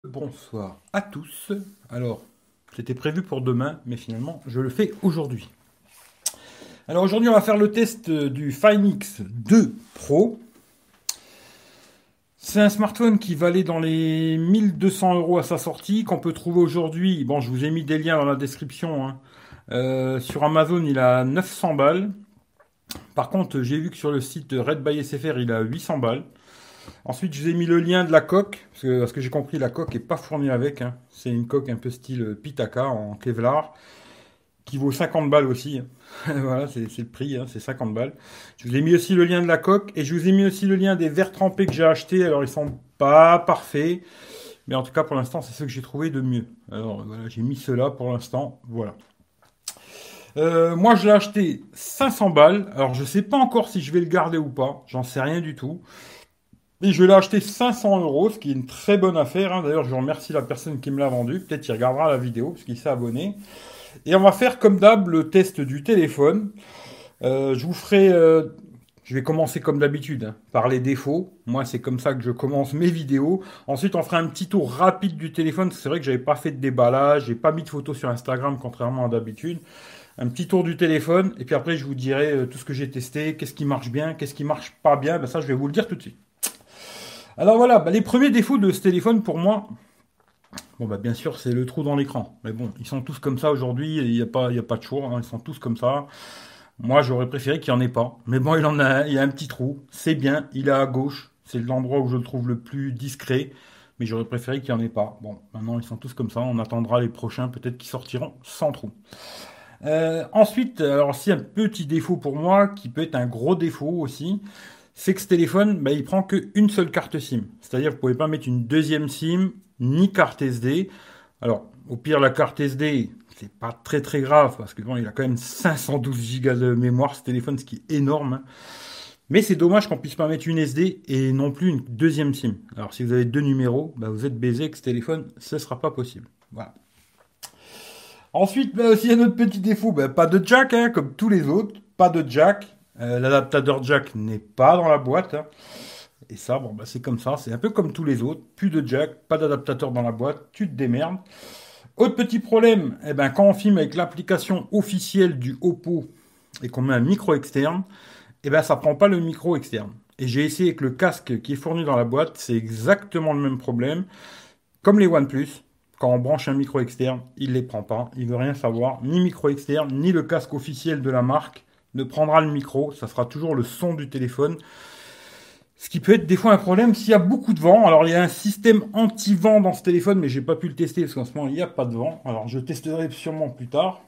Bonsoir à tous. Alors, c'était prévu pour demain, mais finalement, je le fais aujourd'hui. Alors aujourd'hui, on va faire le test du Fine X2 Pro. C'est un smartphone qui valait dans les 1200 euros à sa sortie, qu'on peut trouver aujourd'hui. Bon, je vous ai mis des liens dans la description, hein. Sur Amazon, il a 900 balles. Par contre, j'ai vu que sur le site Red by SFR, il a 800 balles. Ensuite, je vous ai mis le lien de la coque, parce que j'ai compris, la coque est pas fournie avec, hein. C'est une coque un peu style Pitaka en Kevlar, qui vaut 50 balles aussi, hein. Voilà, c'est le prix, hein, c'est 50 balles. Je vous ai mis aussi le lien de la coque, et je vous ai mis aussi le lien des verres trempés que j'ai achetés. Alors, ils sont pas parfaits, mais en tout cas, pour l'instant, c'est ce que j'ai trouvé de mieux. Alors, voilà, j'ai mis cela pour l'instant, voilà. Moi, je l'ai acheté 500 balles. Alors, je sais pas encore si je vais le garder ou pas. J'en sais rien du tout. Et je l'ai acheté 500 euros, ce qui est une très bonne affaire, hein. D'ailleurs, je remercie la personne qui me l'a vendu. Peut-être qu'il regardera la vidéo, parce qu'il s'est abonné. Et on va faire comme d'hab le test du téléphone. Je vous ferai... je vais commencer comme d'habitude, hein, par les défauts. Moi, c'est comme ça que je commence mes vidéos. Ensuite, on fera un petit tour rapide du téléphone, parce que c'est vrai que j'avais pas fait de déballage, j'ai pas mis de photos sur Instagram, contrairement à d'habitude. Un petit tour du téléphone, et puis après, je vous dirai tout ce que j'ai testé, qu'est-ce qui marche bien, qu'est-ce qui marche pas bien. Ben, ça, je vais vous le dire tout de suite. Alors voilà, bah, les premiers défauts de ce téléphone pour moi, bon bah bien sûr c'est le trou dans l'écran. Mais bon, ils sont tous comme ça aujourd'hui, il y a pas de choix, hein, ils sont tous comme ça. Moi j'aurais préféré qu'il n'y en ait pas. Mais bon, il en a, il y a un petit trou, c'est bien, il est à gauche, c'est l'endroit où je le trouve le plus discret. Mais j'aurais préféré qu'il n'y en ait pas. Bon, maintenant ils sont tous comme ça, on attendra les prochains, peut-être qu'ils sortiront sans trou. Ensuite, alors si un petit défaut pour moi, qui peut être un gros défaut aussi, c'est que ce téléphone, bah, il prend qu'une seule carte SIM. C'est-à-dire que vous pouvez pas mettre une deuxième SIM, ni carte SD. Alors, au pire, la carte SD, c'est pas très très grave, parce que bon, il a quand même 512 Go de mémoire, ce téléphone, ce qui est énorme, hein. Mais c'est dommage qu'on puisse pas mettre une SD et non plus une deuxième SIM. Alors, si vous avez deux numéros, bah, vous êtes baisé avec ce téléphone, ce sera pas possible. Voilà. Ensuite, bah, aussi un autre petit défaut, bah, pas de jack, hein, comme tous les autres, pas de jack. L'adaptateur jack n'est pas dans la boîte, hein. Et ça, bon, bah, c'est comme ça, c'est un peu comme tous les autres. Plus de jack, pas d'adaptateur dans la boîte, tu te démerdes. Autre petit problème, eh ben, quand on filme avec l'application officielle du Oppo et qu'on met un micro externe, eh ben, ça prend pas le micro externe. Et j'ai essayé avec le casque qui est fourni dans la boîte, c'est exactement le même problème. Comme les OnePlus, quand on branche un micro externe, il les prend pas, il veut rien savoir, ni micro externe, ni le casque officiel de la marque ne prendra le micro, ça sera toujours le son du téléphone. Ce qui peut être des fois un problème s'il y a beaucoup de vent. Alors il y a un système anti-vent dans ce téléphone, mais j'ai pas pu le tester parce qu'en ce moment il n'y a pas de vent. Alors je testerai sûrement plus tard.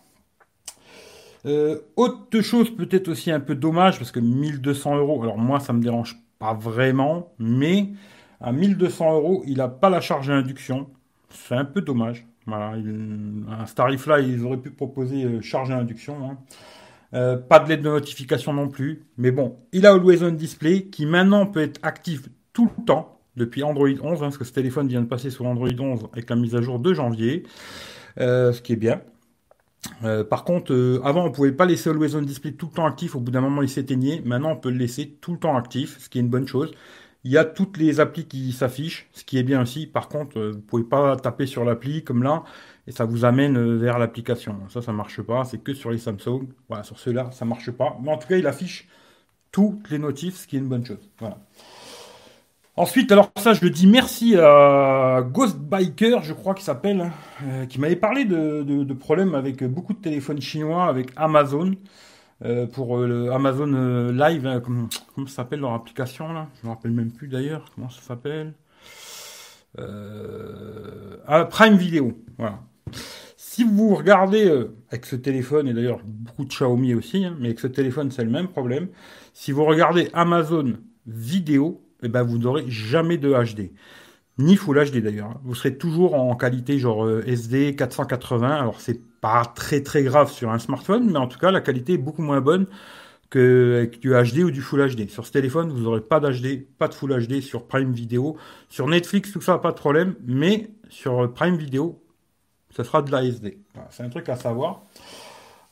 Autre chose peut-être aussi un peu dommage, parce que 1200 euros, alors moi ça me dérange pas vraiment, mais à 1200 euros, il n'a pas la charge à induction. C'est un peu dommage. Voilà, à ce tarif-là, ils auraient pu proposer charge à induction, hein. Pas de LED de notification non plus. Mais bon, il a Always On Display qui maintenant peut être actif tout le temps depuis Android 11, hein, parce que ce téléphone vient de passer sur Android 11 avec la mise à jour de janvier, ce qui est bien. Par contre, avant, on pouvait pas laisser Always On Display tout le temps actif. Au bout d'un moment, il s'éteignait. Maintenant, on peut le laisser tout le temps actif, ce qui est une bonne chose. Il y a toutes les applis qui s'affichent, ce qui est bien aussi. Par contre, vous pouvez pas taper sur l'appli comme là, et ça vous amène vers l'application. Ça marche pas. C'est que sur les Samsung. Voilà, sur ceux-là, ça marche pas. Mais en tout cas, il affiche toutes les notifs, ce qui est une bonne chose. Voilà. Ensuite, alors ça, je le dis merci à Ghost Biker, je crois qu'il s'appelle, qui m'avait parlé de problèmes avec beaucoup de téléphones chinois, avec Amazon, pour le Amazon Live, hein, comment ça s'appelle leur application là? Je me rappelle même plus d'ailleurs, comment ça s'appelle? Prime Video, voilà. Si vous regardez avec ce téléphone, et d'ailleurs beaucoup de Xiaomi aussi, hein, mais avec ce téléphone c'est le même problème, si vous regardez Amazon Vidéo, eh ben, vous n'aurez jamais de HD. Ni Full HD d'ailleurs, hein. Vous serez toujours en qualité genre SD 480. Alors c'est pas très très grave sur un smartphone, mais en tout cas la qualité est beaucoup moins bonne qu'avec du HD ou du Full HD. Sur ce téléphone, vous n'aurez pas d'HD, pas de Full HD sur Prime Video. Sur Netflix, tout ça, pas de problème, mais sur Prime Video, ça sera de la SD. Voilà, c'est un truc à savoir.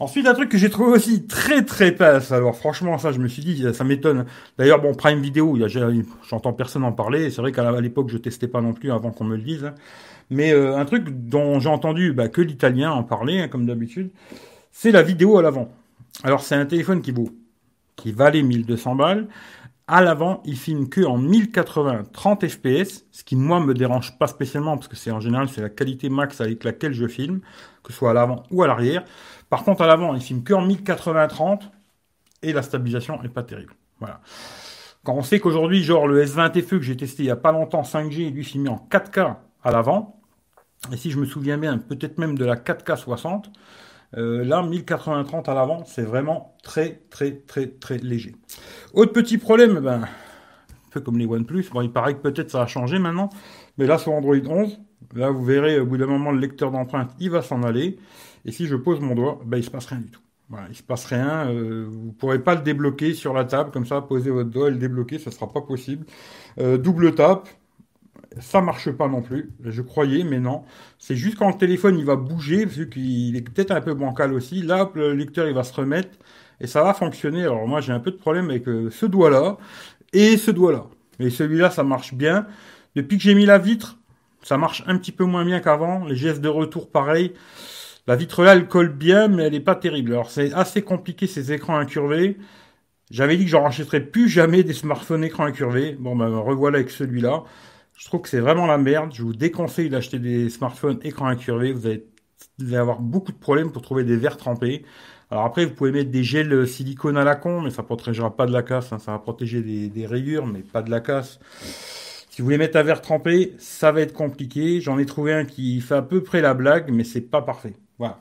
Ensuite, un truc que j'ai trouvé aussi très très passe. Alors franchement, ça, je me suis dit, ça m'étonne. D'ailleurs, bon, Prime Video, j'entends personne en parler. C'est vrai qu'à l'époque, je testais pas non plus avant qu'on me le dise, hein. Mais un truc dont j'ai entendu que l'italien en parler, hein, comme d'habitude, c'est la vidéo à l'avant. Alors, c'est un téléphone qui valait 1200 balles. À l'avant, il filme que en 1080 30 fps, ce qui moi me dérange pas spécialement parce que c'est en général c'est la qualité max avec laquelle je filme, que ce soit à l'avant ou à l'arrière. Par contre, à l'avant, il filme que en 1080 30 et la stabilisation est pas terrible. Voilà. Quand on sait qu'aujourd'hui, genre le S20 FE que j'ai testé il y a pas longtemps 5G, lui filmé en 4K à l'avant, et si je me souviens bien, peut-être même de la 4K 60. Là, 1080-30 à l'avant, c'est vraiment très, très, très, très léger. Autre petit problème, un peu comme les OnePlus, bon, il paraît que peut-être ça a changé maintenant, mais là, sur Android 11, là, vous verrez, au bout d'un moment, le lecteur d'empreinte, il va s'en aller, et si je pose mon doigt, il se passe rien du tout. Voilà, il se passe rien, vous pourrez pas le débloquer sur la table, comme ça, poser votre doigt et le débloquer, ça sera pas possible. Double tape, ça marche pas non plus. Je croyais, mais non. C'est juste quand le téléphone il va bouger, vu qu'il est peut-être un peu bancal aussi. Là, le lecteur il va se remettre et ça va fonctionner. Alors moi j'ai un peu de problème avec ce doigt-là et ce doigt-là. Mais celui-là ça marche bien. Depuis que j'ai mis la vitre, ça marche un petit peu moins bien qu'avant. Les gestes de retour pareil. La vitre là elle colle bien, mais elle est pas terrible. Alors c'est assez compliqué ces écrans incurvés. J'avais dit que j'en rachèterais plus jamais des smartphones écran incurvé. Bon, revoilà avec celui-là. Je trouve que c'est vraiment la merde. Je vous déconseille d'acheter des smartphones écran incurvé. Vous allez avoir beaucoup de problèmes pour trouver des verres trempés. Alors après, vous pouvez mettre des gels silicone à la con, mais ça protégera pas de la casse, hein. Ça va protéger des rayures, mais pas de la casse. Si vous voulez mettre un verre trempé, ça va être compliqué. J'en ai trouvé un qui fait à peu près la blague, mais c'est pas parfait. Voilà.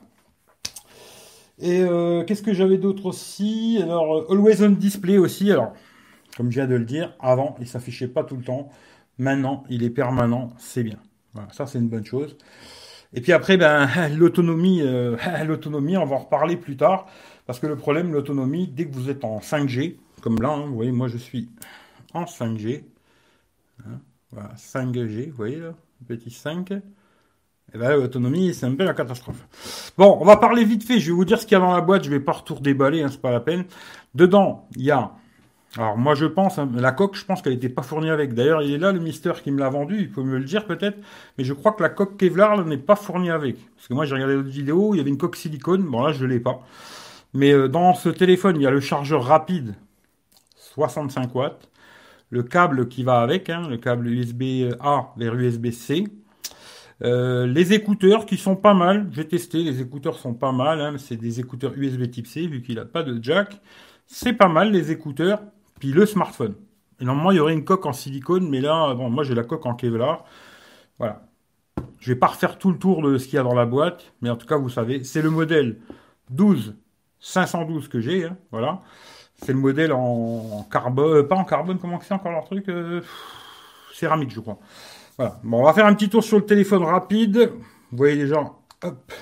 Et qu'est-ce que j'avais d'autre aussi? Alors, Always on Display aussi. Alors, comme je viens de le dire, avant, il s'affichait pas tout le temps. Maintenant, il est permanent, c'est bien. Voilà, ça c'est une bonne chose. Et puis après, l'autonomie, l'autonomie, on va en reparler plus tard. Parce que le problème, l'autonomie, dès que vous êtes en 5G, comme là, hein, vous voyez, moi je suis en 5G. Hein, voilà, 5G, vous voyez là, petit 5. Et ben l'autonomie, c'est un peu la catastrophe. Bon, on va parler vite fait. Je vais vous dire ce qu'il y a dans la boîte. Je vais pas tout redéballer, hein, c'est pas la peine. Dedans, il y a. Alors moi je pense, hein, la coque, je pense qu'elle n'était pas fournie avec. D'ailleurs, il est là le Mister qui me l'a vendu. Il peut me le dire peut-être. Mais je crois que la coque Kevlar là, n'est pas fournie avec. Parce que moi j'ai regardé d'autres vidéos, il y avait une coque silicone. Bon là je l'ai pas. Mais dans ce téléphone, il y a le chargeur rapide, 65 watts. Le câble qui va avec, hein, le câble USB-A vers USB-C. Les écouteurs qui sont pas mal, j'ai testé, les écouteurs sont pas mal, hein, c'est des écouteurs USB type C vu qu'il n'a pas de jack. C'est pas mal les écouteurs, puis le smartphone. Et normalement il y aurait une coque en silicone, mais là, bon, moi j'ai la coque en Kevlar. Voilà. Je vais pas refaire tout le tour de ce qu'il y a dans la boîte, mais en tout cas vous savez, c'est le modèle 12 512 que j'ai, hein, voilà. C'est le modèle en carbone, pas en carbone, comment c'est encore leur truc céramique je crois. Voilà. Bon, on va faire un petit tour sur le téléphone rapide. Vous voyez déjà, hop,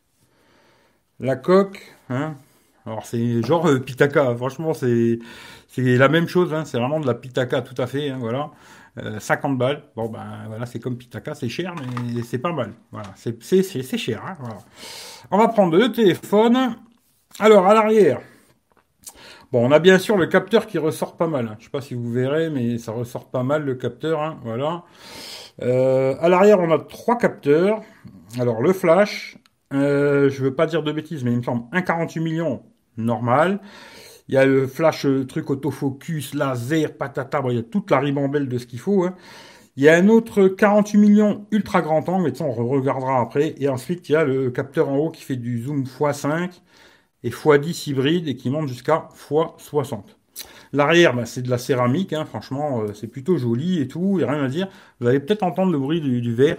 la coque, hein. Alors c'est genre Pitaka. Franchement, c'est la même chose, hein. C'est vraiment de la Pitaka tout à fait, hein, voilà. 50 balles. Bon voilà, c'est comme Pitaka, c'est cher, mais c'est pas mal. Voilà, c'est cher, hein, voilà. On va prendre le téléphone. Alors à l'arrière. Bon, on a bien sûr le capteur qui ressort pas mal, hein. Je sais pas si vous verrez, mais ça ressort pas mal le capteur, hein, voilà. À l'arrière, on a 3 capteurs. Alors, le flash, je veux pas dire de bêtises, mais il me semble 1,48 millions normal. Il y a le flash truc autofocus, laser, patata, bon, il y a toute la ribambelle de ce qu'il faut, hein. Il y a un autre 48 millions ultra grand angle, mais ça on regardera après. Et ensuite, il y a le capteur en haut qui fait du zoom x5 et x10 hybride et qui monte jusqu'à x60. L'arrière, c'est de la céramique, hein, franchement, c'est plutôt joli et tout, il n'y a rien à dire. Vous allez peut-être entendre le bruit du verre.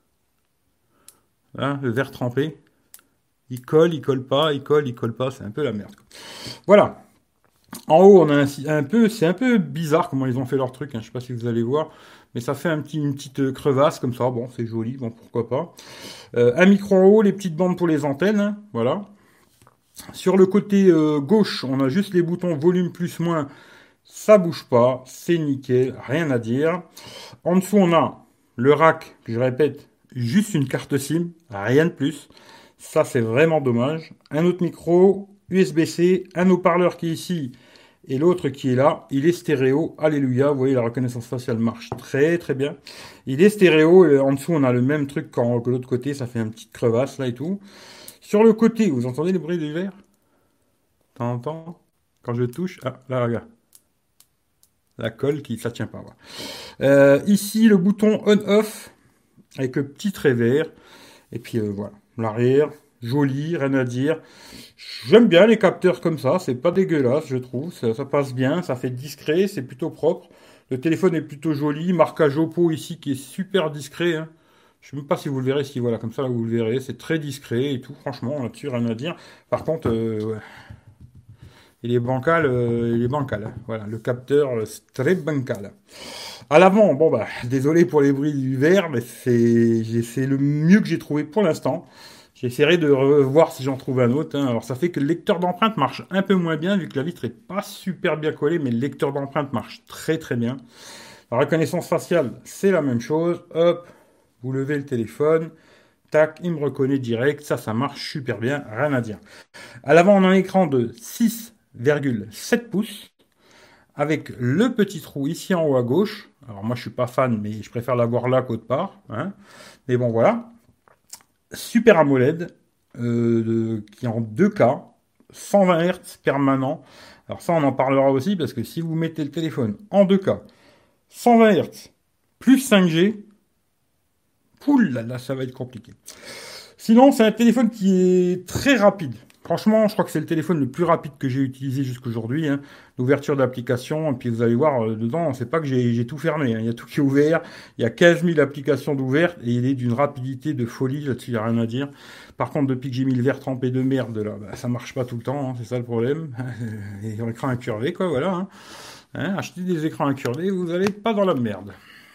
Hein, le verre trempé. Il colle pas, il colle pas, c'est un peu la merde. Voilà. En haut, on a c'est un peu bizarre comment ils ont fait leur truc, hein, je sais pas si vous allez voir, mais ça fait une petite crevasse comme ça, bon, c'est joli, bon, pourquoi pas. Un micro en haut, les petites bandes pour les antennes, hein, voilà. Sur le côté gauche, on a juste les boutons volume plus moins. Ça bouge pas, c'est nickel, rien à dire. En dessous, on a le rack, je répète, juste une carte SIM, rien de plus. Ça, c'est vraiment dommage. Un autre micro, USB-C, un haut-parleur qui est ici et l'autre qui est là. Il est stéréo. Alléluia. Vous voyez, la reconnaissance faciale marche très très bien. Il est stéréo. Et en dessous, on a le même truc que l'autre côté. Ça fait une petite crevasse là et tout. Sur le côté, vous entendez les bruits du verre? T'entends? Quand je touche. Ah, là, regarde. La colle qui, ça tient pas. Voilà. Ici, le bouton on-off avec le petit trait vert. Et puis voilà, l'arrière, joli, rien à dire. J'aime bien les capteurs comme ça, c'est pas dégueulasse, je trouve. Ça passe bien, ça fait discret, c'est plutôt propre. Le téléphone est plutôt joli, marquage Oppo ici qui est super discret, hein. Je sais même pas si vous le verrez, si voilà, comme ça là, vous le verrez, c'est très discret et tout, franchement, là-dessus, rien à dire. Par contre, ouais, il est bancal, hein. Voilà, le capteur, c'est très bancal. À l'avant, bon bah, désolé pour les bruits du verre, mais c'est le mieux que j'ai trouvé pour l'instant. J'essaierai de voir si j'en trouve un autre, hein. Alors ça fait que le lecteur d'empreinte marche un peu moins bien, vu que la vitre est pas super bien collée, mais le lecteur d'empreinte marche très très bien. La reconnaissance faciale, c'est la même chose. Hop, vous levez le téléphone, tac, il me reconnaît direct, ça marche super bien, rien à dire. À l'avant, on a un écran de 6,7 pouces avec le petit trou ici en haut à gauche. Alors moi je suis pas fan, mais je préfère l'avoir là qu'autre part, hein. Mais bon voilà. Super AMOLED qui est en 2K, 120 Hz permanent. Alors ça on en parlera aussi parce que si vous mettez le téléphone en 2K, 120 Hz plus 5G, poule là, ça va être compliqué. Sinon c'est un téléphone qui est très rapide. Franchement, je crois que c'est le téléphone le plus rapide que j'ai utilisé jusqu'aujourd'hui, hein. L'ouverture d'applications, et puis vous allez voir, dedans, c'est pas que j'ai tout fermé, hein. Il y a tout qui est ouvert, il y a 15 000 applications d'ouvertes, et il est d'une rapidité de folie, là-dessus, il n'y a rien à dire. Par contre, depuis que j'ai mis le verre trempé de merde, là, bah, ça marche pas tout le temps, hein, c'est ça le problème. Et l'écran incurvé, quoi, voilà, hein. Achetez des écrans incurvés, vous n'allez pas dans la merde.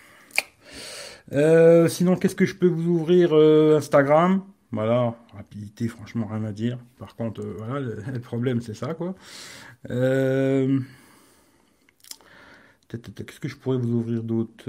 Sinon, qu'est-ce que je peux vous ouvrir? Instagram. Voilà, rapidité, franchement, rien à dire. Par contre, voilà, le problème, c'est ça, quoi. Euh, Qu'est-ce que je pourrais vous ouvrir d'autre?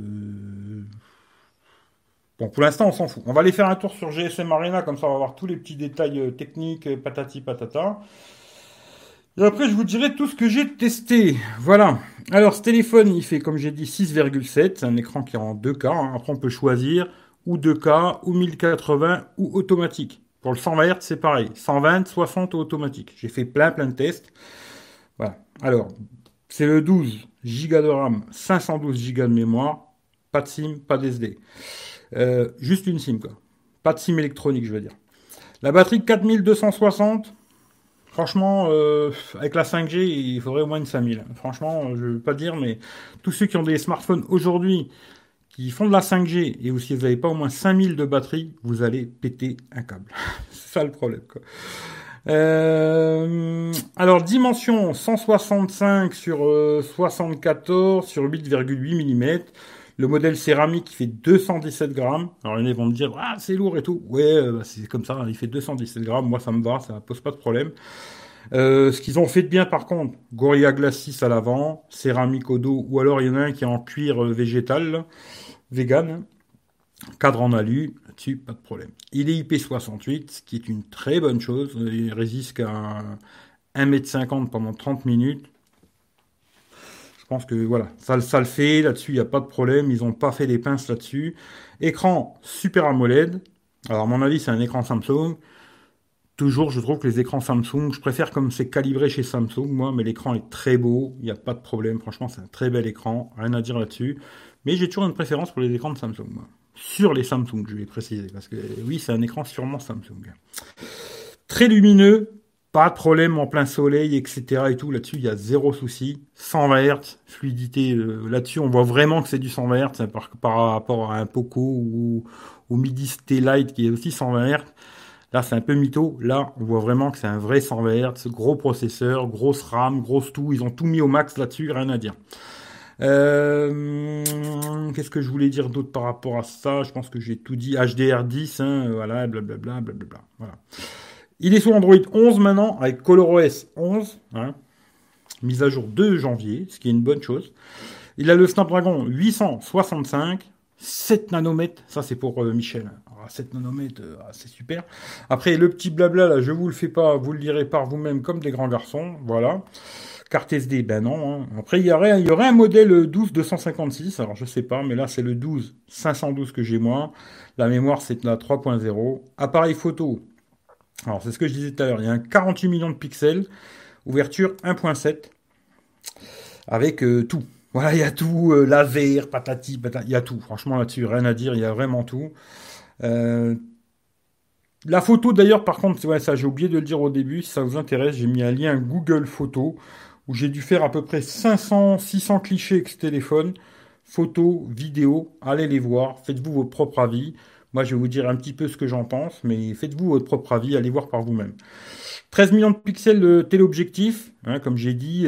Bon, pour l'instant, on s'en fout. On va aller faire un tour sur GSM Arena, comme ça, on va voir tous les petits détails techniques, patati patata. Et après, je vous dirai tout ce que j'ai testé. Voilà. Alors, ce téléphone, il fait, comme j'ai dit, 6,7. C'est un écran qui est en 2K, hein. Après, on peut choisir ou 2K, ou 1080, ou automatique. Pour le 120 Hz, c'est pareil. 120, 60 ou automatique. J'ai fait plein de tests. Voilà. Alors, c'est le 12 Go de RAM, 512 Go de mémoire. Pas de SIM, pas d'SD. Juste une SIM, quoi. Pas de SIM électronique, je veux dire. La batterie 4260. Franchement, avec la 5G, il faudrait au moins une 5000. Franchement, je ne veux pas dire, mais tous ceux qui ont des smartphones aujourd'hui, qui font de la 5G, et si vous n'avez pas au moins 5000 de batterie, vous allez péter un câble. C'est ça le problème, quoi. Alors, dimension 165 sur 74 sur 8,8 mm. Le modèle céramique qui fait 217 grammes. Alors, il y en a qui vont me dire, ah, c'est lourd et tout. Ouais, bah, c'est comme ça, il fait 217 grammes. Moi, ça me va, ça pose pas de problème. Ce qu'ils ont fait de bien, par contre, Gorilla Glass 6 à l'avant, céramique au dos, ou alors il y en a un qui est en cuir végétal, là, vegan, cadre en alu, là-dessus, pas de problème. Il est IP68, ce qui est une très bonne chose. Il résiste qu'à 1,50 m pendant 30 minutes. Je pense que voilà, ça le fait. Là-dessus, il n'y a pas de problème. Ils n'ont pas fait des pinces là-dessus. Écran Super AMOLED. Alors, à mon avis, c'est un écran Samsung. Toujours, je trouve que les écrans Samsung, je préfère comme c'est calibré chez Samsung, moi, mais l'écran est très beau. Il n'y a pas de problème. Franchement, c'est un très bel écran. Rien à dire là-dessus. Mais j'ai toujours une préférence pour les écrans de Samsung, moi. Sur les Samsung, je vais préciser. Parce que oui, c'est un écran sûrement Samsung. Très lumineux. Pas de problème en plein soleil, etc. et tout. Là-dessus, il y a zéro souci. 120 Hz, fluidité. Là-dessus, on voit vraiment que c'est du 120 Hz hein, par rapport à un Poco ou au Midi Stay-Lite qui est aussi 120 Hz. Là, c'est un peu mytho. Là, on voit vraiment que c'est un vrai 120 Hz. Gros processeur, grosse RAM, grosse tout. Ils ont tout mis au max là-dessus, rien à dire. Qu'est-ce que je voulais dire d'autre par rapport à ça? Je pense que j'ai tout dit. HDR10, hein, voilà, blablabla, blablabla. Voilà. Il est sous Android 11 maintenant, avec ColorOS 11, hein, mise à jour 2 janvier, ce qui est une bonne chose. Il a le Snapdragon 865, 7 nanomètres, ça c'est pour Michel. 7 nanomètres, c'est super. Après, le petit blabla, là, je vous le fais pas, vous le lirez par vous-même comme des grands garçons, voilà. Carte SD, ben non. Hein. Après, il y aurait un modèle 12 256, alors je sais pas, mais là, c'est le 12 512 que j'ai moi. La mémoire, c'est la 3.0. Appareil photo, alors c'est ce que je disais tout à l'heure, il y a un 48 millions de pixels, ouverture 1.7, avec tout. Voilà, il y a tout, laser, patati, patati, il y a tout. Franchement, là-dessus, rien à dire, il y a vraiment tout. Euh, la photo, d'ailleurs, par contre, ouais, ça, j'ai oublié de le dire au début, si ça vous intéresse, j'ai mis un lien Google Photos, où j'ai dû faire à peu près 500, 600 clichés avec ce téléphone. Photos, vidéos, allez les voir, faites-vous votre propre avis. Moi, je vais vous dire un petit peu ce que j'en pense, mais faites-vous votre propre avis, allez voir par vous-même. 13 millions de pixels de téléobjectif, hein, comme j'ai dit,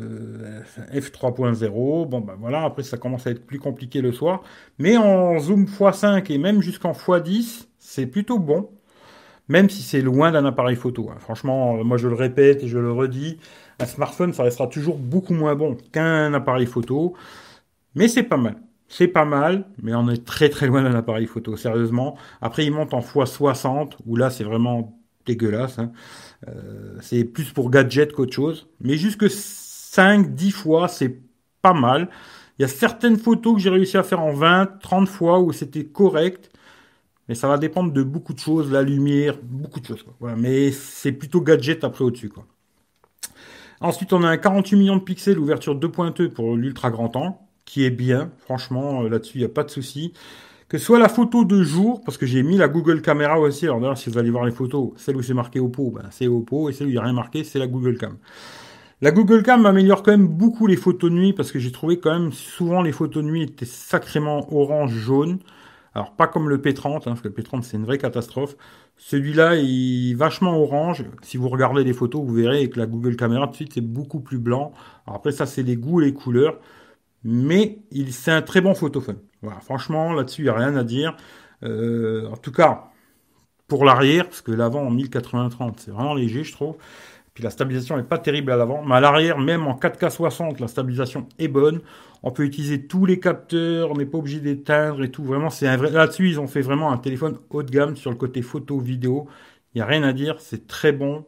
f3.0. Bon, ben voilà, après ça commence à être plus compliqué le soir. Mais en zoom x5 et même jusqu'en x10, c'est plutôt bon, même si c'est loin d'un appareil photo. Hein. Franchement, moi je le répète et je le redis, un smartphone, ça restera toujours beaucoup moins bon qu'un appareil photo. Mais c'est pas mal. C'est pas mal, mais on est très très loin d'un appareil photo, sérieusement. Après, il monte en x60, où là c'est vraiment dégueulasse. Hein. C'est plus pour gadget qu'autre chose. Mais jusque 5, 10 fois, c'est pas mal. Il y a certaines photos que j'ai réussi à faire en 20, 30 fois où c'était correct. Mais ça va dépendre de beaucoup de choses, la lumière, beaucoup de choses. Quoi. Voilà. Mais c'est plutôt gadget après au-dessus. Quoi. Ensuite, on a un 48 millions de pixels, ouverture 2.2 pour l'ultra grand angle, qui est bien. Franchement, là-dessus, il n'y a pas de souci. Que ce soit la photo de jour, parce que j'ai mis la Google Caméra aussi. Alors d'ailleurs, si vous allez voir les photos, celle où c'est marqué Oppo, ben, c'est Oppo, et celle où il n'y a rien marqué, c'est la Google Cam. La Google Cam améliore quand même beaucoup les photos de nuit, parce que j'ai trouvé quand même souvent les photos de nuit étaient sacrément orange-jaune. Alors pas comme le P30, hein, parce que le P30 c'est une vraie catastrophe. Celui-là il est vachement orange. Si vous regardez les photos, vous verrez que la Google Caméra tout de suite c'est beaucoup plus blanc. Alors après ça c'est les goûts et les couleurs. Mais c'est un très bon photophone. Voilà, franchement, là-dessus, il n'y a rien à dire. En tout cas, pour l'arrière, parce que l'avant en 1080-30, c'est vraiment léger, je trouve. Puis la stabilisation n'est pas terrible à l'avant. Mais à l'arrière, même en 4K60, la stabilisation est bonne. On peut utiliser tous les capteurs, on n'est pas obligé d'éteindre et tout. Vraiment, c'est un vrai. Là-dessus, ils ont fait vraiment un téléphone haut de gamme sur le côté photo, vidéo. Il n'y a rien à dire, c'est très bon.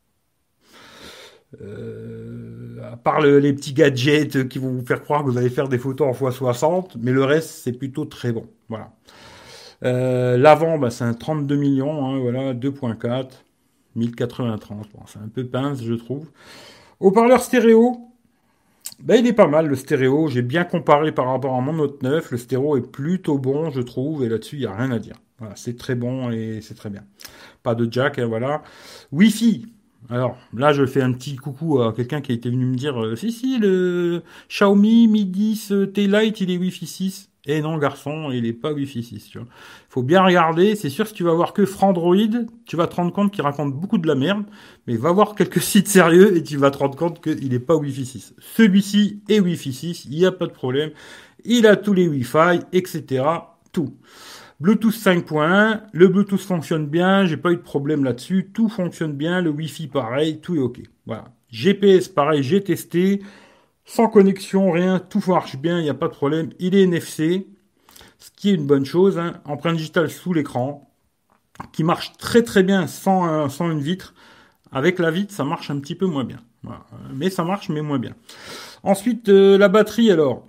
À part les petits gadgets qui vont vous faire croire que vous allez faire des photos en x60, mais le reste c'est plutôt très bon. Voilà. L'avant, bah, c'est un 32 millions, hein, voilà, 2.4, 1080-30. Bon, c'est un peu pince, je trouve. Haut-parleur stéréo, bah, il est pas mal le stéréo. J'ai bien comparé par rapport à mon Note 9. Le stéréo est plutôt bon, je trouve, et là-dessus, il n'y a rien à dire. Voilà, c'est très bon et c'est très bien. Pas de jack, hein, voilà. Wi-Fi. Alors là, je fais un petit coucou à quelqu'un qui a été venu me dire si, le Xiaomi Mi 10 T-Lite, il est Wi-Fi 6. Eh non, garçon, il est pas Wi-Fi 6. Tu vois. Faut bien regarder. C'est sûr, si tu vas voir que Frandroid, tu vas te rendre compte qu'il raconte beaucoup de la merde. Mais va voir quelques sites sérieux et tu vas te rendre compte qu'il est pas Wi-Fi 6. Celui-ci est Wi-Fi 6, il n'y a pas de problème. Il a tous les Wi-Fi, etc. Tout. Bluetooth 5.1, le Bluetooth fonctionne bien, j'ai pas eu de problème là-dessus, tout fonctionne bien, le Wi-Fi pareil, tout est ok. Voilà. GPS pareil, j'ai testé, sans connexion, rien, tout marche bien, il n'y a pas de problème. Il est NFC, ce qui est une bonne chose, hein. Empreinte digitale sous l'écran, qui marche très très bien sans une vitre. Avec la vitre, ça marche un petit peu moins bien. Voilà. Mais ça marche, mais moins bien. Ensuite, la batterie, alors,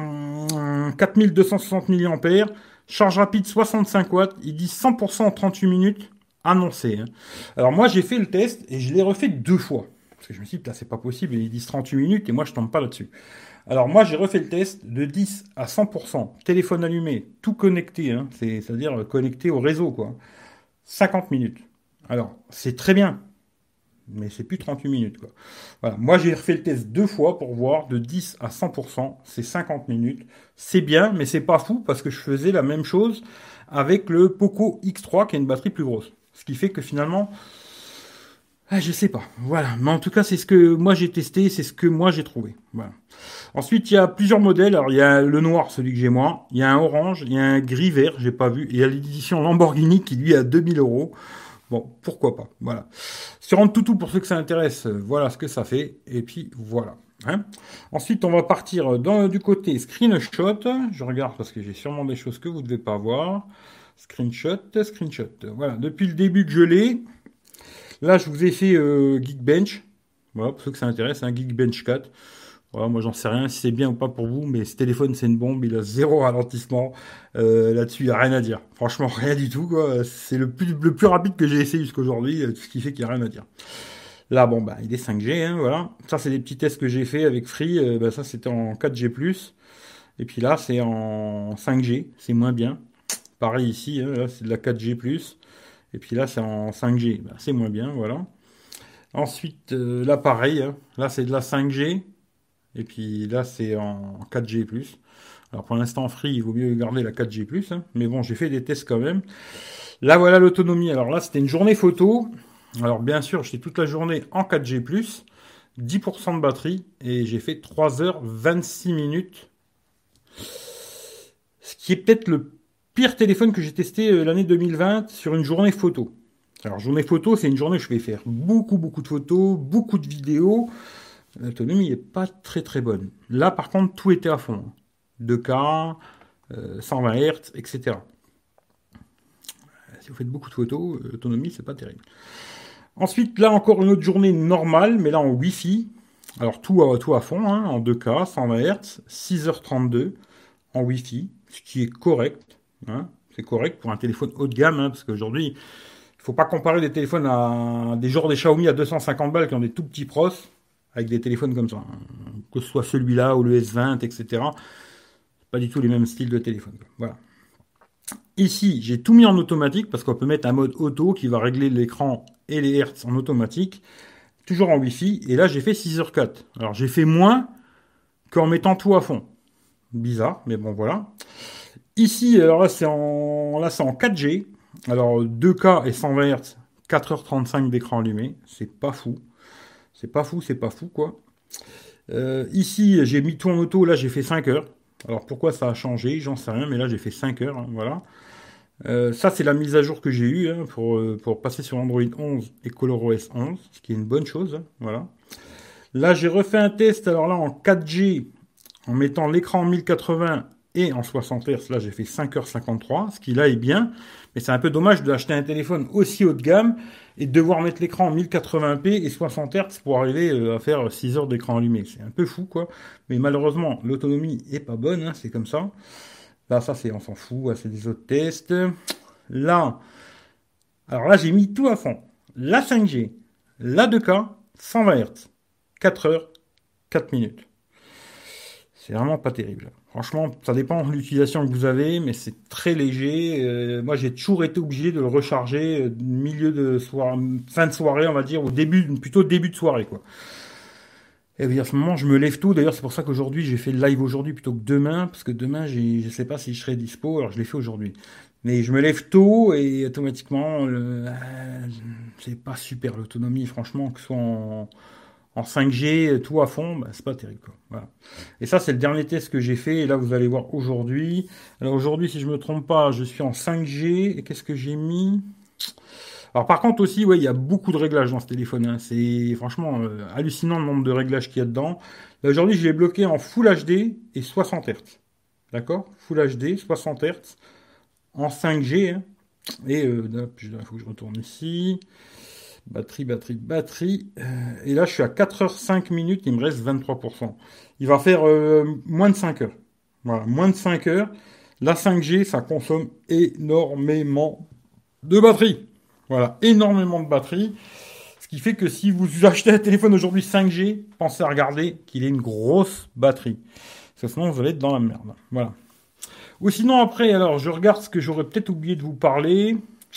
4260 mAh, charge rapide 65 watts, il dit 100% en 38 minutes, annoncé. Hein. Alors moi j'ai fait le test et je l'ai refait 2 fois. Parce que je me suis dit, là c'est pas possible, ils disent 38 minutes et moi je tombe pas là-dessus. Alors moi j'ai refait le test de 10 à 100%, téléphone allumé, tout connecté, hein, c'est-à-dire connecté au réseau, quoi. 50 minutes. Alors c'est très bien, mais c'est plus 38 minutes, quoi. Voilà. Moi, j'ai refait le test 2 fois pour voir de 10 à 100%, c'est 50 minutes. C'est bien, mais c'est pas fou parce que je faisais la même chose avec le Poco X3 qui a une batterie plus grosse. Ce qui fait que finalement, je sais pas. Voilà. Mais en tout cas, c'est ce que moi j'ai testé, c'est ce que moi j'ai trouvé. Voilà. Ensuite, il y a plusieurs modèles. Alors, il y a le noir, celui que j'ai moi. Il y a un orange, il y a un gris vert, j'ai pas vu. Et il y a l'édition Lamborghini qui lui a 2000 euros. Bon, pourquoi pas, voilà. Sur AnTuTu, pour ceux que ça intéresse, voilà ce que ça fait, et puis voilà. Hein. Ensuite, on va partir du côté screenshot. Je regarde parce que j'ai sûrement des choses que vous ne devez pas voir. Screenshot. Voilà, depuis le début que je l'ai, là, je vous ai fait Geekbench. Voilà, pour ceux que ça intéresse, un Geekbench 4. Voilà, moi, j'en sais rien si c'est bien ou pas pour vous, mais ce téléphone, c'est une bombe. Il a zéro ralentissement. Là-dessus, il n'y a rien à dire. Franchement, rien du tout, quoi. C'est le plus rapide que j'ai essayé jusqu'aujourd'hui, ce qui fait qu'il n'y a rien à dire. Là, bon, bah, il est 5G, hein, voilà. Ça, c'est des petits tests que j'ai fait avec Free. Bah, ça, c'était en 4G+. Et puis là, c'est en 5G. C'est moins bien. Pareil ici, hein, là, c'est de la 4G+. Et puis là, c'est en 5G. Bah, c'est moins bien, voilà. Ensuite, là, pareil, hein. Là, c'est de la 5G. Et puis là, c'est en 4G+. Alors pour l'instant, Free, il vaut mieux garder la 4G+, hein. Mais bon, j'ai fait des tests quand même. Là, voilà l'autonomie. Alors là, c'était une journée photo. Alors bien sûr, j'étais toute la journée en 4G+, 10% de batterie, et j'ai fait 3h26 minutes. Ce qui est peut-être le pire téléphone que j'ai testé l'année 2020 sur une journée photo. Alors journée photo, c'est une journée où je vais faire beaucoup de photos, beaucoup de vidéos. L'autonomie n'est pas très très bonne. Là, par contre, tout était à fond. 2K, 120 Hz, etc. Si vous faites beaucoup de photos, l'autonomie, c'est pas terrible. Ensuite, là encore une autre journée normale, mais là en Wi-Fi. Alors tout à fond, hein, en 2K, 120 Hz, 6h32 en Wi-Fi, ce qui est correct. Hein, c'est correct pour un téléphone haut de gamme, hein, parce qu'aujourd'hui, il ne faut pas comparer des téléphones à des Xiaomi à 250 balles qui ont des tout petits pros, avec des téléphones comme ça. Hein, que ce soit celui-là ou le S20, etc. Pas du tout les mêmes styles de téléphone. Voilà. Ici, j'ai tout mis en automatique parce qu'on peut mettre un mode auto qui va régler l'écran et les hertz en automatique, toujours en Wi-Fi. Et là, j'ai fait 6h04. Alors, j'ai fait moins qu'en mettant tout à fond. Bizarre, mais bon, voilà. Ici, alors là, c'est en 4G. Alors, 2K et 120 Hz, 4h35 d'écran allumé. C'est pas fou. C'est pas fou, quoi. Ici, j'ai mis tout en auto. Là, j'ai fait 5 heures. Alors pourquoi ça a changé, j'en sais rien, mais là j'ai fait 5 heures, hein, voilà. Ça c'est la mise à jour que j'ai eue hein, pour passer sur Android 11 et ColorOS 11, ce qui est une bonne chose, hein, voilà. Là j'ai refait un test, alors là en 4G, en mettant l'écran en 1080 et en 60 Hz, là j'ai fait 5h53, ce qui là est bien, mais c'est un peu dommage d'acheter un téléphone aussi haut de gamme et de devoir mettre l'écran en 1080p et 60 Hz pour arriver à faire 6 heures d'écran allumé. C'est un peu fou, quoi. Mais malheureusement, l'autonomie est pas bonne, hein, c'est comme ça. Là, ça, on s'en fout, c'est des autres tests. Là, alors là, j'ai mis tout à fond. La 5G, la 2K, 120 Hz, 4 heures, 4 minutes. C'est vraiment pas terrible. Franchement, ça dépend de l'utilisation que vous avez, mais c'est très léger. Moi, j'ai toujours été obligé de le recharger milieu de soirée, fin de soirée, on va dire, plutôt début de soirée, quoi. Et bien, à ce moment, je me lève tôt. D'ailleurs, c'est pour ça qu'aujourd'hui, j'ai fait le live aujourd'hui plutôt que demain, parce que demain, je sais pas si je serai dispo, alors je l'ai fait aujourd'hui. Mais je me lève tôt et automatiquement, c'est pas super l'autonomie, franchement, que ce soit en 5G, tout à fond, bah, c'est pas terrible, quoi. Voilà. Et ça, c'est le dernier test que j'ai fait. Et là, vous allez voir aujourd'hui. Alors aujourd'hui, si je me trompe pas, je suis en 5G. Et qu'est-ce que j'ai mis? Alors par contre aussi, ouais, il y a beaucoup de réglages dans ce téléphone. Hein. C'est franchement hallucinant le nombre de réglages qu'il y a dedans. Là, aujourd'hui, je l'ai bloqué en Full HD et 60 Hz. D'accord? Full HD, 60 Hz, en 5G. Hein. Et il faut que je retourne ici. Batterie. Et là, je suis à 4h05 minutes, il me reste 23%. Il va faire moins de 5 heures. Voilà, moins de 5 heures. La 5G, ça consomme énormément de batterie. Voilà, énormément de batterie. Ce qui fait que si vous achetez un téléphone aujourd'hui 5G, pensez à regarder qu'il ait une grosse batterie. Parce que sinon, vous allez être dans la merde. Voilà. Ou sinon, après, alors, je regarde ce que j'aurais peut-être oublié de vous parler.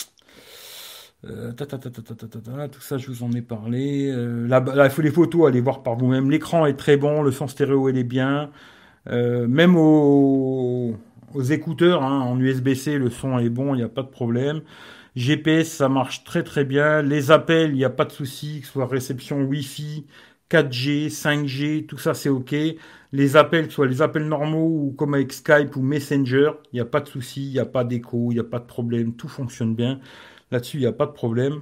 Tout ça, je vous en ai parlé. Là, il faut les photos, allez voir par vous-même. L'écran est très bon, le son stéréo, il est bien. Même aux écouteurs, hein, en USB-C, le son est bon, il n'y a pas de problème. GPS, ça marche très très bien. Les appels, il n'y a pas de souci, que ce soit réception Wi-Fi, 4G, 5G, tout ça c'est OK. Les appels, que ce soit les appels normaux ou comme avec Skype ou Messenger, il n'y a pas de souci, il n'y a pas d'écho, il n'y a pas de problème, tout fonctionne bien. Là-dessus, il n'y a pas de problème.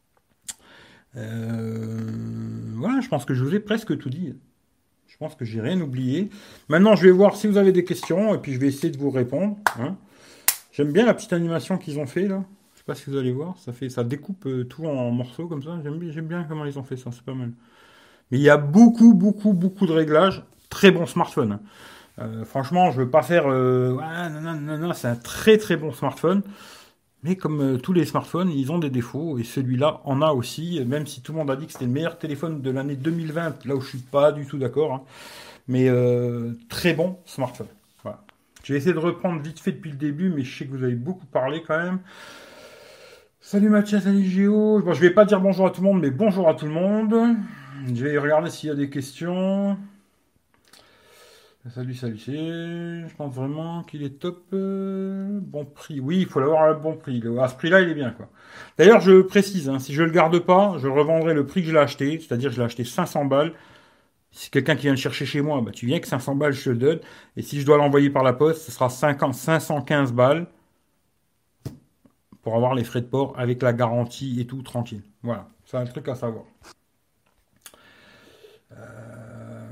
Voilà, je pense que je vous ai presque tout dit. Je pense que j'ai rien oublié. Maintenant, je vais voir si vous avez des questions et puis je vais essayer de vous répondre. Hein. J'aime bien la petite animation qu'ils ont fait là. Je sais pas si vous allez voir, ça découpe tout en morceaux comme ça. J'aime bien comment ils ont fait ça, c'est pas mal. Mais il y a beaucoup de réglages. Très bon smartphone, hein. Franchement, je veux pas faire. Ouais, non, c'est un très bon smartphone. Mais comme tous les smartphones, ils ont des défauts. Et celui-là en a aussi. Même si tout le monde a dit que c'était le meilleur téléphone de l'année 2020, là où je suis pas du tout d'accord, hein. Mais très bon smartphone. Voilà. J'ai essayé de reprendre vite fait depuis le début, mais je sais que vous avez beaucoup parlé quand même. Salut Mathias, salut Géo. Bon, je vais pas dire bonjour à tout le monde, mais bonjour à tout le monde. Je vais regarder s'il y a des questions. Je pense vraiment qu'il est top. Bon prix. Oui, il faut l'avoir à bon prix. À ce prix-là, il est bien, quoi. D'ailleurs, je précise, hein, si je le garde pas, je le revendrai le prix que je l'ai acheté. C'est-à-dire, je l'ai acheté 500 balles. Si quelqu'un qui vient le chercher chez moi, bah, tu viens que 500 balles, je te le donne. Et si je dois l'envoyer par la poste, ce sera 515 balles pour avoir les frais de port avec la garantie et tout, tranquille. Voilà. C'est un truc à savoir. Euh,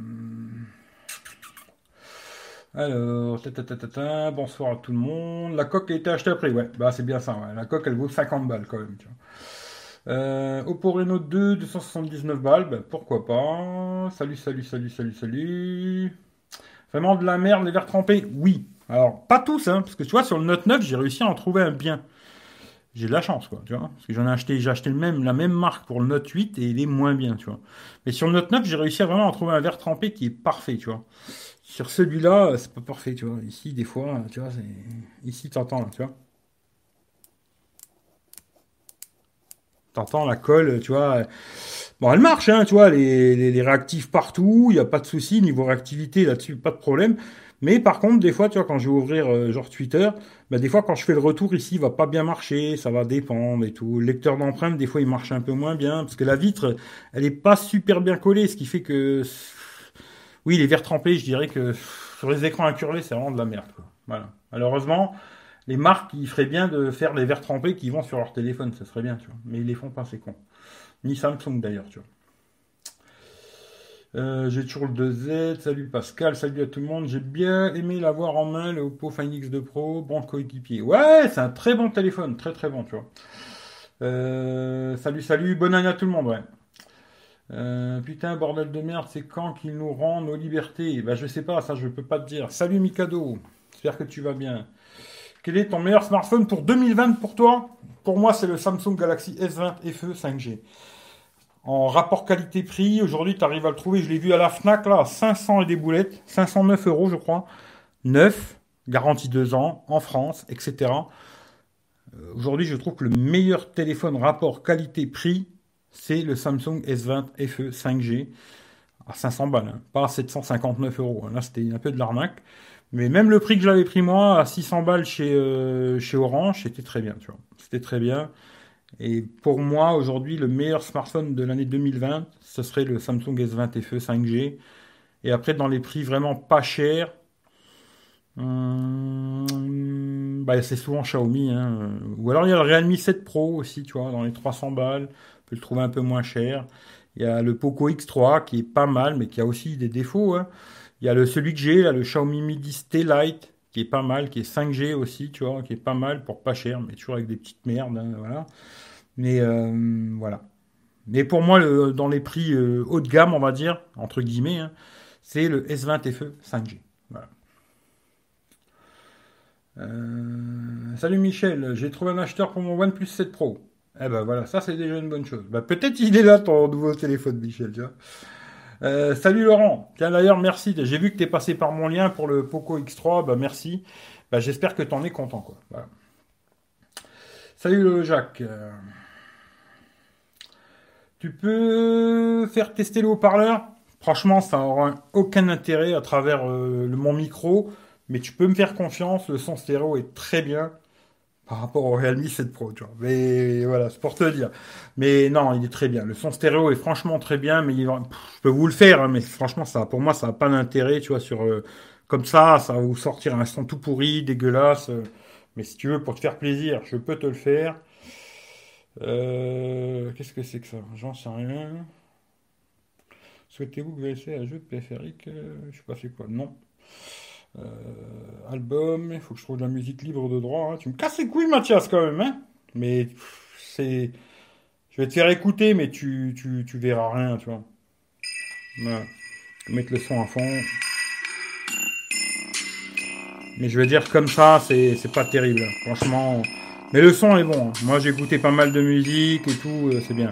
Alors, bonsoir à tout le monde. La coque a été achetée après, ouais. Bah, c'est bien ça, ouais. La coque, elle vaut 50 balles quand même, tu vois. Oppo Reno 2, 279 balles, bah, pourquoi pas. Salut. Vraiment de la merde, les verres trempés? Oui. Alors, pas tous, hein, parce que tu vois, sur le Note 9, j'ai réussi à en trouver un bien. J'ai de la chance, quoi, tu vois. Parce que j'ai acheté la même marque pour le Note 8 et il est moins bien, tu vois. Mais sur le Note 9, j'ai réussi à vraiment en trouver un verre trempé qui est parfait, tu vois. Sur celui-là, c'est pas parfait, tu vois. Ici, des fois, tu vois, ici, t'entends, là, tu vois. T'entends la colle, tu vois. Bon, elle marche, hein, tu vois, les réactifs partout, il n'y a pas de souci, niveau réactivité là-dessus, pas de problème. Mais par contre, des fois, tu vois, quand je vais ouvrir genre Twitter, bah, des fois, quand je fais le retour ici, il va pas bien marcher, ça va dépendre et tout. Le lecteur d'empreintes, des fois, il marche un peu moins bien, parce que la vitre, elle est pas super bien collée, ce qui fait que, oui, les verres trempés, je dirais que sur les écrans incurvés, c'est vraiment de la merde, quoi. Voilà. Malheureusement, les marques, ils feraient bien de faire les verres trempés qui vont sur leur téléphone, ça serait bien, tu vois. Mais ils les font pas, c'est con. Ni Samsung d'ailleurs, tu vois. J'ai toujours le 2Z. Salut Pascal, salut à tout le monde. J'ai bien aimé l'avoir en main, le Oppo Find X2 Pro, bon coéquipier. Ouais, c'est un très bon téléphone, très bon, tu vois. Salut, bonne année à tout le monde, ouais. Putain, bordel de merde, c'est quand qu'ils nous rendent nos libertés? Bah, je sais pas, ça je peux pas te dire. Salut Mikado, j'espère que tu vas bien. Quel est ton meilleur smartphone pour 2020 pour toi? Pour moi, c'est le Samsung Galaxy S20 FE 5G. En rapport qualité-prix, aujourd'hui, tu arrives à le trouver, je l'ai vu à la Fnac, là, à 500 et des boulettes, 509 euros, je crois. Neuf, garantie 2 ans, en France, etc. Aujourd'hui, je trouve que le meilleur téléphone rapport qualité-prix, c'est le Samsung S20 FE 5G à 500 balles, hein, pas à 759 euros. Là, c'était un peu de l'arnaque. Mais même le prix que j'avais pris moi, à 600 balles chez Orange, c'était très bien, tu vois. C'était très bien. Et pour moi, aujourd'hui, le meilleur smartphone de l'année 2020, ce serait le Samsung S20 FE 5G. Et après, dans les prix vraiment pas chers, bah, c'est souvent Xiaomi, hein. Ou alors il y a le Realme 7 Pro aussi, tu vois, dans les 300 balles. On peut le trouver un peu moins cher. Il y a le Poco X3 qui est pas mal, mais qui a aussi des défauts, hein. Il y a celui que j'ai, là, le Xiaomi Mi 10T Lite, qui est pas mal, qui est 5G aussi, tu vois, qui est pas mal pour pas cher, mais toujours avec des petites merdes, hein, voilà. Mais voilà. Mais pour moi, dans les prix haut de gamme, on va dire, entre guillemets, hein, c'est le S20 FE 5G. Voilà. Salut Michel, j'ai trouvé un acheteur pour mon OnePlus 7 Pro. Eh ben voilà, ça c'est déjà une bonne chose. Bah, peut-être il est là ton nouveau téléphone, Michel, tu vois. Salut Laurent. Tiens d'ailleurs, merci. J'ai vu que tu es passé par mon lien pour le Poco X3. Bah merci. Bah, j'espère que tu en es content, quoi. Voilà. Salut Jacques. Tu peux faire tester le haut-parleur? Franchement, ça n'aura aucun intérêt à travers mon micro, mais tu peux me faire confiance, le son stéréo est très bien par rapport au Realme 7 Pro, tu vois. Mais voilà, c'est pour te dire. Mais non, il est très bien. Le son stéréo est franchement très bien, mais je peux vous le faire, hein, mais franchement, pour moi, ça n'a pas d'intérêt, tu vois, comme ça va vous sortir un son tout pourri, dégueulasse. Mais si tu veux, pour te faire plaisir, je peux te le faire. Qu'est-ce que c'est que ça? J'en sais rien. Souhaitez-vous que VLC ajoute périphérique? Je sais pas c'est quoi. Non. Album, il faut que je trouve de la musique libre de droit, hein. Tu me casses les couilles, Mathias, quand même, hein. Mais c'est... Je vais te faire écouter, mais tu verras rien, tu vois. Voilà. Je vais mettre le son à fond. Mais je veux dire, comme ça, c'est pas terrible, franchement. Mais le son est bon, hein. Moi, j'ai écouté pas mal de musique et tout, c'est bien.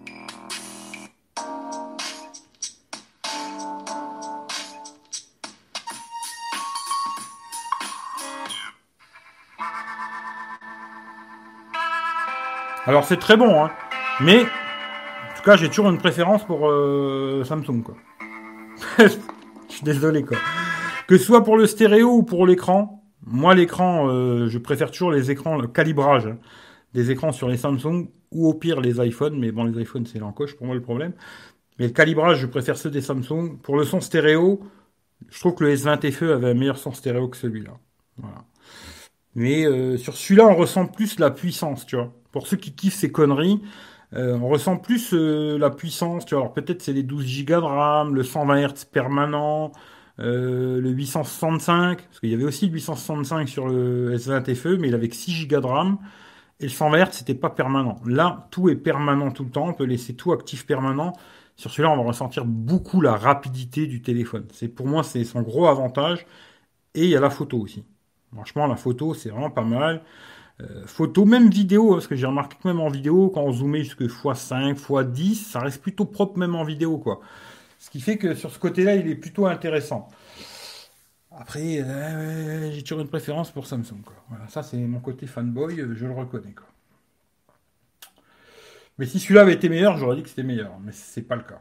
Alors, c'est très bon, hein. Mais, en tout cas, j'ai toujours une préférence pour Samsung, quoi. Je suis désolé, quoi. Que ce soit pour le stéréo ou pour l'écran, moi, l'écran, je préfère toujours les écrans, le calibrage, hein, des écrans sur les Samsung ou au pire les iPhones. Mais bon, les iPhones, c'est l'encoche pour moi le problème. Mais le calibrage, je préfère ceux des Samsung. Pour le son stéréo, je trouve que le S20 FE avait un meilleur son stéréo que celui-là. Voilà. Mais sur celui-là, on ressent plus la puissance, tu vois. Pour ceux qui kiffent ces conneries, on ressent plus la puissance, tu vois. Alors peut-être c'est les 12 Go de RAM, le 120 Hz permanent, le 865, parce qu'il y avait aussi le 865 sur le S20 FE, mais il avait que 6 Go de RAM, et le 120 Hz, c'était pas permanent. Là, tout est permanent tout le temps, on peut laisser tout actif permanent. Sur celui-là, on va ressentir beaucoup la rapidité du téléphone. Pour moi, c'est son gros avantage. Et il y a la photo aussi. Franchement, la photo, c'est vraiment pas mal. Photo, même vidéo, hein, parce que j'ai remarqué que même en vidéo, quand on zoomait jusque x5, x10, ça reste plutôt propre même en vidéo, quoi. Ce qui fait que sur ce côté-là, il est plutôt intéressant. Après, j'ai toujours une préférence pour Samsung, quoi. Voilà, ça c'est mon côté fanboy, je le reconnais, quoi. Mais si celui-là avait été meilleur, j'aurais dit que c'était meilleur, mais c'est pas le cas.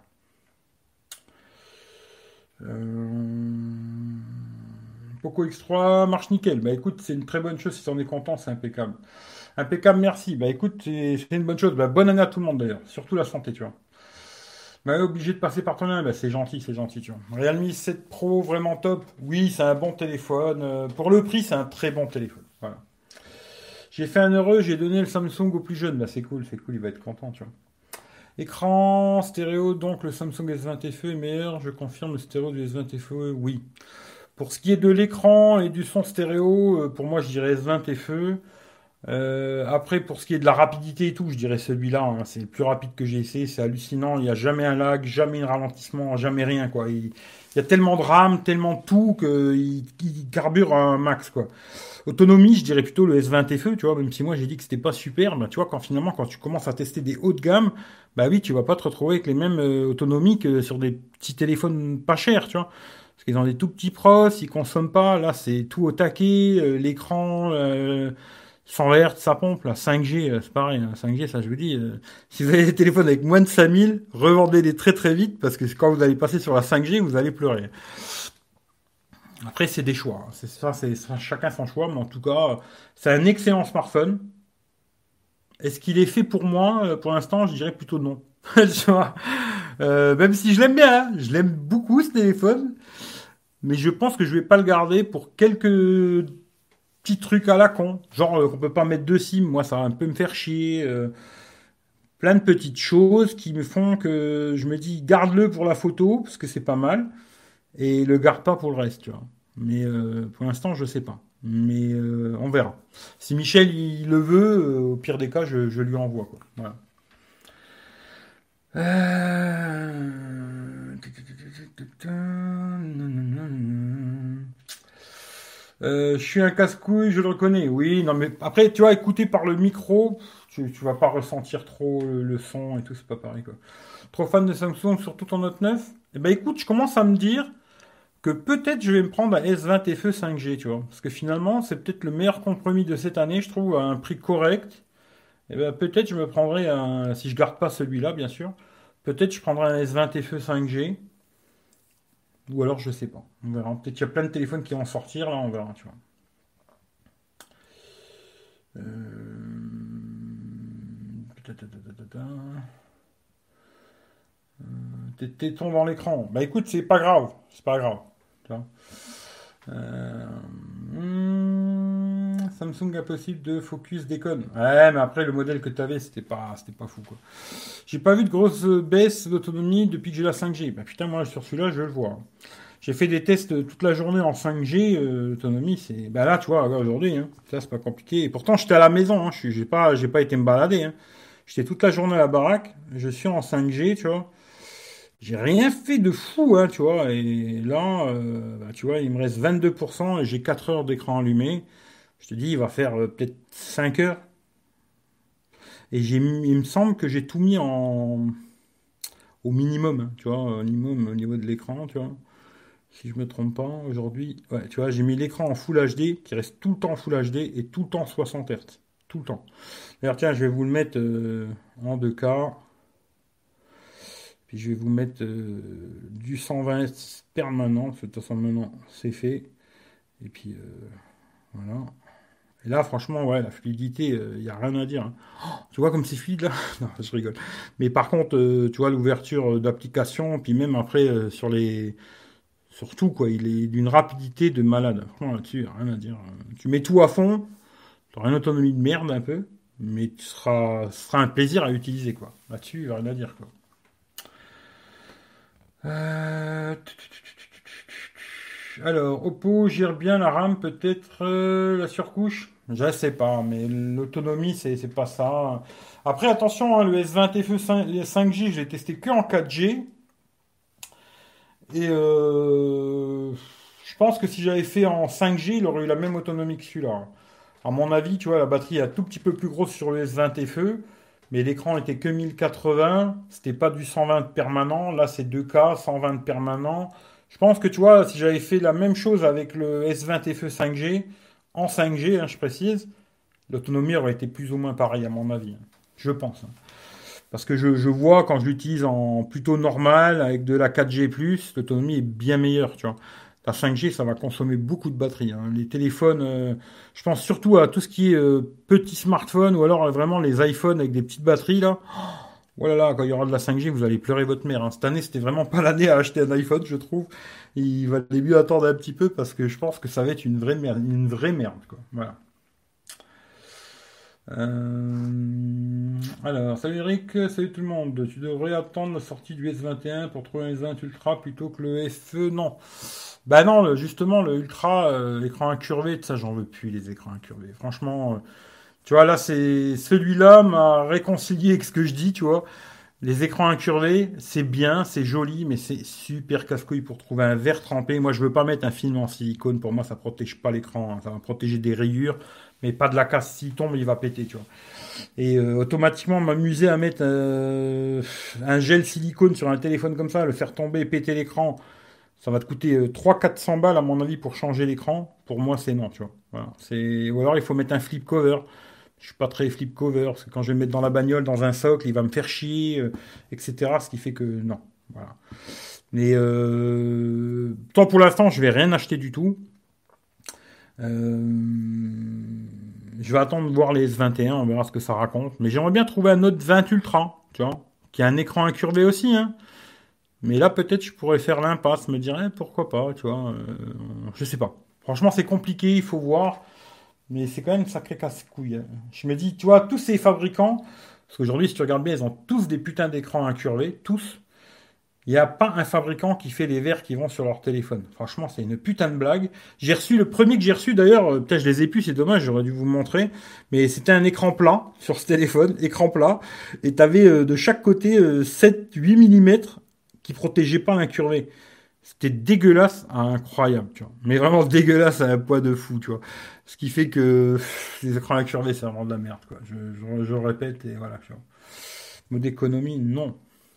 Poco X3 marche nickel. Bah écoute, c'est une très bonne chose. Si t'en es content, c'est impeccable. Impeccable, merci. Bah écoute, c'est une bonne chose. Bah, bonne année à tout le monde d'ailleurs. Surtout la santé, tu vois. Bah obligé de passer par ton lien, bah c'est gentil, tu vois. Realme 7 Pro, vraiment top. Oui, c'est un bon téléphone. Pour le prix, c'est un très bon téléphone. Voilà. J'ai fait un heureux, j'ai donné le Samsung au plus jeune. Bah c'est cool, il va être content, tu vois. Écran stéréo, donc le Samsung S20 FE est meilleur. Je confirme le stéréo du S20 FE, oui. Pour ce qui est de l'écran et du son stéréo, pour moi, je dirais S20 FE. Après, pour ce qui est de la rapidité et tout, je dirais celui-là, hein. C'est le plus rapide que j'ai essayé. C'est hallucinant. Il n'y a jamais un lag, jamais un ralentissement, jamais rien, quoi. Il y a tellement de RAM, tellement de tout qu'il carbure un max, quoi. Autonomie, je dirais plutôt le S20 FE, tu vois, même si moi j'ai dit que c'était pas super, bah, tu vois, quand tu commences à tester des hauts de gamme, bah oui, tu vas pas te retrouver avec les mêmes autonomies que sur des petits téléphones pas chers, tu vois. Parce qu'ils ont des tout petits pros, ils consomment pas, là c'est tout au taquet, l'écran, 100 Hz, ça pompe, là, 5G, c'est pareil, hein, 5G, ça je vous dis, si vous avez des téléphones avec moins de 5000, revendez-les très très vite, parce que quand vous allez passer sur la 5G, vous allez pleurer. Après, c'est des choix, hein. C'est chacun son choix, mais en tout cas, c'est un excellent smartphone. Est-ce qu'il est fait pour moi? Pour l'instant, je dirais plutôt non. Tu vois. Même si je l'aime bien, hein. Je l'aime beaucoup ce téléphone, mais je pense que je vais pas le garder pour quelques petits trucs à la con. Genre qu'on peut pas mettre de SIM, moi ça va un peu me faire chier. Plein de petites choses qui me font que je me dis garde-le pour la photo parce que c'est pas mal et le garde pas pour le reste, tu vois. Mais pour l'instant, je sais pas. Mais on verra. Si Michel il le veut, au pire des cas, je lui envoie, quoi. Voilà. Je suis un casse-couille, je le reconnais. Oui, non, mais après, tu vois, écouter par le micro, tu vas pas ressentir trop le son et tout, c'est pas pareil, quoi. Trop fan de Samsung, surtout en Note 9. Eh ben, écoute, je commence à me dire que peut-être je vais me prendre un S20 FE 5G, tu vois. Parce que finalement, c'est peut-être le meilleur compromis de cette année, je trouve, à un prix correct. Eh ben, peut-être je me prendrai un, si je garde pas celui-là, bien sûr, peut-être je prendrai un S20 FE 5G. Ou alors, je sais pas. On verra. Peut-être qu'il y a plein de téléphones qui vont sortir, là, on verra, tu vois. Tes tétons dans l'écran. Bah écoute, c'est pas grave. C'est pas grave. Tu vois. Euh, Samsung impossible de focus déconne. Ouais, mais après le modèle que tu avais, c'était pas fou, quoi. J'ai pas vu de grosse baisse d'autonomie depuis que j'ai la 5G. Bah putain, moi sur celui-là, je le vois. J'ai fait des tests toute la journée en 5G, autonomie, c'est... Ben là, tu vois, là, aujourd'hui, hein, ça, c'est pas compliqué. Et pourtant, j'étais à la maison, hein, j'ai pas été me balader, hein. J'étais toute la journée à la baraque, je suis en 5G, tu vois. J'ai rien fait de fou, hein, tu vois. Et là, bah, tu vois, il me reste 22% et j'ai 4 heures d'écran allumé. Je te dis, il va faire peut-être 5 heures. Et il me semble que j'ai tout mis au minimum, hein, tu vois, au minimum au niveau de l'écran, tu vois. Si je me trompe pas, aujourd'hui, ouais, tu vois, j'ai mis l'écran en Full HD, qui reste tout le temps Full HD et tout le temps 60 Hz. Tout le temps. D'ailleurs, tiens, je vais vous le mettre en 2K. Puis je vais vous mettre du 120 Hz permanent. De toute façon, maintenant, c'est fait. Et puis, voilà. Et là, franchement, ouais, la fluidité, il n'y a rien à dire, hein. Tu vois comme c'est fluide là? Non, je rigole. Mais par contre, tu vois l'ouverture d'application, puis même après sur les, surtout quoi, il est d'une rapidité de malade. Franchement, là-dessus, rien à dire. Tu mets tout à fond, tu auras une autonomie de merde un peu, mais ce sera un plaisir à utiliser quoi. Là-dessus, rien à dire quoi. Euh, Alors, Oppo gère bien la RAM, peut-être la surcouche? Je sais pas, mais l'autonomie, c'est pas ça. Après, attention, hein, le S20 FE 5G, je l'ai testé que en 4G. Et je pense que si j'avais fait en 5G, il aurait eu la même autonomie que celui-là. À mon avis, tu vois, la batterie est un tout petit peu plus grosse sur le S20 FE, mais l'écran était que 1080, c'était pas du 120 permanent, là c'est 2K, 120 permanent. Je pense que tu vois, si j'avais fait la même chose avec le S20 FE 5G, en 5G, hein, je précise, l'autonomie aurait été plus ou moins pareille à mon avis, hein. Je pense, hein. Parce que je vois quand je l'utilise en plutôt normal, avec de la 4G+, l'autonomie est bien meilleure, tu vois. La 5G, ça va consommer beaucoup de batterie, hein. Les téléphones, je pense surtout à tout ce qui est petits smartphones ou alors vraiment les iPhones avec des petites batteries, là. Oh là là, quand il y aura de la 5G, vous allez pleurer votre mère, hein. Cette année, c'était vraiment pas l'année à acheter un iPhone, je trouve. Il valait mieux attendre un petit peu parce que je pense que ça va être une vraie merde, quoi. Voilà. Alors, salut Eric, salut tout le monde. Tu devrais attendre la sortie du S21 pour trouver un S20 Ultra plutôt que le FE. Non. Bah non, justement, le Ultra, écran incurvé, ça, j'en veux plus, les écrans incurvés. Franchement, tu vois, là, c'est celui-là m'a réconcilié avec ce que je dis, tu vois. Les écrans incurvés, c'est bien, c'est joli, mais c'est super casse-couille pour trouver un verre trempé. Moi, je veux pas mettre un film en silicone. Pour moi, ça protège pas l'écran, hein. Ça va protéger des rayures, mais pas de la casse. S'il tombe, il va péter, tu vois. Et automatiquement, m'amuser à mettre un gel silicone sur un téléphone comme ça, le faire tomber et péter l'écran, ça va te coûter 300-400 balles, à mon avis, pour changer l'écran. Pour moi, c'est non, tu vois. Voilà. Ou alors, il faut mettre un flip cover. Je suis pas très flip cover, parce que quand je vais le mettre dans la bagnole, dans un socle, il va me faire chier, etc. Ce qui fait que non. Voilà. Mais tant pour l'instant, je vais rien acheter du tout. Je vais attendre de voir les S21, on verra ce que ça raconte. Mais j'aimerais bien trouver un autre 20 Ultra, tu vois, qui a un écran incurvé aussi, hein. Mais là, peut-être, je pourrais faire l'impasse, me dire, pourquoi pas, tu vois. Je sais pas. Franchement, c'est compliqué, il faut voir. Mais c'est quand même une sacrée casse-couille, hein. Je me dis, tu vois, tous ces fabricants, parce qu'aujourd'hui, si tu regardes bien, ils ont tous des putains d'écrans incurvés, tous. Il n'y a pas un fabricant qui fait les verres qui vont sur leur téléphone. Franchement, c'est une putain de blague. J'ai reçu le premier que j'ai reçu d'ailleurs, peut-être je les ai plus, c'est dommage, j'aurais dû vous montrer. Mais c'était un écran plat sur ce téléphone, écran plat. Et t'avais de chaque côté 7-8 mm qui protégeaient pas l'incurvé. C'était dégueulasse à incroyable, tu vois. Mais vraiment dégueulasse à un poids de fou, tu vois. Ce qui fait que les écrans incurvés, c'est vraiment de la merde, quoi. Je le répète et voilà, tu vois. Mode économie, non.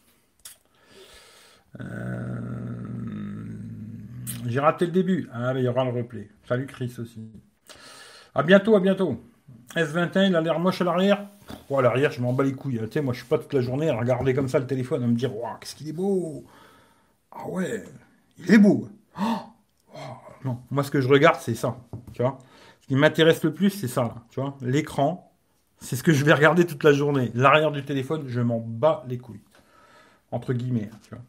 J'ai raté le début. Ah, mais il y aura le replay. Salut Chris aussi. À bientôt, à bientôt. S21, il a l'air moche à l'arrière. À l'arrière, je m'en bats les couilles. Tu sais, moi, je suis pas toute la journée à regarder comme ça le téléphone, à me dire, waouh, qu'est-ce qu'il est beau. Ah ouais, il est beau. Non, moi, ce que je regarde, c'est ça. Tu vois. Ce qui m'intéresse le plus, c'est ça, là. Tu vois. L'écran, c'est ce que je vais regarder toute la journée. L'arrière du téléphone, je m'en bats les couilles. Entre guillemets, tu vois.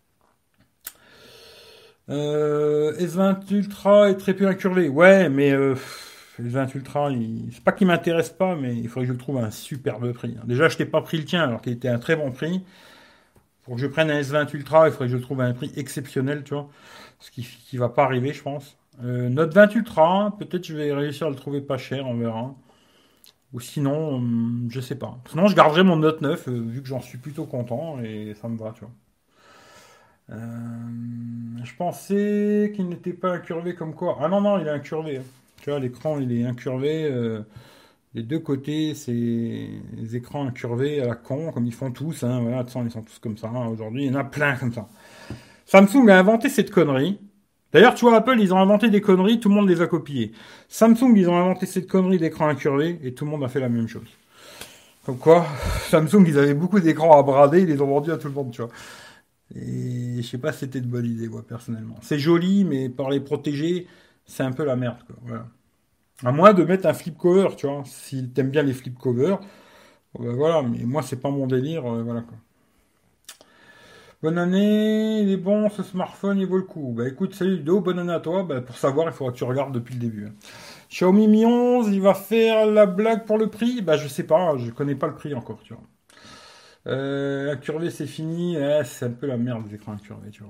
S20 Ultra est très peu incurvé. Ouais, mais S20 Ultra, c'est pas qu'il m'intéresse pas, mais il faudrait que je le trouve à un superbe prix. Déjà, je t'ai pas pris le tien alors qu'il était à un très bon prix. Pour que je prenne un S20 Ultra, il faudrait que je le trouve à un prix exceptionnel, tu vois. Ce qui va pas arriver, je pense. Note 20 Ultra, peut-être je vais réussir à le trouver pas cher, on verra. Ou sinon, je sais pas. Sinon, je garderai mon Note 9, vu que j'en suis plutôt content, et ça me va, tu vois. Je pensais qu'il n'était pas incurvé comme quoi. Ah non, non, il est incurvé, hein. Tu vois, l'écran, il est incurvé. Les deux côtés, c'est les écrans incurvés à la con, comme ils font tous, hein. Voilà, de toute façon, ils sont tous comme ça, hein. Aujourd'hui, il y en a plein comme ça. Samsung a inventé cette connerie. D'ailleurs, tu vois, Apple, ils ont inventé des conneries, tout le monde les a copiées. Samsung, ils ont inventé cette connerie d'écran incurvé, et tout le monde a fait la même chose. Comme quoi, Samsung, ils avaient beaucoup d'écrans à brader, ils les ont vendus à tout le monde, tu vois. Et je sais pas si c'était de bonne idée, moi, personnellement. C'est joli, mais par les protéger, c'est un peu la merde, quoi. Voilà. À moins de mettre un flip cover, tu vois. Si t'aimes bien les flip covers, ben voilà, mais moi, c'est pas mon délire, voilà, quoi. Bonne année, il est bon, ce smartphone, il vaut le coup. Bah écoute, salut Ludo, bonne année à toi. Bah, pour savoir, il faudra que tu regardes depuis le début, hein. Xiaomi Mi 11, il va faire la blague pour le prix? Bah je sais pas, je connais pas le prix encore, tu vois. Incurvé, c'est fini. C'est un peu la merde, les écrans incurvés, tu vois.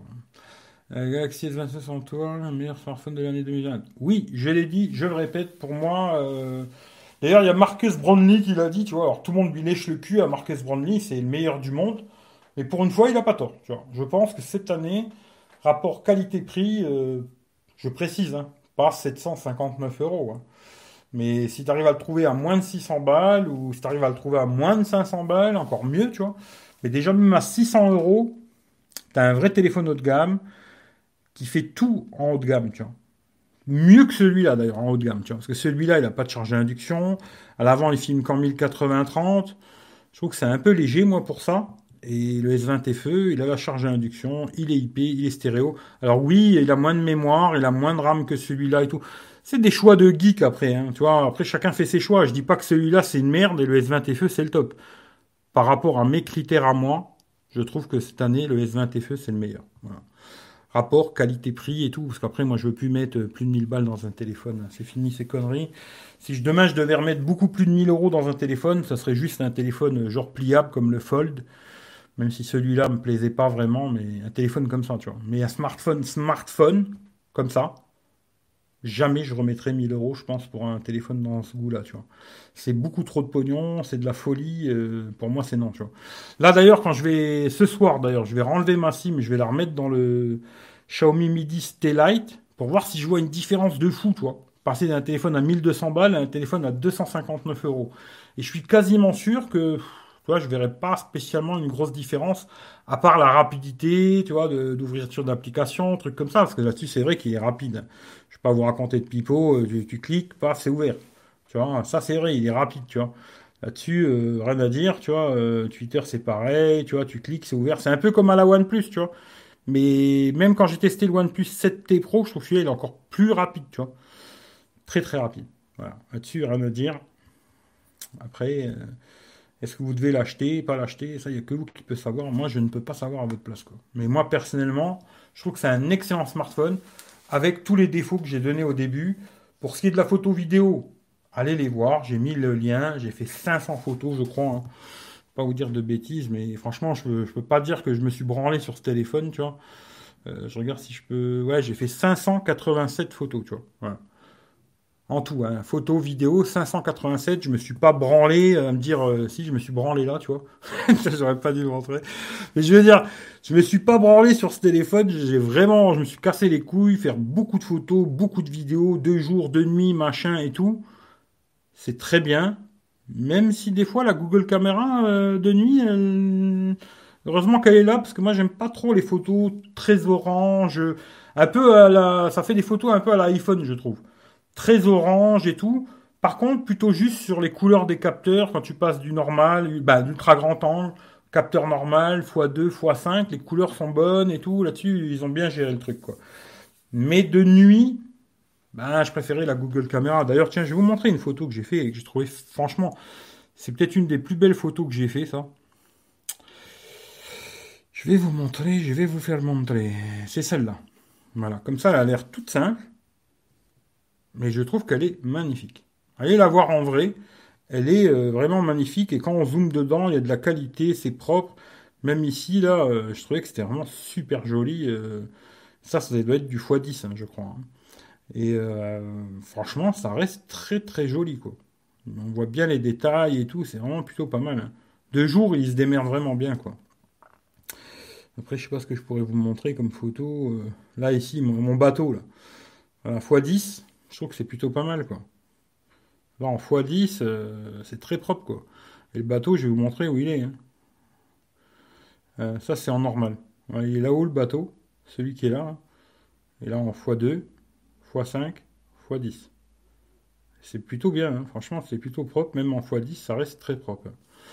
Galaxy S25 en toi, le meilleur smartphone de l'année 2020. Oui, je l'ai dit, je le répète, pour moi. D'ailleurs, il y a Marcus Brownlee qui l'a dit, tu vois. Alors tout le monde lui lèche le cul à Marcus Brownlee, c'est le meilleur du monde. Mais pour une fois, il n'a pas tort, tu vois. Je pense que cette année, rapport qualité-prix, je précise, hein, pas 759 euros, hein. Mais si tu arrives à le trouver à moins de 600 balles, ou si tu arrives à le trouver à moins de 500 balles, encore mieux, tu vois. Mais déjà, même à 600 euros, tu as un vrai téléphone haut de gamme qui fait tout en haut de gamme, tu vois. Mieux que celui-là, d'ailleurs, en haut de gamme, tu vois. Parce que celui-là, il n'a pas de charge d'induction. À l'avant, il filme qu'en 1080-30. Je trouve que c'est un peu léger, moi, pour ça. Et le S20 FE, il a la charge à induction, il est IP, il est stéréo. Alors oui, il a moins de mémoire, il a moins de RAM que celui-là et tout. C'est des choix de geek après, hein, tu vois. Après, chacun fait ses choix. Je dis pas que celui-là, c'est une merde et le S20 FE, c'est le top. Par rapport à mes critères à moi, je trouve que cette année, le S20 FE, c'est le meilleur. Voilà. Rapport, qualité-prix et tout. Parce qu'après, moi, je veux plus mettre plus de 1000 balles dans un téléphone. C'est fini ces conneries. Si demain, je devais remettre beaucoup plus de 1000 euros dans un téléphone, ça serait juste un téléphone genre pliable comme le Fold. Même si celui-là me plaisait pas vraiment, mais un téléphone comme ça, tu vois. Mais un smartphone, comme ça, jamais je remettrais 1000 euros, je pense, pour un téléphone dans ce goût-là, tu vois. C'est beaucoup trop de pognon, c'est de la folie, pour moi, c'est non, tu vois. Là, d'ailleurs, ce soir, d'ailleurs, je vais renlever ma SIM, je vais la remettre dans le Xiaomi Mi 10 T-Lite, pour voir si je vois une différence de fou, tu vois. Passer d'un téléphone à 1200 balles à un téléphone à 259 euros. Et je suis quasiment sûr que, tu vois, je verrais pas spécialement une grosse différence, à part la rapidité, tu vois, d'ouverture d'application, trucs comme ça, parce que là-dessus, c'est vrai qu'il est rapide. Je vais pas vous raconter de pipeau, tu cliques, paf, c'est ouvert. Tu vois, ça c'est vrai, il est rapide, tu vois. Là-dessus, rien à dire, tu vois. Twitter, c'est pareil, tu vois, tu cliques, c'est ouvert. C'est un peu comme à la OnePlus, tu vois. Mais même quand j'ai testé le OnePlus 7T Pro, je trouve que celui-là, il est encore plus rapide, tu vois. Très très rapide. Voilà. Là-dessus, rien à dire. Après, est-ce que vous devez l'acheter, pas l'acheter? Ça, il n'y a que vous qui pouvez savoir. Moi, je ne peux pas savoir à votre place, quoi. Mais moi, personnellement, je trouve que c'est un excellent smartphone avec tous les défauts que j'ai donnés au début. Pour ce qui est de la photo vidéo, allez les voir. J'ai mis le lien. J'ai fait 500 photos, je crois, hein. Pas vous dire de bêtises, mais franchement, je peux pas dire que je me suis branlé sur ce téléphone, tu vois. Je regarde si je peux. Ouais, j'ai fait 587 photos, tu vois. Voilà. En tout, hein, photo, vidéo, 587. Je me suis pas branlé à me dire si je me suis branlé là, tu vois. J'aurais pas dû le montrer. Mais je veux dire, je me suis pas branlé sur ce téléphone. Je me suis cassé les couilles, faire beaucoup de photos, beaucoup de vidéos, 2 jours, 2 nuits, machin et tout. C'est très bien. Même si des fois la Google Caméra de nuit, heureusement qu'elle est là parce que moi j'aime pas trop les photos très orange, un peu ça fait des photos un peu à l'iPhone, je trouve très orange et tout. Par contre, plutôt juste sur les couleurs des capteurs, quand tu passes du normal, bah, d'ultra grand angle, capteur normal, x2, x5, les couleurs sont bonnes et tout. Là-dessus, ils ont bien géré le truc, quoi. Mais de nuit, bah, je préférais la Google Caméra. D'ailleurs, tiens, je vais vous montrer une photo que j'ai fait et que j'ai trouvé, franchement, c'est peut-être une des plus belles photos que j'ai fait, ça. Je vais vous montrer, je vais vous faire montrer. C'est celle-là. Voilà, comme ça, elle a l'air toute simple. Mais je trouve qu'elle est magnifique. Allez la voir en vrai, elle est vraiment magnifique et quand on zoome dedans, il y a de la qualité, c'est propre. Même ici, là, je trouvais que c'était vraiment super joli. Ça doit être du x10, hein, je crois, hein. Et franchement, ça reste très très joli, quoi. On voit bien les détails et tout, c'est vraiment plutôt pas mal, hein. De jour, il se démerde vraiment bien, quoi. Après, je sais pas ce que je pourrais vous montrer comme photo. Là, ici, mon bateau, là. Voilà, x10, je trouve que c'est plutôt pas mal, quoi. Là, en x10, c'est très propre, quoi. Et le bateau, je vais vous montrer où il est, hein. Ça, c'est en normal. Voilà, il est là-haut, le bateau, celui qui est là, hein. Et là, en x2, x5, x10. C'est plutôt bien, hein. Franchement, c'est plutôt propre. Même en x10, ça reste très propre.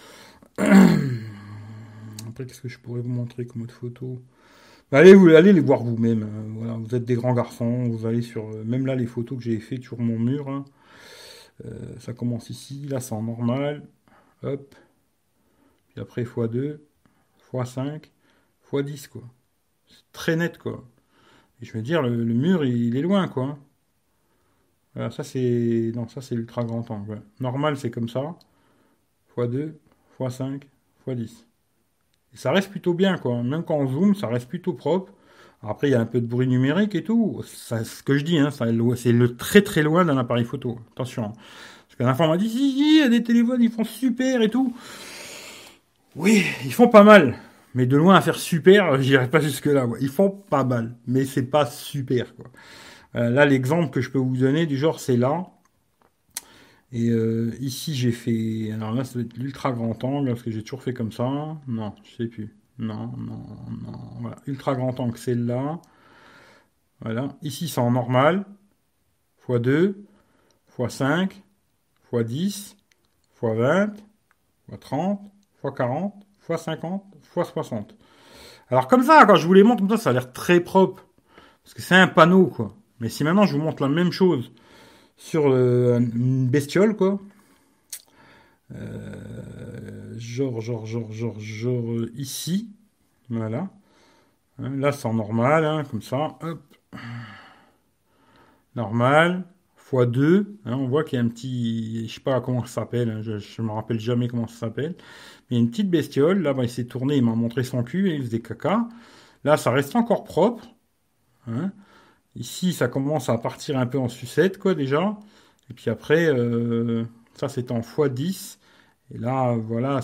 Après, qu'est-ce que je pourrais vous montrer comme autre photo? Bah, allez les voir vous-même, hein. Voilà, vous êtes des grands garçons. Vous allez sur. Même là, les photos que j'ai faites sur mon mur, hein. Ça commence ici. Là, c'est en normal. Hop. Puis après, x2, x5, x10, quoi. C'est très net, quoi. Et je veux dire, le mur, il est loin, quoi, hein. Voilà, ça, c'est. Non, ça, c'est l'ultra grand angle. Ouais. Normal, c'est comme ça. x2, x5, x10. Et ça reste plutôt bien, quoi. Même quand on zoome, ça reste plutôt propre. Après, il y a un peu de bruit numérique et tout. Ça, ce que je dis, hein, c'est le très très loin d'un appareil photo. Attention, hein. Parce qu'un enfant m'a dit, si, il y a des téléphones, ils font super et tout. Oui, ils font pas mal. Mais de loin à faire super, j'irai pas jusque-là, ouais. Ils font pas mal. Mais c'est pas super, quoi. Là, l'exemple que je peux vous donner du genre, c'est là. Et ici, j'ai fait. Alors là, ça va être l'ultra grand angle, parce que j'ai toujours fait comme ça. Non, je sais plus. Non, non, non. Voilà. Ultra grand angle, c'est là. Voilà. Ici, c'est en normal. x2, x5, x10, x20, x30, x40, x50, x60. Alors comme ça, quand je vous les montre comme ça a l'air très propre. Parce que c'est un panneau, quoi. Mais si maintenant je vous montre la même chose sur une bestiole, quoi. Ici. Voilà. Hein, là, c'est en normal, hein, comme ça. Hop. Normal. x2. Hein, on voit qu'il y a un petit. Je sais pas comment ça s'appelle, hein, je me rappelle jamais comment ça s'appelle. Mais il y a une petite bestiole. Là, bah, il s'est tourné, il m'a montré son cul et il faisait caca. Là, ça reste encore propre. Hein. Ici, ça commence à partir un peu en sucette, quoi, déjà. Et puis après, ça, c'est en x10. Et là, voilà,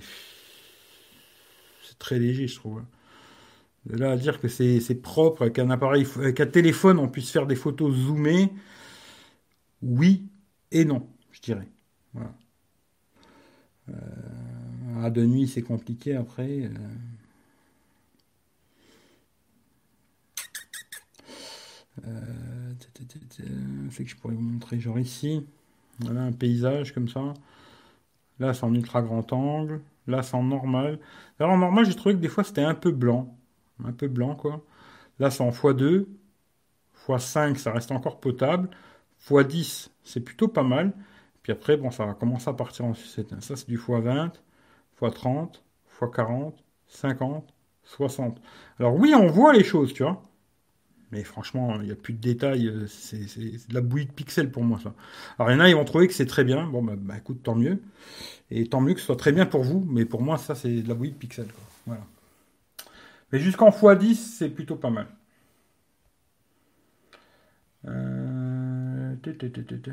c'est très léger, je trouve. De là à dire que c'est propre, qu'un appareil, qu'un téléphone, on puisse faire des photos zoomées, oui et non, je dirais. Voilà. De nuit, c'est compliqué après. C'est que je pourrais vous montrer, genre ici. Voilà, un paysage comme ça. Là, c'est en ultra grand angle. Là, c'est en normal. Alors, en normal, j'ai trouvé que des fois, c'était un peu blanc. Un peu blanc, quoi. Là, c'est en x2. x5, ça reste encore potable. x10, c'est plutôt pas mal. Puis après, bon, ça va commencer à partir en sucette, hein. Ça, c'est du x20, x30, x40, 50, 60. Alors oui, on voit les choses, tu vois. Mais franchement, il n'y a plus de détails. C'est de la bouillie de pixels pour moi, ça. Alors il y en a, ils vont trouver que c'est très bien. Bon, bah, écoute, tant mieux. Et tant mieux que ce soit très bien pour vous. Mais pour moi, ça, c'est de la bouillie de pixels, quoi. Voilà. Mais jusqu'en x10, c'est plutôt pas mal. Euh... ta, ta, ta, ta, ta.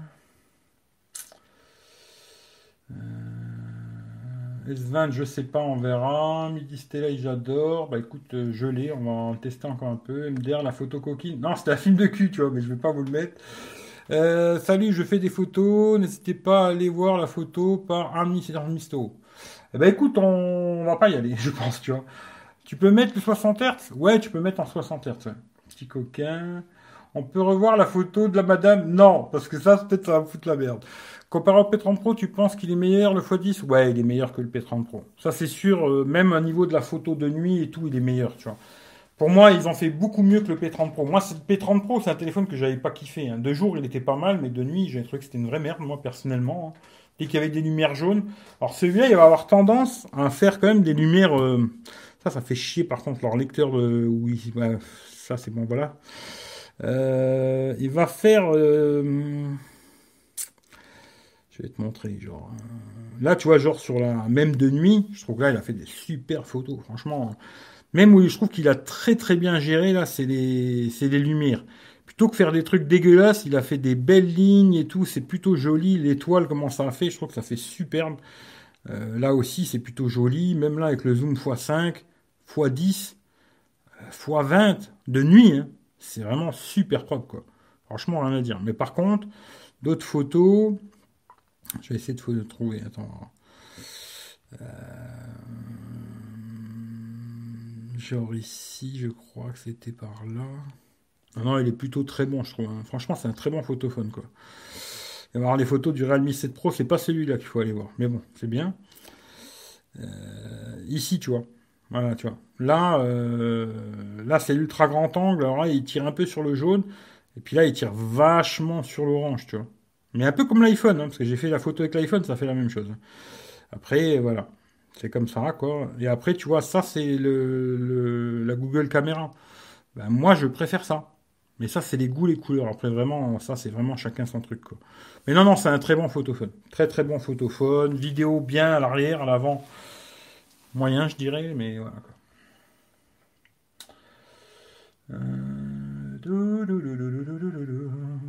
S20, je sais pas, on verra. Midi Stella, j'adore. Bah écoute, je l'ai, on va en tester encore un peu. MDR, la photo coquine. Non, c'était un film de cul, tu vois, mais je vais pas vous le mettre. Salut, je fais des photos. N'hésitez pas à aller voir la photo par Misto. Eh ben écoute, on va pas y aller, je pense, tu vois. Tu peux mettre le 60 Hz? Ouais, tu peux mettre en 60 Hz. Ouais. Petit coquin. On peut revoir la photo de la madame? Non, parce que ça, peut-être ça va me foutre la merde. Comparé au P30 Pro, tu penses qu'il est meilleur le x10? Ouais, il est meilleur que le P30 Pro. Ça, c'est sûr, même au niveau de la photo de nuit et tout, il est meilleur, tu vois. Pour moi, ils ont fait beaucoup mieux que le P30 Pro. Moi, le P30 Pro, c'est un téléphone que j'avais pas kiffé, hein. De jour, il était pas mal, mais de nuit, j'ai trouvé que c'était une vraie merde, moi, personnellement, hein. Dès qu'il y avait des lumières jaunes. Alors, celui-là, il va avoir tendance à faire quand même des lumières. Ça fait chier, par contre, leur lecteur de. Oui, ouais, ça, c'est bon, voilà. Il va faire. Je vais te montrer, genre. Là, tu vois, genre sur la même de nuit, je trouve que là, il a fait des super photos, franchement. Même où je trouve qu'il a très très bien géré, là, c'est les lumières. Plutôt que faire des trucs dégueulasses, il a fait des belles lignes et tout, c'est plutôt joli. L'étoile, comment ça a fait, je trouve que ça fait superbe. Là aussi, c'est plutôt joli. Même là, avec le zoom x5, x10, x20, de nuit, hein, c'est vraiment super propre, quoi. Franchement, rien à dire. Mais par contre, d'autres photos, je vais essayer de trouver. Attends. Genre ici, je crois que c'était par là. Ah non, il est plutôt très bon, je trouve, hein. Franchement, c'est un très bon photophone, quoi. Et voir les photos du Realme 7 Pro, c'est pas celui-là qu'il faut aller voir. Mais bon, c'est bien. Ici, tu vois. Voilà, tu vois. Là, c'est l'ultra grand angle. Alors là, il tire un peu sur le jaune. Et puis là, il tire vachement sur l'orange, tu vois. Mais un peu comme l'iPhone, hein, parce que j'ai fait la photo avec l'iPhone, ça fait la même chose. Après, voilà. C'est comme ça, quoi. Et après, tu vois, ça, c'est la Google Caméra. Ben, moi, je préfère ça. Mais ça, c'est les goûts, les couleurs. Après, vraiment, ça, c'est vraiment chacun son truc, quoi. Mais non, non, c'est un très bon photophone. Très, très bon photophone. Vidéo bien à l'arrière, à l'avant. Moyen, je dirais, mais voilà, quoi. Dou, dou, dou, dou, dou, dou, dou, dou.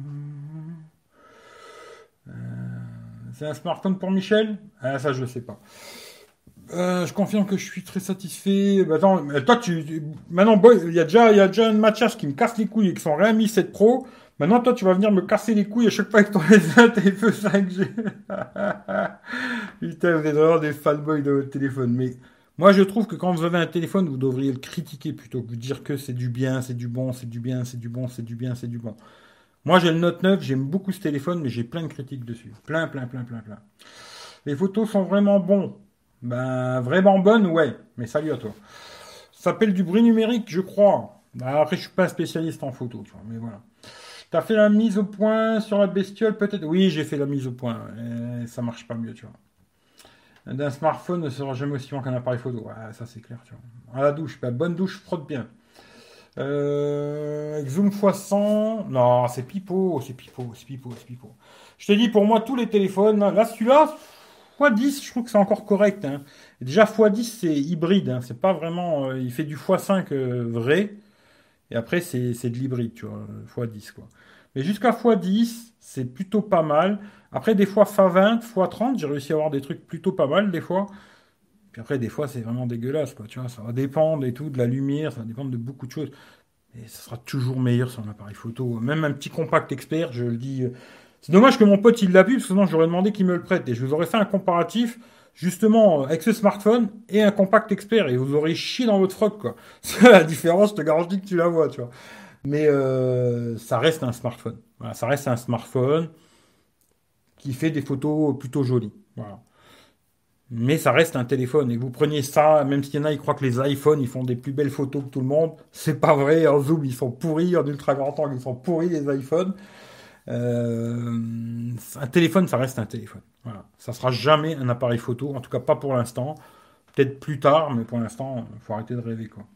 Euh, c'est un smartphone pour Michel? Ah, ça, je sais pas. Je confirme que je suis très satisfait. Bah, attends, mais toi, maintenant, boy, il y a déjà un Mathias qui me casse les couilles et qui sont rien mis 7 Pro. Maintenant, toi, tu vas venir me casser les couilles à chaque fois que tu enlèves un téléphone 5G. Putain, vous êtes vraiment des fanboys de votre téléphone. Mais moi, je trouve que quand vous avez un téléphone, vous devriez le critiquer plutôt que de dire que c'est du bien, c'est du bon, c'est du bien, c'est du bon, c'est du bien, c'est du bon. Moi, j'ai le Note 9, j'aime beaucoup ce téléphone, mais j'ai plein de critiques dessus. Plein, plein, plein, plein, plein. Les photos sont vraiment bons. Ben, vraiment bonnes, ouais. Mais salut à toi. Ça s'appelle du bruit numérique, je crois. Ben, après, je suis pas un spécialiste en photo, tu vois, mais voilà. T'as fait la mise au point sur la bestiole, peut-être? Oui, j'ai fait la mise au point. Et ça marche pas mieux, tu vois. D'un smartphone ne sera jamais aussi bon qu'un appareil photo. Ouais, ça c'est clair, tu vois. À la douche, ben, bonne douche, frotte bien. Avec zoom x100. Non, c'est pipeau, c'est pipeau, c'est pipeau, c'est pipeau. Je te dis, pour moi, tous les téléphones, là, celui-là, x10, je trouve que c'est encore correct, hein. Et déjà, x10, c'est hybride, hein. C'est pas vraiment. Il fait du x5 vrai. Et après, c'est de l'hybride, tu vois, x10, quoi. Mais jusqu'à x10, c'est plutôt pas mal. Après, des fois, x20, x30, j'ai réussi à avoir des trucs plutôt pas mal, des fois. Puis après, des fois, c'est vraiment dégueulasse, quoi. Tu vois, ça va dépendre et tout, de la lumière, ça va dépendre de beaucoup de choses. Et ça sera toujours meilleur sur un appareil photo. Même un petit compact expert, je le dis. C'est dommage que mon pote il l'a pu, parce que sinon j'aurais demandé qu'il me le prête. Et je vous aurais fait un comparatif, justement, avec ce smartphone et un compact expert. Et vous aurez chié dans votre froc, quoi. C'est la différence, je te garantis que tu la vois, tu vois. Mais ça reste un smartphone. Voilà, ça reste un smartphone qui fait des photos plutôt jolies. Voilà. Mais ça reste un téléphone. Et vous preniez ça, même s'il y en a, ils croient que les iPhones, ils font des plus belles photos que tout le monde. C'est pas vrai. En zoom, ils sont pourris. En ultra grand angle, ils sont pourris, les iPhones. Un téléphone, ça reste un téléphone. Voilà. Ça sera jamais un appareil photo. En tout cas, pas pour l'instant. Peut-être plus tard, mais pour l'instant, il faut arrêter de rêver, quoi.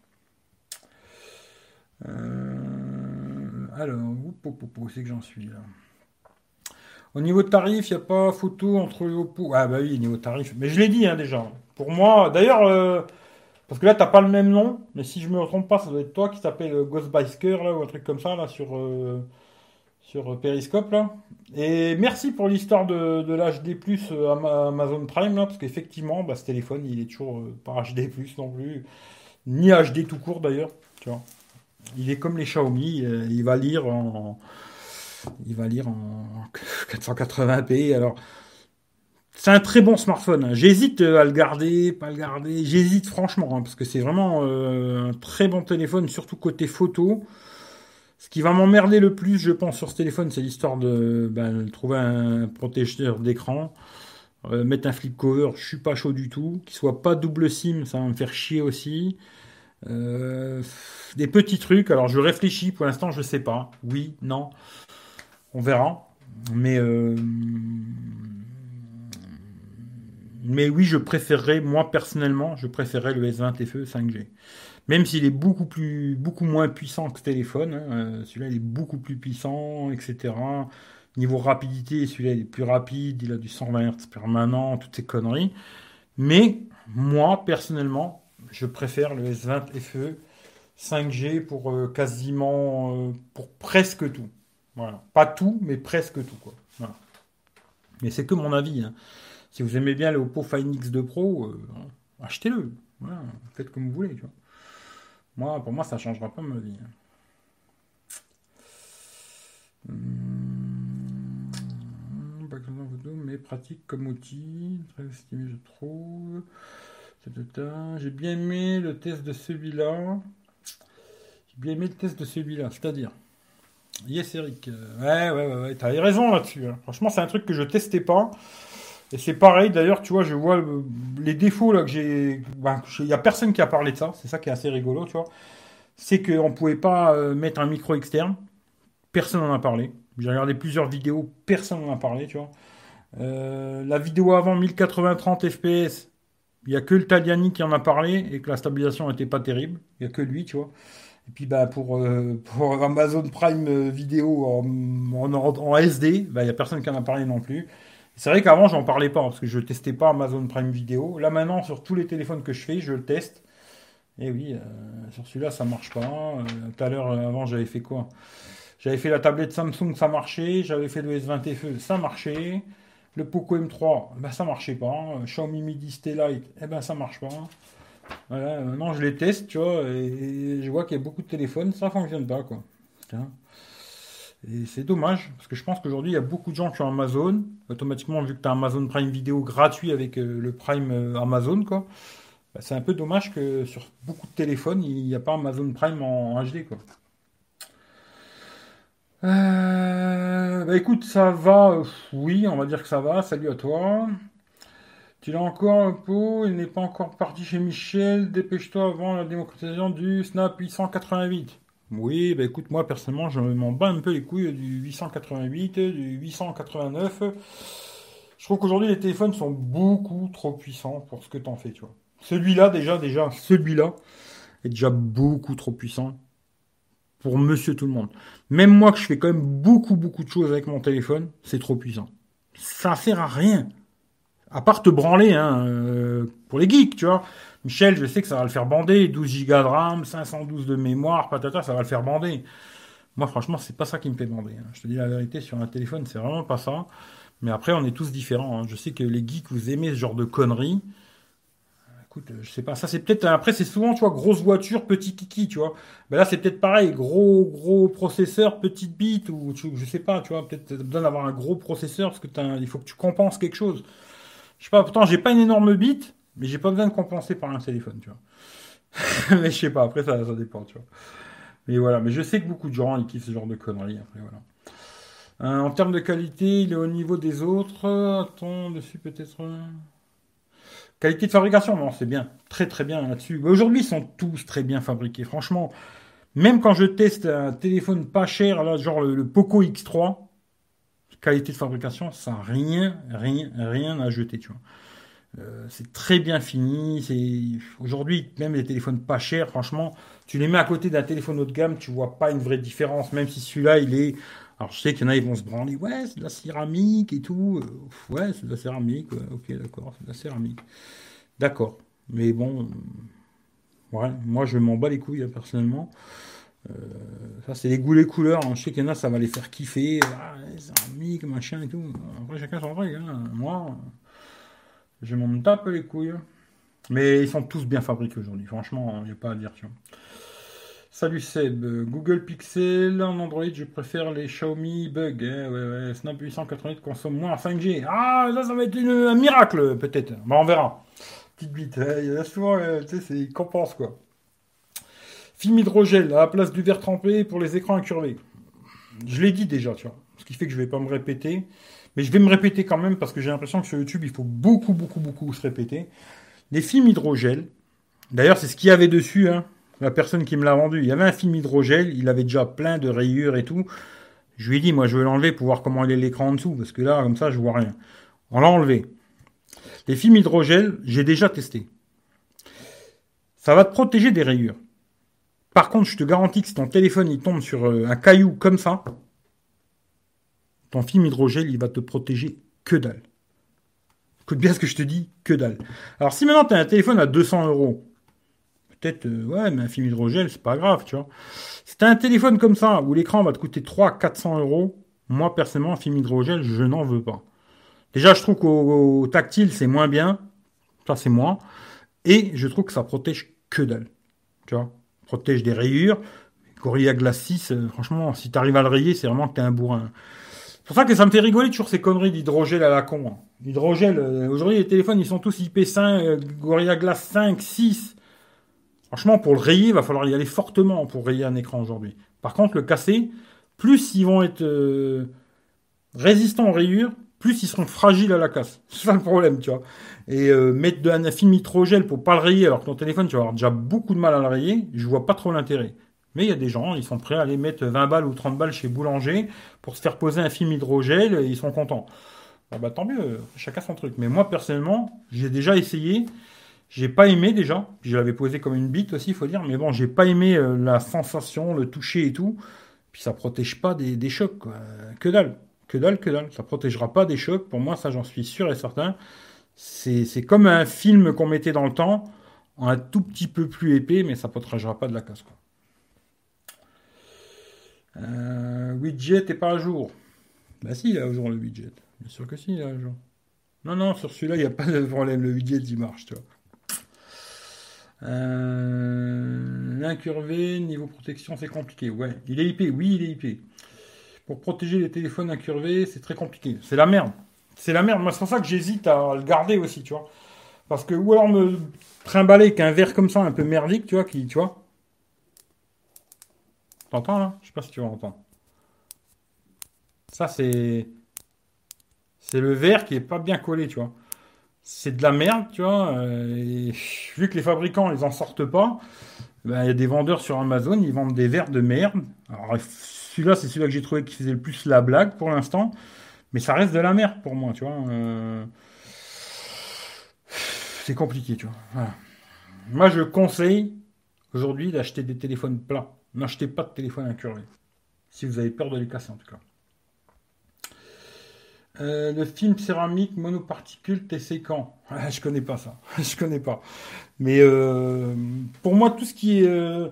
Alors, où c'est que j'en suis, là? Au niveau de tarif, il n'y a pas photo entre le Oppo. Ah bah oui, niveau tarif. Mais je l'ai dit, hein, déjà. Pour moi, d'ailleurs, parce que là, t'as pas le même nom, mais si je me trompe pas, ça doit être toi qui t'appelle Ghost Biker, là, ou un truc comme ça, là, sur Periscope, là. Et merci pour l'histoire de l'HD+, Amazon Prime, là, parce qu'effectivement, bah, ce téléphone, il est toujours pas HD+, non plus, ni HD tout court, d'ailleurs, tu vois. Il est comme les Xiaomi, il va lire en 480p, alors... C'est un très bon smartphone, hein. J'hésite à le garder, pas le garder. J'hésite franchement, hein, parce que c'est vraiment un très bon téléphone, surtout côté photo. Ce qui va m'emmerder le plus, je pense, sur ce téléphone, c'est l'histoire de trouver un protecteur d'écran, mettre un flip cover. Je suis pas chaud du tout. Qu'il soit pas double SIM, ça va me faire chier aussi. Euh, des petits trucs. Alors je réfléchis. Pour l'instant, je sais pas. Oui, non, on verra. Mais Mais oui, je préférerais, moi personnellement, je préférerais le S20 FE 5G. Même s'il est beaucoup moins puissant que ce téléphone, hein, celui-là il est beaucoup plus puissant, etc. Niveau rapidité, celui-là il est plus rapide, il a du 120 Hz permanent, toutes ces conneries. Mais moi, personnellement, je préfère le S20 FE 5G pour quasiment, pour presque tout. Voilà. Pas tout, mais presque tout, quoi. Voilà. Mais c'est que mon avis, hein. Si vous aimez bien le Oppo Find X2 Pro, achetez-le. Voilà. Faites comme vous voulez, tu vois. Moi, pour moi, ça ne changera pas ma vie, hein. Pas que dans photo, mais pratique comme outil. Très estimé, je trouve. J'ai bien aimé le test de celui-là. C'est-à-dire. Yes, Eric. Ouais. T'as raison là-dessus, hein. Franchement, c'est un truc que je testais pas. Et c'est pareil, d'ailleurs, tu vois, je vois les défauts là que j'ai. Il y a personne qui a parlé de ça. C'est ça qui est assez rigolo, tu vois. C'est qu'on pouvait pas mettre un micro externe. Personne n'en a parlé. J'ai regardé plusieurs vidéos, personne n'en a parlé, tu vois. La vidéo avant 1080-30 FPS, il n'y a que le Taliani qui en a parlé et que la stabilisation n'était pas terrible. Il n'y a que lui, tu vois. Et puis bah, pour Amazon Prime Vidéo en SD, bah, il n'y a personne qui en a parlé non plus. C'est vrai qu'avant, j'en parlais pas parce que je testais pas Amazon Prime Vidéo. Là maintenant, sur tous les téléphones que je fais, je le teste. Et oui, sur celui-là, ça marche pas. Tout à l'heure, avant, j'avais fait quoi? J'avais fait la tablette Samsung, ça marchait. J'avais fait le S20 FE, ça marchait. Le Poco M3, ben, ça marchait pas. Xiaomi Mi 10 T Lite, eh ben, ça marche pas. Voilà, maintenant, je les teste, tu vois, et je vois qu'il y a beaucoup de téléphones, ça fonctionne pas, quoi. Tiens. Et c'est dommage, parce que je pense qu'aujourd'hui, il y a beaucoup de gens qui ont Amazon. Automatiquement, vu que tu as Amazon Prime Vidéo gratuit avec le Prime Amazon, quoi, bah, c'est un peu dommage que sur beaucoup de téléphones, il n'y a pas Amazon Prime en HD, quoi. Bah écoute, ça va. Oui, on va dire que ça va. Salut à toi. Tu l'as encore un pot, il n'est pas encore parti chez Michel. Dépêche-toi avant la démocratisation du Snap 888. Oui, bah écoute, moi personnellement, je m'en bats un peu les couilles du 888, du 889. Je trouve qu'aujourd'hui, les téléphones sont beaucoup trop puissants pour ce que t'en fais, tu vois. Celui-là, celui-là est déjà beaucoup trop puissant pour monsieur tout le monde. Même moi, que je fais quand même beaucoup de choses avec mon téléphone, c'est trop puissant. Ça sert à rien. À part te branler, hein, pour les geeks, tu vois. Michel, je sais que ça va le faire bander. 12 Go de RAM, 512 de mémoire, patata, ça va le faire bander. Moi, franchement, c'est pas ça qui me fait bander, hein. Je te dis la vérité, sur un téléphone, c'est vraiment pas ça. Mais après, on est tous différents, hein. Je sais que les geeks, vous aimez ce genre de conneries. Écoute, je sais pas, ça c'est peut-être, après c'est souvent, tu vois, grosse voiture, petit kiki, tu vois. Ben là c'est peut-être pareil, gros processeur, petite bite, ou je sais pas, tu vois, peut-être t'as besoin d'avoir un gros processeur parce que il faut que tu compenses quelque chose. Je sais pas, pourtant j'ai pas une énorme bite, mais j'ai pas besoin de compenser par un téléphone, tu vois. Mais je sais pas, après ça dépend, tu vois. Mais voilà, mais je sais que beaucoup de gens ils kiffent ce genre de conneries, après voilà. En termes de qualité, il est au niveau des autres. Attends, dessus peut-être. Qualité de fabrication, non, c'est bien. Très bien là-dessus. Mais aujourd'hui, ils sont tous très bien fabriqués. Franchement, même quand je teste un téléphone pas cher, là, genre le Poco X3, qualité de fabrication, ça n'a rien à jeter, tu vois. C'est très bien fini. Aujourd'hui, même les téléphones pas chers, franchement, tu les mets à côté d'un téléphone haut de gamme, tu vois pas une vraie différence, même si celui-là, il est. Alors, je sais qu'il y en a, ils vont se branler. Ouais, c'est de la céramique et tout. Ouais, c'est de la céramique. Ouais, ok, d'accord, c'est de la céramique. D'accord. Mais bon, ouais, moi, je m'en bats les couilles, hein, personnellement. Euh, Ça, c'est les goûts, les couleurs, hein. Je sais qu'il y en a, ça va les faire kiffer. Ah, ouais, céramique, machin et tout. Après, chacun son truc, hein. Moi, je m'en tape les couilles. Mais ils sont tous bien fabriqués aujourd'hui. Franchement, il n'y a pas à dire, tu vois. Salut Seb, Google Pixel en Android, je préfère les Xiaomi Bug. Ouais. Snap 888 consomme moins 5G. Ah, ça va être un miracle, peut-être. Bon, on verra. Petite bite. Il y en a souvent, tu sais, c'est compense, quoi. Film hydrogel à la place du verre trempé pour les écrans incurvés. Je l'ai dit déjà, tu vois. Ce qui fait que je vais pas me répéter. Mais je vais me répéter quand même parce que j'ai l'impression que sur YouTube, il faut beaucoup se répéter. Les films hydrogel, d'ailleurs, c'est ce qu'il y avait dessus, hein. La personne qui me l'a vendu, il y avait un film hydrogel, il avait déjà plein de rayures et tout. Je lui ai dit, moi, je vais l'enlever pour voir comment il est l'écran en dessous, parce que là, comme ça, je vois rien. On l'a enlevé. Les films hydrogel, j'ai déjà testé. Ça va te protéger des rayures. Par contre, je te garantis que si ton téléphone il tombe sur un caillou comme ça, ton film hydrogel, il va te protéger que dalle. Écoute bien ce que je te dis, que dalle. Alors si maintenant tu as un téléphone à 200 euros, peut-être, ouais, mais un film hydrogel, c'est pas grave, tu vois. Si tu as un téléphone comme ça, où l'écran va te coûter 300-400 euros, moi, personnellement, un film hydrogel, je n'en veux pas. Déjà, je trouve qu'au tactile, c'est moins bien. Ça, c'est moi. Et je trouve que ça protège que dalle. Tu vois, protège des rayures. Gorilla Glass 6, franchement, si tu arrives à le rayer, c'est vraiment que t'es un bourrin. C'est pour ça que ça me fait rigoler toujours ces conneries d'hydrogel à la con, hein. L'hydrogel, aujourd'hui, les téléphones, ils sont tous IP5, Gorilla Glass 5, 6. Franchement, pour le rayer, il va falloir y aller fortement pour rayer un écran aujourd'hui. Par contre, le casser, plus ils vont être résistants aux rayures, plus ils seront fragiles à la casse. C'est ça le problème, tu vois. Et mettre un film hydrogel pour pas le rayer, alors que ton téléphone, tu vas avoir déjà beaucoup de mal à le rayer, je vois pas trop l'intérêt. Mais il y a des gens, ils sont prêts à aller mettre 20 balles ou 30 balles chez Boulanger pour se faire poser un film hydrogel et ils sont contents. Ah bah tant mieux, chacun son truc. Mais moi, personnellement, j'ai déjà essayé. J'ai pas aimé déjà. Puis je l'avais posé comme une bite aussi, il faut dire. Mais bon, j'ai pas aimé la sensation, le toucher et tout. Puis ça protège pas des chocs, quoi. Que dalle. Que dalle, que dalle. Ça protégera pas des chocs. Pour moi, ça, j'en suis sûr et certain. C'est comme un film qu'on mettait dans le temps, un tout petit peu plus épais, mais ça protégera pas de la casse, quoi. Widget est pas à jour. Bah si, il est à jour le widget. Bien sûr que si, il est à jour. Non, non, sur celui-là, il n'y a pas de problème. Le widget, il marche, tu vois. L'incurvé, niveau protection, c'est compliqué. Ouais, il est IP, oui, il est IP. Pour protéger les téléphones incurvés, c'est très compliqué. C'est la merde. C'est la merde. Moi, c'est pour ça que j'hésite à le garder aussi, tu vois. Parce que, ou alors me trimballer avec un verre comme ça, un peu merdique, tu vois, qui, tu vois. T'entends là? Je sais pas si tu entends. Ça, c'est le verre qui est pas bien collé, tu vois. C'est de la merde, tu vois. Et vu que les fabricants, ils en sortent pas, ben, il y a des vendeurs sur Amazon, ils vendent des verres de merde. Alors, celui-là, c'est celui-là que j'ai trouvé qui faisait le plus la blague pour l'instant. Mais ça reste de la merde pour moi, tu vois. C'est compliqué, tu vois. Voilà. Moi, je conseille aujourd'hui d'acheter des téléphones plats. N'achetez pas de téléphone incurvé. Si vous avez peur de les casser, en tout cas. Le film céramique monoparticule, t'es séquent. Ah, je connais pas ça. Je connais pas. Mais pour moi, tout ce qui est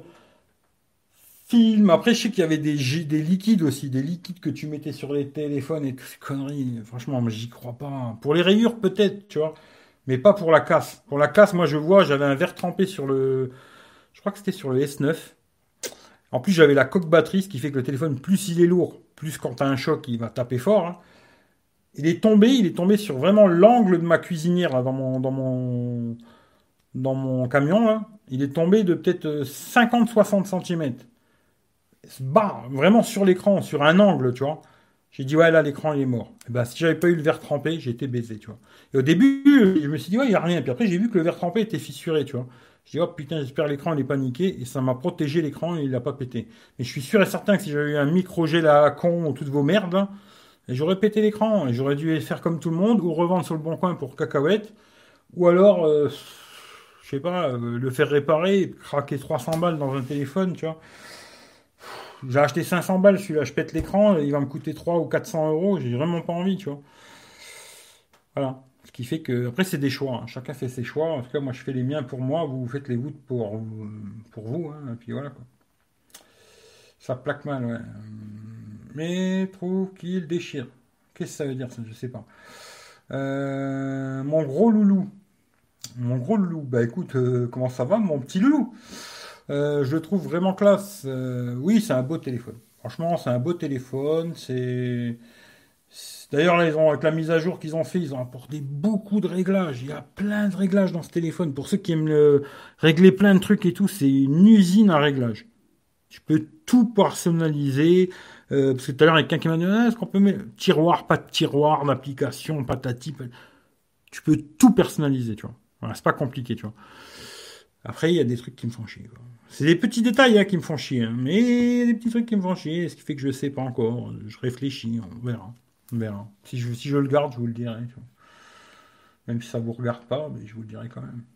film. Après, je sais qu'il y avait des liquides aussi, des liquides que tu mettais sur les téléphones et toutes ces conneries. Franchement, moi, j'y crois pas. Pour les rayures, peut-être, tu vois, mais pas pour la casse. Pour la casse, moi, je vois, j'avais un verre trempé sur le. Je crois que c'était sur le S9. En plus, j'avais la coque batterie, ce qui fait que le téléphone, plus il est lourd, plus quand t'as un choc, il va taper fort, hein. Il est tombé sur vraiment l'angle de ma cuisinière là, dans mon camion là. Il est tombé de peut-être 50-60 centimètres. Bah, vraiment sur l'écran, sur un angle, tu vois. J'ai dit, ouais, là, l'écran, il est mort. Et ben, si j'avais pas eu le verre trempé, j'ai été baisé, tu vois. Et au début, je me suis dit, ouais, il n'y a rien. Puis après, j'ai vu que le verre trempé était fissuré, tu vois. J'ai dit, oh putain, j'espère l'écran, il n'est pas niqué. Et ça m'a protégé l'écran et il n'a pas pété. Mais je suis sûr et certain que si j'avais eu un micro-gel à la con ou toutes vos merdes, là, j'aurais pété l'écran. Et j'aurais dû faire comme tout le monde ou revendre sur le bon coin pour cacahuètes. Ou alors, je sais pas, le faire réparer, et craquer 300 balles dans un téléphone, tu vois. J'ai acheté 500 balles, celui-là, je pète l'écran, il va me coûter 300 ou 400 euros, j'ai vraiment pas envie, tu vois. Voilà. Ce qui fait que, après, c'est des choix, hein. Chacun fait ses choix. En tout cas, moi, je fais les miens pour moi, vous faites les vôtres pour vous, hein. Et puis voilà, quoi. Ça plaque mal, ouais. Mais trouve qu'il déchire. Qu'est-ce que ça veut dire, ça? Je sais pas. Mon gros loulou. Mon gros loulou. Bah écoute, comment ça va, mon petit loulou? Je le trouve vraiment classe. Oui, c'est un beau téléphone. Franchement, c'est un beau téléphone. D'ailleurs, là, avec la mise à jour qu'ils ont fait, ils ont apporté beaucoup de réglages. Il y a plein de réglages dans ce téléphone. Pour ceux qui aiment régler plein de trucs et tout, c'est une usine à réglages. Tu peux tout personnaliser. Parce que tout à l'heure, il y a quelqu'un qui m'a dit, ah, est-ce qu'on peut mettre tiroir, pas de tiroir, d'application, patati. Tu peux tout personnaliser, tu vois. Voilà, c'est pas compliqué, tu vois. Après, il y a des trucs qui me font chier, quoi. C'est des petits détails, hein, qui me font chier, hein, mais il y a des petits trucs qui me font chier, ce qui fait que je sais pas encore. Je réfléchis, on verra. On verra. Si je le garde, je vous le dirai, tu vois. Même si ça vous regarde pas, mais je vous le dirai quand même.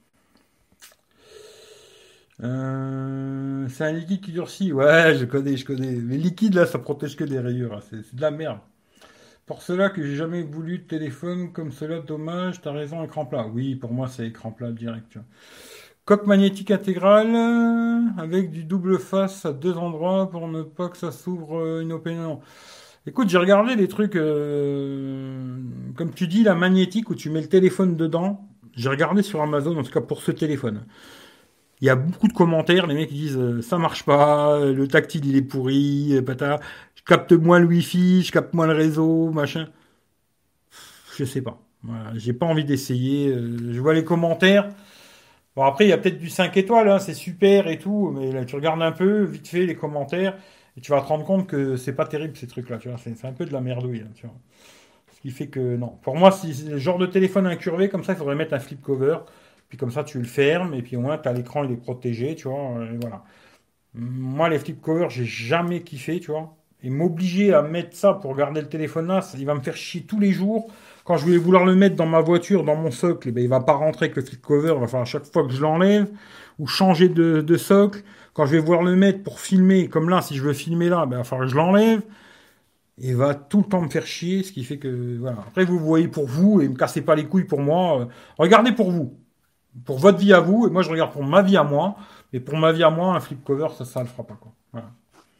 C'est un liquide qui durcit. Ouais, je connais. Mais liquide, là, ça protège que des rayures, hein. C'est de la merde. Pour cela que j'ai jamais voulu de téléphone comme cela, dommage, t'as raison, écran plat. Oui, pour moi, c'est écran plat direct, tu vois. Coque magnétique intégrale avec du double face à deux endroits pour ne pas que ça s'ouvre inopinément. Écoute, j'ai regardé des trucs, comme tu dis, la magnétique où tu mets le téléphone dedans. J'ai regardé sur Amazon, en tout cas pour ce téléphone. Il y a beaucoup de commentaires, les mecs qui disent ça marche pas, le tactile il est pourri, je capte moins le wifi, je capte moins le réseau, machin. Je sais pas. Voilà, j'ai pas envie d'essayer. Je vois les commentaires. Bon, après, il y a peut-être du 5 étoiles, hein, c'est super et tout, mais là, tu regardes un peu, vite fait, les commentaires, et tu vas te rendre compte que c'est pas terrible, ces trucs-là, tu vois, c'est un peu de la merdouille, hein, tu vois. Ce qui fait que, non. Pour moi, si c'est le genre de téléphone incurvé, comme ça, il faudrait mettre un flip cover, puis comme ça, tu le fermes, et puis au moins, t'as l'écran, il est protégé, tu vois, et voilà. Moi, les flip covers, j'ai jamais kiffé, tu vois. Et m'obliger à mettre ça pour garder le téléphone là, il va me faire chier tous les jours. Quand je vais vouloir le mettre dans ma voiture, dans mon socle, eh ben, il va pas rentrer avec le flip cover. Il va falloir à chaque fois que je l'enlève ou changer de socle. Quand je vais vouloir le mettre pour filmer, comme là, si je veux filmer là, ben, il va falloir que je l'enlève. Et il va tout le temps me faire chier, ce qui fait que, voilà. Après, vous voyez pour vous et me cassez pas les couilles pour moi. Regardez pour vous. Pour votre vie à vous. Et moi, je regarde pour ma vie à moi. Mais pour ma vie à moi, un flip cover, ça le fera pas, quoi. Voilà.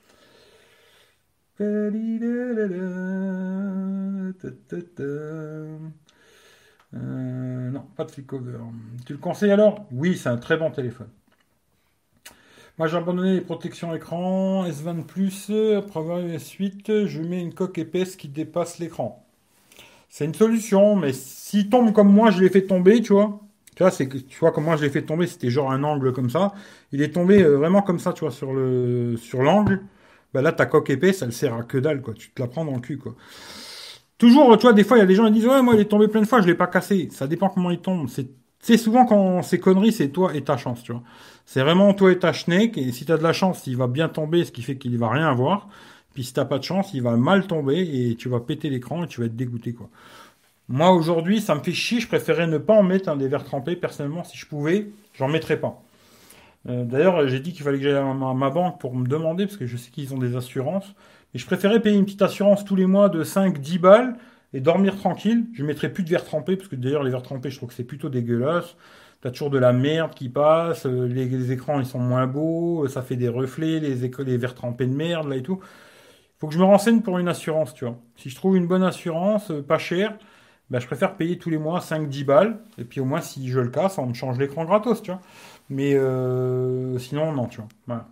Non, pas de flip cover. Tu le conseilles alors? Oui, c'est un très bon téléphone. Moi, j'ai abandonné les protections écran S20 Plus. Après avoir eu S8, je mets une coque épaisse qui dépasse l'écran. C'est une solution, mais s'il tombe comme moi, je l'ai fait tomber, tu vois. Tu vois, c'est que tu vois comment je l'ai fait tomber, c'était genre un angle comme ça. Il est tombé vraiment comme ça, tu vois, sur l'angle. Bah là, ta coque épaisse, elle sert à que dalle, quoi. Tu te la prends dans le cul, quoi. Toujours, tu vois, des fois, il y a des gens qui disent, ouais, moi, il est tombé plein de fois, je l'ai pas cassé. Ça dépend comment il tombe. C'est souvent quand c'est conneries, c'est toi et ta chance, tu vois. C'est vraiment toi et ta schneck, et si t'as de la chance, il va bien tomber, ce qui fait qu'il va rien avoir. Puis si t'as pas de chance, il va mal tomber, et tu vas péter l'écran, et tu vas être dégoûté, quoi. Moi, aujourd'hui, ça me fait chier, je préférais ne pas en mettre un des verres trempés, personnellement, si je pouvais, j'en mettrais pas. D'ailleurs, j'ai dit qu'il fallait que j'aille à ma banque pour me demander, parce que je sais qu'ils ont des assurances. Et je préférais payer une petite assurance tous les mois de 5, 10 balles et dormir tranquille. Je mettrais plus de verre trempé, parce que d'ailleurs, les verres trempés, je trouve que c'est plutôt dégueulasse. T'as toujours de la merde qui passe, les écrans, ils sont moins beaux, ça fait des reflets, les verres trempés de merde, là et tout. Faut que je me renseigne pour une assurance, tu vois. Si je trouve une bonne assurance, pas chère, bah, je préfère payer tous les mois 5, 10 balles. Et puis au moins, si je le casse, on me change l'écran gratos, tu vois. Mais sinon, non, tu vois. Voilà.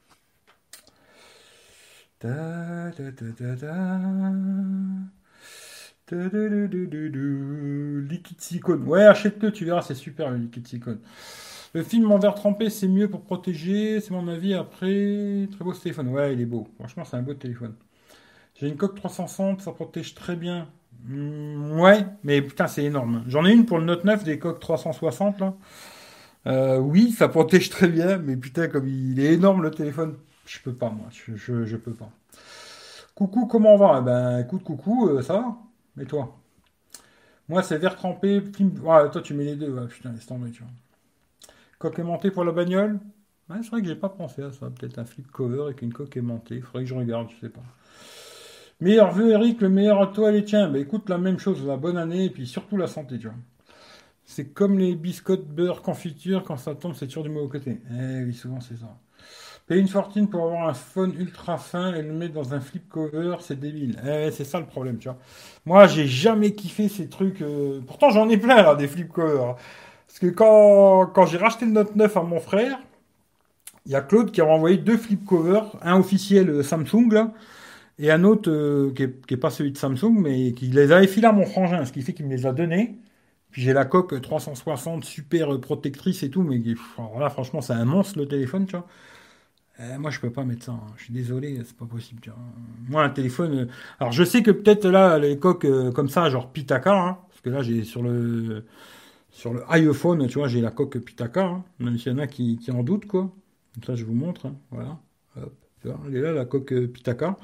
Ta, ta, ta, ta, ta. Ta, du, Liquide silicone. Ouais, achète-le, tu verras, c'est super le liquide silicone. Le film en verre trempé, c'est mieux pour protéger, c'est mon avis. Après, très beau ce téléphone. Ouais, il est beau. Franchement, c'est un beau téléphone. J'ai une coque 360, ça protège très bien. Ouais, mais putain, c'est énorme. J'en ai une pour le Note 9 des coques 360 là. Oui, ça protège très bien, mais putain, comme il est énorme le téléphone, je peux pas, moi. Je peux pas. Coucou, comment on va? Eh ben, écoute, coucou, ça va? Et toi? Moi, c'est vert trempé, film. Ouais, toi, tu mets les deux. Ouais, putain, laisse tomber, tu vois. Coque aimantée pour la bagnole? Ouais, c'est vrai que j'ai pas pensé à ça. Peut-être un flip cover avec une coque aimantée. Faudrait que je regarde, je sais pas. Meilleur vœu, Eric, le meilleur à toi et les tiens. Bah écoute, la même chose, la bonne année et puis surtout la santé, tu vois. C'est comme les biscottes beurre confiture, quand ça tombe, c'est toujours du mauvais côté. Eh oui, souvent c'est ça. Payer une fortune pour avoir un phone ultra fin et le mettre dans un flip cover, c'est débile. Eh, c'est ça le problème, tu vois. Moi, j'ai jamais kiffé ces trucs. Pourtant, j'en ai plein là, des flip covers. Parce que quand j'ai racheté le Note 9 à mon frère, il y a Claude qui a envoyé deux flip covers, un officiel Samsung là, et un autre qui est pas celui de Samsung, mais qui les avait filés à mon frangin, ce qui fait qu'il me les a donnés. Puis j'ai la coque 360 super protectrice et tout, mais alors là, franchement, c'est un monstre le téléphone, tu vois. Moi, je peux pas mettre ça, hein. Je suis désolé, c'est pas possible, tu vois. Moi, un téléphone. Alors, je sais que peut-être là, les coques comme ça, genre Pitaka, hein, parce que là, j'ai sur le iPhone, tu vois, j'ai la coque Pitaka, hein, même s'il y en a qui en doutent, quoi. Comme ça, je vous montre, hein, voilà. Hop, tu vois, elle est là, la coque Pitaka.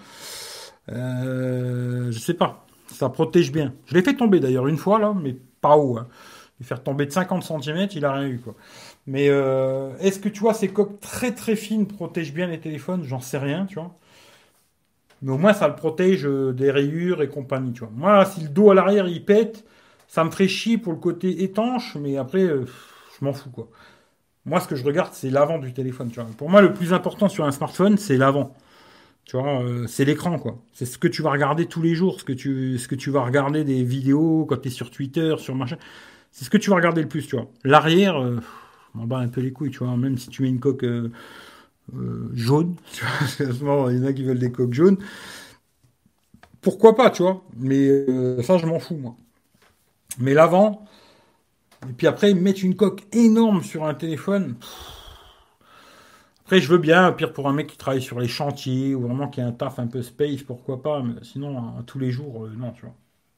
Je sais pas. Ça protège bien. Je l'ai fait tomber d'ailleurs une fois là, mais pas haut, hein. Le faire tomber de 50 centimètres, il a rien eu quoi. Mais est-ce que tu vois ces coques très très fines protègent bien les téléphones? J'en sais rien, tu vois. Mais au moins, ça le protège des rayures et compagnie, tu vois. Moi, si le dos à l'arrière, il pète, ça me ferait chier pour le côté étanche, mais après, je m'en fous, quoi. Moi, ce que je regarde, c'est l'avant du téléphone, tu vois. Pour moi, le plus important sur un smartphone, c'est l'avant. Tu vois, c'est l'écran, quoi. C'est ce que tu vas regarder tous les jours, ce que tu vas regarder des vidéos quand tu es sur Twitter, sur machin. C'est ce que tu vas regarder le plus, tu vois. L'arrière, je m'en bats un peu les couilles, tu vois. Même si tu mets une coque jaune, tu vois. Parce qu'à ce moment, il y en a qui veulent des coques jaunes. Pourquoi pas, tu vois. Mais ça, je m'en fous, moi. Mais l'avant, et puis après, mettre une coque énorme sur un téléphone. Après, je veux bien, pire pour un mec qui travaille sur les chantiers ou vraiment qui a un taf un peu space, pourquoi pas. Mais sinon, tous les jours, non, tu vois.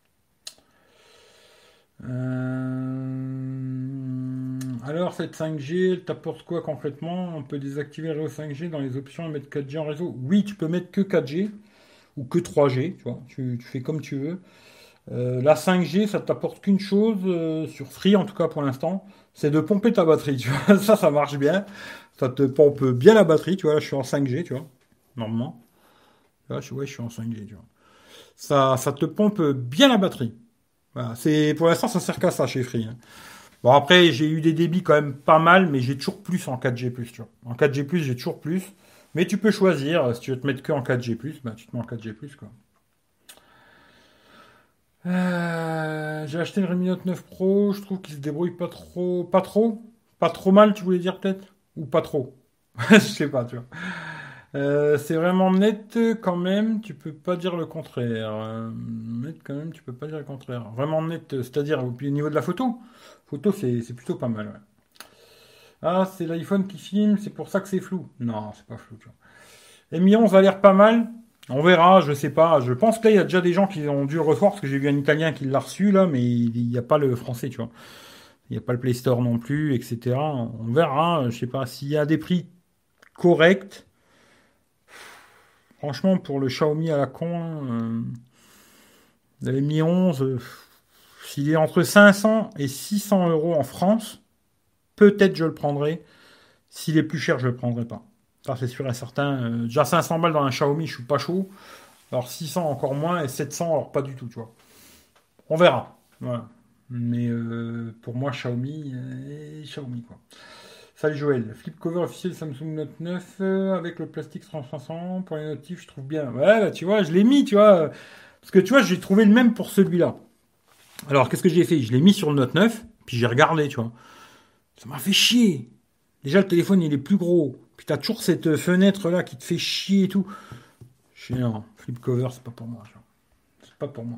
Alors, cette 5G, elle t'apporte quoi concrètement? On peut désactiver le réseau 5G dans les options et mettre 4G en réseau? Oui, tu peux mettre que 4G ou que 3G, tu vois. Tu fais comme tu veux. La 5G, ça t'apporte qu'une chose, sur Free en tout cas pour l'instant, c'est de pomper ta batterie, tu vois. Ça marche bien. Ça te pompe bien la batterie, tu vois. Là, je suis en 5G, tu vois, normalement. Là, ouais, je suis en 5G, tu vois. Ça te pompe bien la batterie. Voilà, pour l'instant, ça sert qu'à ça chez Free, hein. Bon, après, j'ai eu des débits quand même pas mal, mais j'ai toujours plus en 4G+, tu vois. En 4G+, j'ai toujours plus. Mais tu peux choisir, si tu veux te mettre que en 4G+, bah, tu te mets en 4G+, quoi. J'ai acheté le Redmi Note 9 Pro, je trouve qu'il se débrouille pas trop. Pas trop? Pas trop mal, tu voulais dire peut-être? Ou pas trop? Je sais pas, tu vois. C'est vraiment net quand même, tu peux pas dire le contraire. Net quand même, tu peux pas dire le contraire. Vraiment net, c'est-à-dire au niveau de la photo. Photo, c'est plutôt pas mal, ouais. Ah, c'est l'iPhone qui filme, c'est pour ça que c'est flou. Non, c'est pas flou, tu vois. Les millions, ça a l'air pas mal. On verra, je sais pas. Je pense que là, il y a déjà des gens qui ont dû le recevoir, parce que j'ai vu un Italien qui l'a reçu, là, mais il n'y a pas le français, tu vois. Il n'y a pas le Play Store non plus, etc. On verra, je sais pas. S'il y a des prix corrects, franchement, pour le Xiaomi à la con, le Mi 11, s'il est entre 500 et 600 euros en France, peut-être je le prendrai. S'il est plus cher, je le prendrai pas. Ça, c'est sûr et certain. Déjà 500 balles dans un Xiaomi, je suis pas chaud. Alors 600 encore moins et 700 alors pas du tout, tu vois. On verra. Voilà. Mais pour moi, Xiaomi, Xiaomi quoi. Salut Joël. Flip cover officiel Samsung Note 9 avec le plastique transparent pour les notifs, je trouve bien. Ouais, bah, tu vois, je l'ai mis, tu vois. Parce que tu vois, j'ai trouvé le même pour celui-là. Alors, qu'est-ce que j'ai fait? Je l'ai mis sur le Note 9, puis j'ai regardé, tu vois. Ça m'a fait chier. Déjà, le téléphone, il est plus gros. Puis t'as toujours cette fenêtre-là qui te fait chier et tout. Je dis non, flip cover, c'est pas pour moi, tu vois. C'est pas pour moi.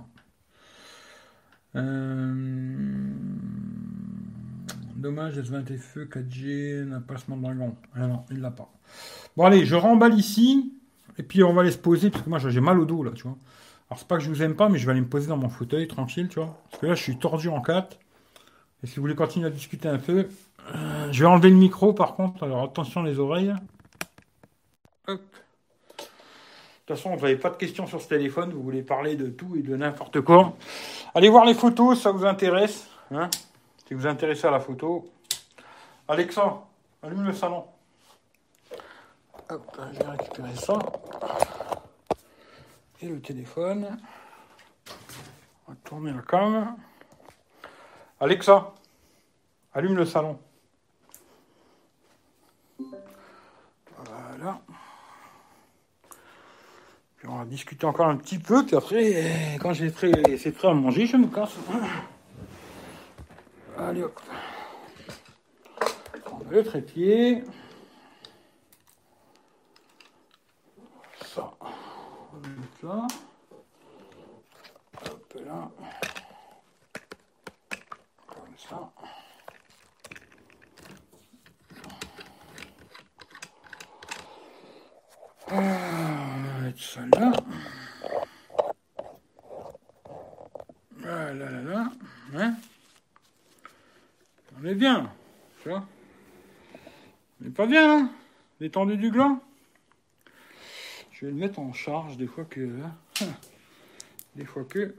Euh, Dommage, S20 FE 4G n'a pas ce dragon. Ah non, il l'a pas. Bon, allez, je remballe ici. Et puis on va aller se poser, parce que moi j'ai mal au dos là, tu vois. Alors c'est pas que je vous aime pas, mais je vais aller me poser dans mon fauteuil tranquille, tu vois. Parce que là je suis tordu en quatre. Et si vous voulez continuer à discuter un peu, je vais enlever le micro par contre. Alors attention les oreilles. Hop. De toute façon, vous n'avez pas de questions sur ce téléphone, vous voulez parler de tout et de n'importe quoi. Allez voir les photos, ça vous intéresse, hein. Si vous vous intéressez à la photo. Alexa, allume le salon. Hop, je vais récupérer ça. Et le téléphone. On va tourner la cam. Alexa, allume le salon. Voilà. Puis on va discuter encore un petit peu, puis après, quand c'est prêt à manger, je me casse. Allez hop. On va le trépied. Ça. On va mettre là. Hop là. Comme ça. On va mettre ça là. Voilà, là, là. Hein, on est bien. Tu vois? On est pas bien, là? L'étendue du gland? Je vais le mettre en charge des fois que... Des fois que...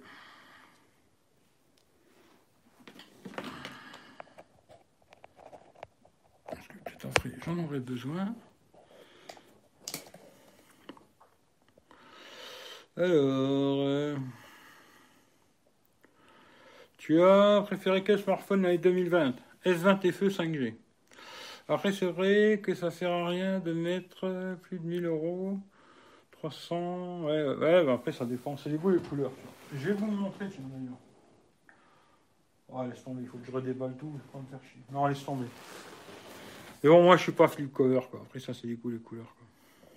Parce que peut-être après, j'en aurais besoin. Alors, tu as préféré quel smartphone l'année 2020? S20 FE 5G. Après, c'est vrai que ça sert à rien de mettre plus de 1000 euros. 300. Ouais, ouais, bah après, ça dépend. C'est les goûts et les couleurs. Je vais vous le montrer, tiens, d'ailleurs. Ouais, laisse tomber. Il faut que je redéballe tout. Je vais pas me faire chier. Non, laisse tomber. Mais bon, moi, je suis pas flip cover, quoi. Après, ça, c'est les goûts et les couleurs, quoi.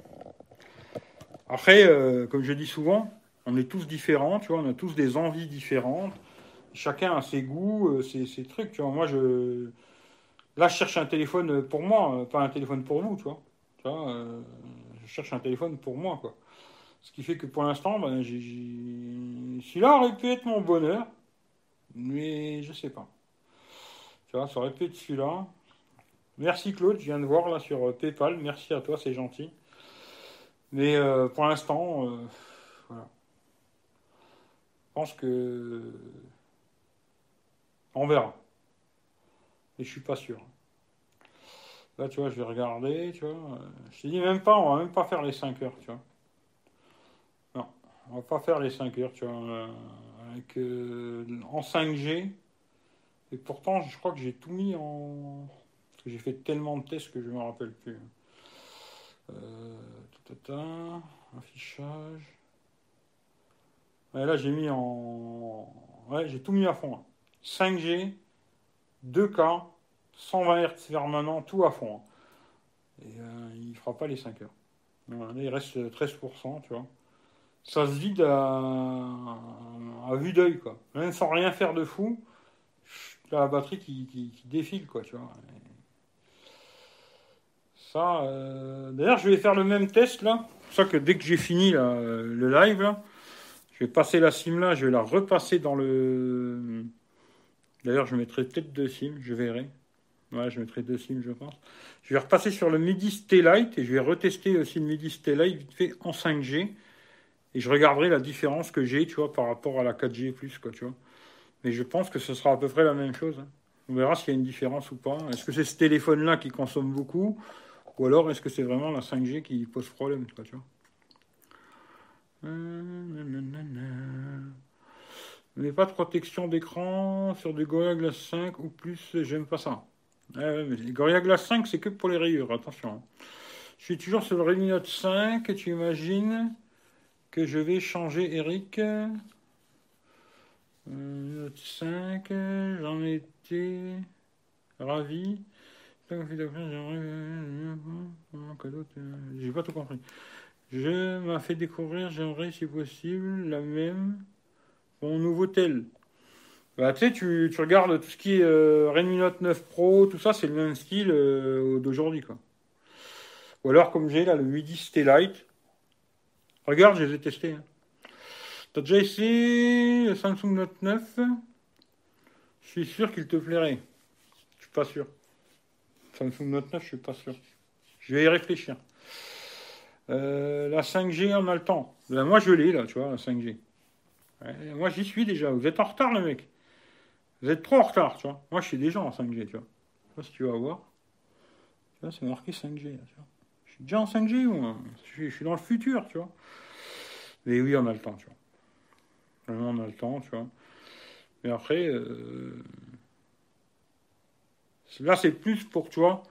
Après, comme je dis souvent, on est tous différents, tu vois. On a tous des envies différentes. Chacun a ses goûts, ses trucs, tu vois. Moi, là, je cherche un téléphone pour moi, pas un téléphone pour vous, tu vois. Tu vois, je cherche un téléphone pour moi, quoi. Ce qui fait que pour l'instant, ben, celui-là aurait pu être mon bonheur, mais je sais pas. Tu vois, ça aurait pu être celui-là. Merci Claude, je viens de voir là sur PayPal. Merci à toi, c'est gentil. Mais pour l'instant, voilà. Je pense que on verra. Et je suis pas sûr. Là, tu vois, je vais regarder, tu vois. Je te dis même pas, on va même pas faire les 5 heures, tu vois. Non, on va pas faire les 5 heures, tu vois. Avec, en 5G. Et pourtant, je crois que j'ai tout mis en. Parce que j'ai fait tellement de tests que je me rappelle plus. Euh, affichage. Ouais, là, j'ai mis en. Ouais, j'ai tout mis à fond, hein. 5G, 2K, 120 Hz permanent, tout à fond, hein. Et il fera pas les 5 heures. Voilà, là, il reste 13%, tu vois. Ça se vide à vue d'œil, quoi. Même sans rien faire de fou, t'as la batterie qui défile, quoi, tu vois. Ça, d'ailleurs, je vais faire le même test, là. C'est pour ça que dès que j'ai fini là, le live, là, je vais passer la SIM là, je vais la repasser dans le. D'ailleurs, je mettrai peut-être deux SIM, je verrai. Ouais, je mettrai deux SIM, je pense. Je vais repasser sur le MIDI Stay-Lite et je vais retester aussi le MIDI Stay-Lite vite fait en 5G. Et je regarderai la différence que j'ai, tu vois, par rapport à la 4G+, quoi, tu vois. Mais je pense que ce sera à peu près la même chose, hein. On verra s'il y a une différence ou pas. Est-ce que c'est ce téléphone-là qui consomme beaucoup ou alors est-ce que c'est vraiment la 5G qui pose problème, quoi, tu vois. Mais pas de protection d'écran sur du Gorilla Glass 5 ou plus, j'aime pas ça. Ah ouais, mais les Gorilla Glass 5, c'est que pour les rayures, attention, hein. Je suis toujours sur le Redmi Note 5, et tu imagines que je vais changer Eric. Note 5, j'en étais ravi. J'ai pas tout compris. Je m'a fait découvrir, j'aimerais si possible, la même. Mon nouveau tel. Bah, tu sais, tu regardes tout ce qui est Redmi Note 9 Pro, tout ça, c'est le même style d'aujourd'hui, quoi. Ou alors, comme j'ai là, le MIDI Stay-Lite. Regarde, je les ai testés, hein. T'as déjà essayé le Samsung Note 9? Je suis sûr qu'il te plairait. Je suis pas sûr. Samsung Note 9, je suis pas sûr. Je vais y réfléchir. La 5G, on a le temps. Ben, moi, je l'ai, là, tu vois, la 5G. Ouais, moi, j'y suis déjà. Vous êtes en retard, le mec. Vous êtes trop en retard, tu vois. Moi, je suis déjà en 5G, tu vois. Je sais pas si tu vas voir. Tu vois, c'est marqué 5G, là, tu vois. Je suis déjà en 5G, moi. Je suis dans le futur, tu vois. Mais oui, on a le temps, tu vois. Vraiment, on a le temps, tu vois. Mais après, là, c'est plus pour, tu vois,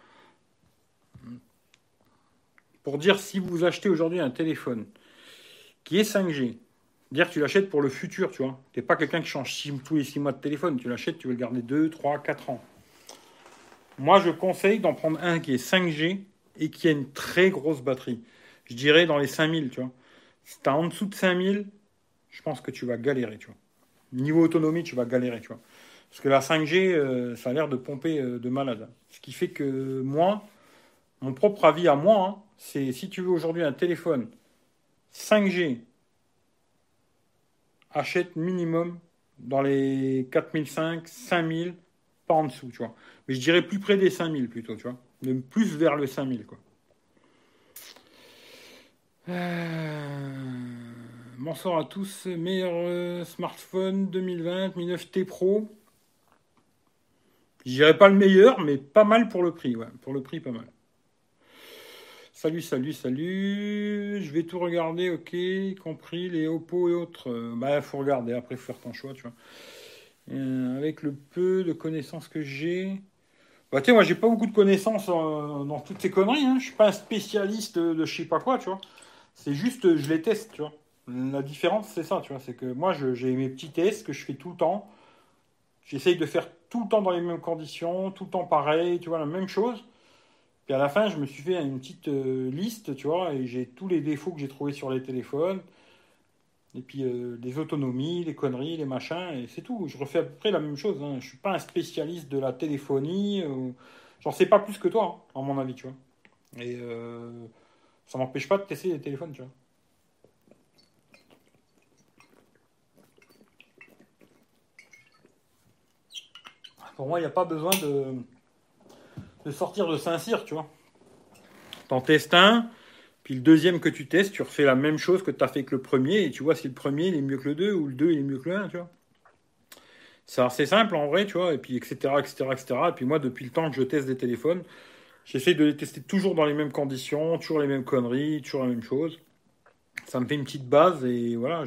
pour dire si vous achetez aujourd'hui un téléphone qui est 5G, dire que tu l'achètes pour le futur, tu vois. T'es pas quelqu'un qui change tous les 6 mois de téléphone. Tu l'achètes, tu veux le garder 2, 3, 4 ans. Moi, je conseille d'en prendre un qui est 5G et qui a une très grosse batterie. Je dirais dans les 5000, tu vois. Si t'as en dessous de 5000, je pense que tu vas galérer, tu vois. Niveau autonomie, tu vas galérer, tu vois. Parce que la 5G, ça a l'air de pomper de malade. Ce qui fait que moi, mon propre avis à moi, hein, c'est si tu veux aujourd'hui un téléphone 5G, achète minimum dans les 4005, 5000, pas en dessous, tu vois. Mais je dirais plus près des 5000 plutôt, tu vois. Même plus vers le 5000, quoi. Bonsoir à tous. Meilleur smartphone 2020, Mi 9T Pro. Je dirais pas le meilleur, mais pas mal pour le prix, ouais. Pour le prix, pas mal. Salut, salut, salut. Je vais tout regarder, ok, y compris les Oppo et autres. Bah, faut regarder, après, faut faire ton choix, tu vois. Avec le peu de connaissances que j'ai. Bah, tu sais, moi, j'ai pas beaucoup de connaissances dans toutes ces conneries, hein. Je suis pas un spécialiste de je sais pas quoi, tu vois. C'est juste, je les teste, tu vois. La différence, c'est ça, tu vois. C'est que moi, j'ai mes petits tests que je fais tout le temps. J'essaye de faire tout le temps dans les mêmes conditions, tout le temps pareil, tu vois, la même chose. Puis à la fin, je me suis fait une petite liste, tu vois, et j'ai tous les défauts que j'ai trouvés sur les téléphones, et puis les autonomies, les conneries, les machins, et c'est tout. Je refais à peu près la même chose, hein. Je suis pas un spécialiste de la téléphonie, j'en sais pas plus que toi, hein, à mon avis, tu vois. Et ça m'empêche pas de tester les téléphones, tu vois. Pour moi, il n'y a pas besoin de sortir de Saint-Cyr, tu vois. T'en testes un, puis le deuxième que tu testes, tu refais la même chose que tu as fait que le premier, et tu vois si le premier il est mieux que le 2 ou le 2 il est mieux que le un, tu vois. C'est assez simple en vrai, tu vois, et puis etc., etc., etc. Et puis moi, depuis le temps que je teste des téléphones, j'essaye de les tester toujours dans les mêmes conditions, toujours les mêmes conneries, toujours la même chose. Ça me fait une petite base et voilà,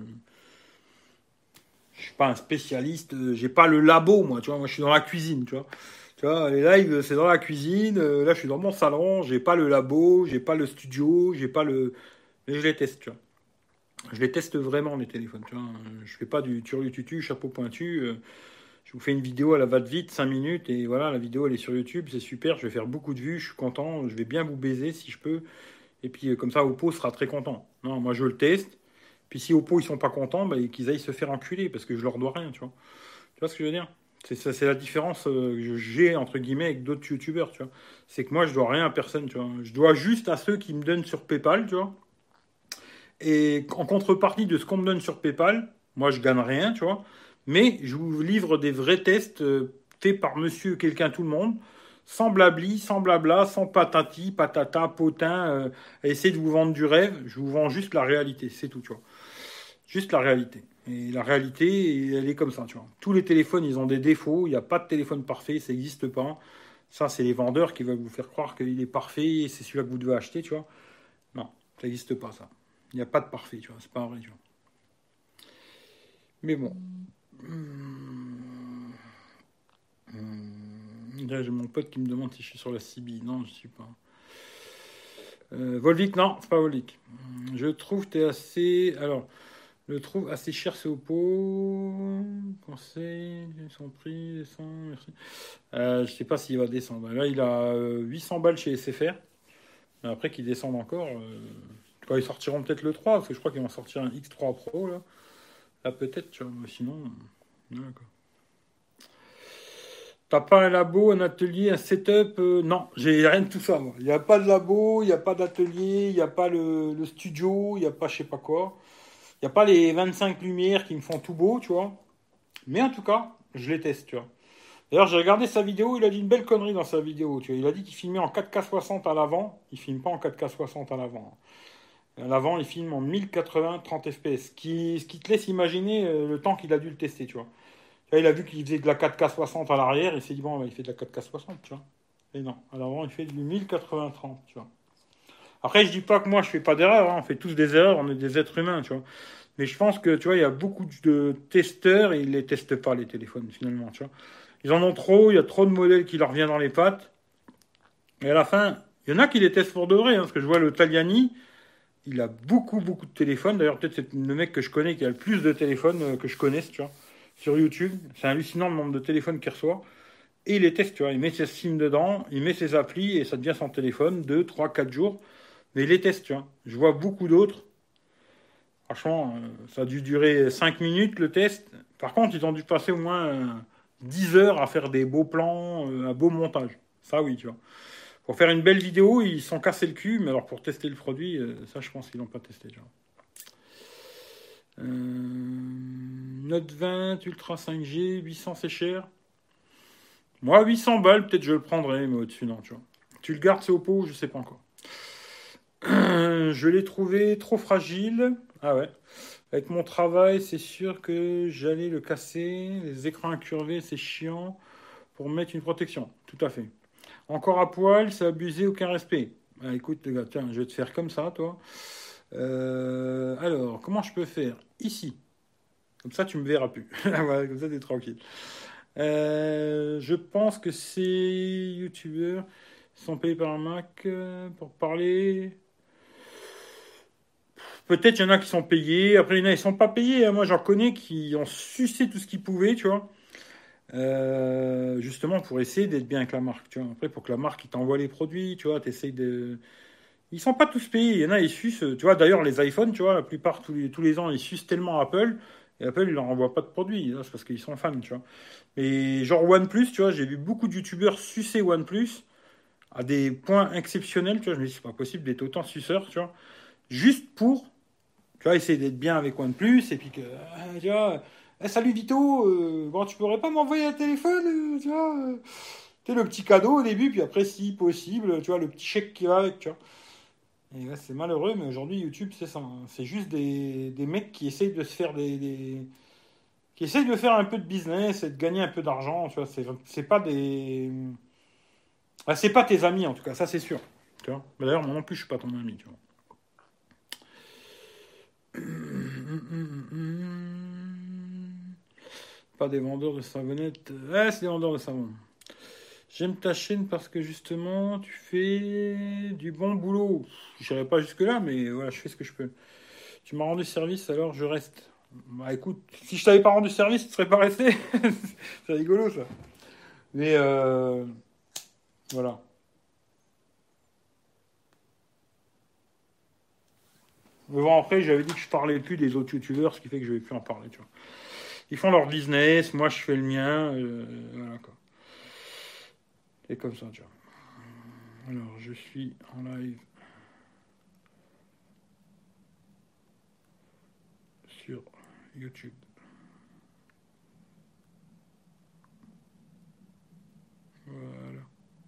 je suis pas un spécialiste, j'ai pas le labo, moi, tu vois, moi je suis dans la cuisine, tu vois. Tu vois, les lives, c'est dans la cuisine, là je suis dans mon salon, j'ai pas le labo, j'ai pas le studio, j'ai pas le. Mais je les teste, tu vois. Je les teste vraiment, les téléphones, tu vois. Je fais pas du turlututu, chapeau pointu. Je vous fais une vidéo à la va-vite, 5 minutes, et voilà, la vidéo elle est sur YouTube, c'est super, je vais faire beaucoup de vues, je suis content, je vais bien vous baiser si je peux, et puis comme ça Oppo sera très content. Non, moi je le teste, puis si Oppo ils sont pas contents, bah, qu'ils aillent se faire enculer, parce que je leur dois rien, tu vois. Tu vois ce que je veux dire? C'est ça, c'est la différence que j'ai entre guillemets avec d'autres youtubeurs, tu vois. C'est que moi je dois rien à personne, tu vois. Je dois juste à ceux qui me donnent sur PayPal, tu vois. Et en contrepartie de ce qu'on me donne sur PayPal, moi je gagne rien, tu vois. Mais je vous livre des vrais tests faits par monsieur quelqu'un tout le monde, sans blabli, sans blabla, sans patati, patata, potin, à essayer de vous vendre du rêve. Je vous vends juste la réalité, c'est tout, tu vois. Juste la réalité. Et la réalité, elle est comme ça, tu vois. Tous les téléphones, ils ont des défauts. Il n'y a pas de téléphone parfait, ça n'existe pas. Ça, c'est les vendeurs qui veulent vous faire croire qu'il est parfait et c'est celui-là que vous devez acheter, tu vois. Non, ça n'existe pas, ça. Il n'y a pas de parfait, tu vois. C'est pas vrai, tu vois. Mais bon. Là, j'ai mon pote qui me demande si je suis sur la CB. Non, je ne suis pas. Volvic, non, c'est pas Volvic. Je trouve que t'es assez. Alors, je le trouve assez cher ce Oppo. Conseil, son prix, descend, merci. Je sais pas s'il va descendre. Là, il a 800 balles chez SFR. Mais après qu'il descende encore, quand ils sortiront peut-être le 3, parce que je crois qu'ils vont sortir un X3 Pro là. Là peut-être, tu vois. Mais sinon, d'accord. T'as pas un labo, un atelier, un setup? Non, j'ai rien de tout ça, moi. Il n'y a pas de labo, il n'y a pas d'atelier, il n'y a pas le studio, il n'y a pas je sais pas quoi. Il n'y a pas les 25 lumières qui me font tout beau, tu vois. Mais en tout cas, je les teste, tu vois. D'ailleurs, j'ai regardé sa vidéo, il a dit une belle connerie dans sa vidéo, tu vois. Il a dit qu'il filmait en 4K 60 à l'avant. Il filme pas en 4K 60 à l'avant. À l'avant, il filme en 1080 30 fps. Ce qui te laisse imaginer le temps qu'il a dû le tester, tu vois. Là, il a vu qu'il faisait de la 4K 60 à l'arrière, il s'est dit, bon, bah, il fait de la 4K 60, tu vois. Et non, à l'avant, il fait du 1080 30, tu vois. Après, je dis pas que moi, je fais pas d'erreur, hein. On fait tous des erreurs, on est des êtres humains, tu vois. Mais je pense que, tu vois, il y a beaucoup de testeurs et ils les testent pas, les téléphones, finalement, tu vois. Ils en ont trop, il y a trop de modèles qui leur viennent dans les pattes. Et à la fin, il y en a qui les testent pour de vrai, hein, parce que je vois le Tagliani, il a beaucoup, beaucoup de téléphones. D'ailleurs, peut-être c'est le mec que je connais qui a le plus de téléphones que je connaisse, tu vois, sur YouTube. C'est hallucinant le nombre de téléphones qu'il reçoit. Et il les teste, tu vois. Il met ses SIM dedans, il met ses applis et ça devient son téléphone 2, 3, 4 jours. Mais il les teste, tu vois. Je vois beaucoup d'autres. Franchement, ça a dû durer 5 minutes le test. Par contre, ils ont dû passer au moins 10 heures à faire des beaux plans, un beau montage. Ça, oui, tu vois. Pour faire une belle vidéo, ils sont cassés le cul, mais alors pour tester le produit, ça, je pense qu'ils l'ont pas testé, tu vois. Note 20, Ultra 5G, 800, c'est cher. Moi, 800 balles, peut-être je le prendrais, mais au-dessus, non, tu vois. Tu le gardes, c'est au pot, je sais pas encore. Je l'ai trouvé trop fragile. Ah ouais. Avec mon travail, c'est sûr que j'allais le casser. Les écrans incurvés, c'est chiant pour mettre une protection. Tout à fait. Encore à poil, c'est abusé, aucun respect. Bah, écoute, les gars, tiens, je vais te faire comme ça, toi. Alors, comment je peux faire? Ici. Comme ça, tu me verras plus. Voilà, comme ça, t'es tranquille. Je pense que ces youtubeurs sont payés par un Mac pour parler. Peut-être il y en a qui sont payés. Après, il y en a qui sont pas payés, hein. Moi, j'en connais qui ont sucé tout ce qu'ils pouvaient, tu vois. Justement pour essayer d'être bien avec la marque, tu vois. Après, pour que la marque il t'envoie les produits, tu vois, t'essayes de. Ils sont pas tous payés. Il y en a, ils sucent. Tu vois, d'ailleurs, les iPhones, tu vois, la plupart, tous les ans, ils sucent tellement Apple. Et Apple, il leur envoie pas de produits. Là, c'est parce qu'ils sont fans, tu vois. Mais genre OnePlus, tu vois, j'ai vu beaucoup de youtubeurs sucer OnePlus à des points exceptionnels, tu vois. Je me dis, c'est pas possible d'être autant suceur, tu vois. Juste pour, tu vois, essayer d'être bien avec OnePlus. Et puis que, tu vois, salut Vito, bon, tu pourrais pas m'envoyer un téléphone, tu vois. Tu sais, le petit cadeau au début, puis après, si possible, tu vois, le petit chèque qui va avec, tu vois. Et ouais, c'est malheureux, mais aujourd'hui, YouTube, c'est ça, hein. C'est juste des mecs qui essayent de se faire qui essayent de faire un peu de business et de gagner un peu d'argent, tu vois. C'est pas des. Ah, c'est pas tes amis, en tout cas, ça, c'est sûr. Tu vois. Mais d'ailleurs, moi non plus, je suis pas ton ami, tu vois. Pas des vendeurs de savonnettes. Ouais, c'est des vendeurs de savon. J'aime ta chaîne parce que justement, tu fais du bon boulot. Je n'irai pas jusque-là, mais voilà, je fais ce que je peux. Tu m'as rendu service, alors je reste. Bah écoute, si je t'avais pas rendu service, tu serais pas resté. C'est rigolo ça. Mais voilà. Mais bon, après, j'avais dit que je parlais plus des autres youtubeurs, ce qui fait que je vais plus en parler, tu vois. Ils font leur business, moi je fais le mien, voilà quoi. C'est comme ça, tu vois. Alors, je suis en live sur YouTube. Voilà.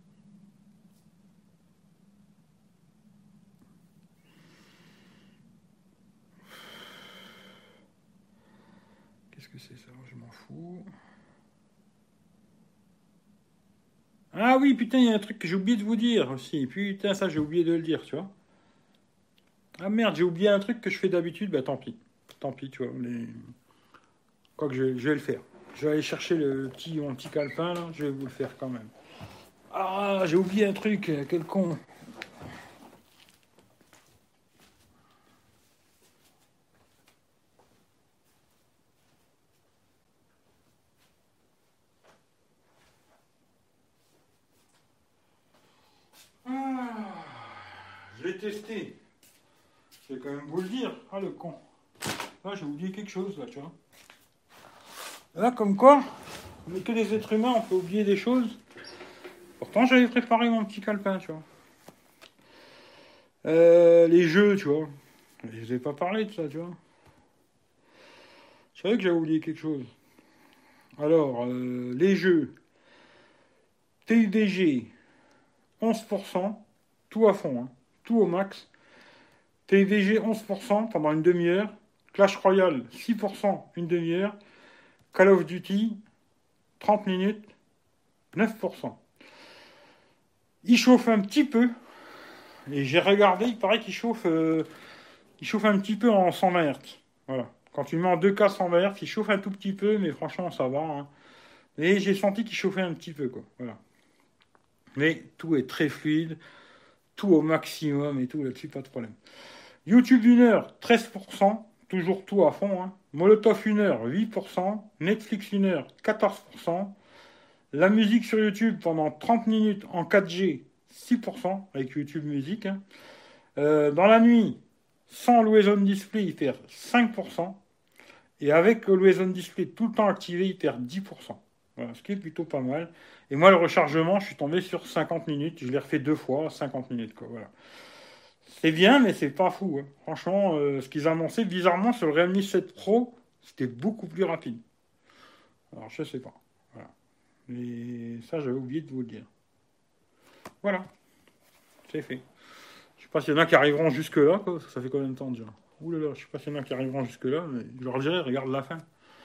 Qu'est-ce que c'est ça? Je m'en fous. Ah oui, putain, il y a un truc que j'ai oublié de vous dire aussi. Putain, ça, j'ai oublié de le dire, tu vois. Ah merde, j'ai oublié un truc que je fais d'habitude, bah tant pis. Tant pis, tu vois. Quoi que je vais le faire. Je vais aller chercher mon petit calepin, là, je vais vous le faire quand même. Ah, j'ai oublié un truc, quel con. Ah, je l'ai testé. Je vais quand même vous le dire. Ah, le con. Ah, j'ai oublié quelque chose, là, tu vois. Là, comme quoi, on n'est que des êtres humains, on peut oublier des choses. Pourtant, j'avais préparé mon petit calepin, tu vois. Les jeux, tu vois. Je n'ai pas parlé de ça, tu vois. Je savais que j'avais oublié quelque chose. Alors, les jeux. TUDG, 11%. Tout à fond, hein. Tout au max. TUDG, 11% pendant une demi-heure. Clash Royale, 6% une demi-heure. Call of Duty, 30 minutes, 9%. Il chauffe un petit peu. Et j'ai regardé, il paraît il chauffe un petit peu en 120 Hz. Voilà. Quand tu le mets en 2K 120 Hz, il chauffe un tout petit peu, mais franchement, ça va, hein. Et j'ai senti qu'il chauffait un petit peu, quoi. Voilà. Mais tout est très fluide, tout au maximum et tout, là-dessus, pas de problème. YouTube 1 heure, 13%, toujours tout à fond, hein. Molotov 1 heure, 8%. Netflix 1 heure, 14%. La musique sur YouTube pendant 30 minutes en 4G, 6% avec YouTube Musique, hein. Dans la nuit, sans Always On Display, il perd 5%. Et avec Always On Display tout le temps activé, il perd 10%. Voilà, ce qui est plutôt pas mal. Et moi, le rechargement, je suis tombé sur 50 minutes. Je l'ai refait 2 fois, 50 minutes, quoi. Voilà. C'est bien, mais c'est pas fou, hein. Franchement, ce qu'ils annonçaient bizarrement sur le Realme 7 Pro, c'était beaucoup plus rapide. Alors, je sais pas. Voilà. Mais ça, j'avais oublié de vous le dire. Voilà, c'est fait. Je sais pas s'il y en a qui arriveront jusque-là, quoi. Ça fait combien de temps déjà? Ouh là là, je sais pas s'il y en a qui arriveront jusque-là, mais je leur dirai, regarde la fin.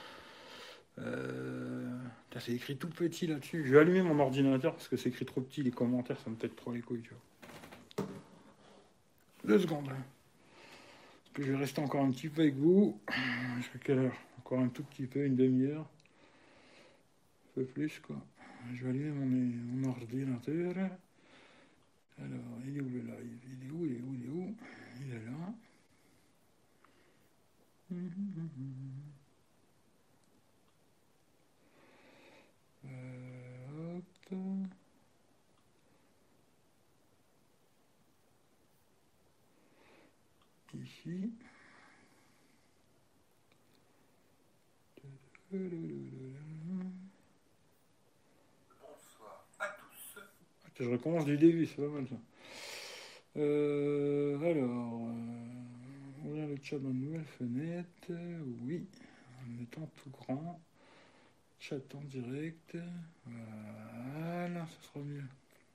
C'est écrit tout petit là-dessus. Je vais allumer mon ordinateur parce que c'est écrit trop petit. Les commentaires, ça me pète trop les couilles, tu vois. 2 secondes. Parce que je vais rester encore un petit peu avec vous. Jusqu'à quelle heure? Encore un tout petit peu, une demi-heure. Un peu plus, quoi. Je vais allumer mon ordinateur. Alors, il est où le live? Il est où? Il est où? Il est où? Il est là. Hop. Ici. Bonsoir à tous. Attends, je recommence du début, c'est pas mal ça. Ouvrir le chat dans une nouvelle fenêtre. Oui, en mettant tout grand. Chat en direct. Voilà, ça sera mieux.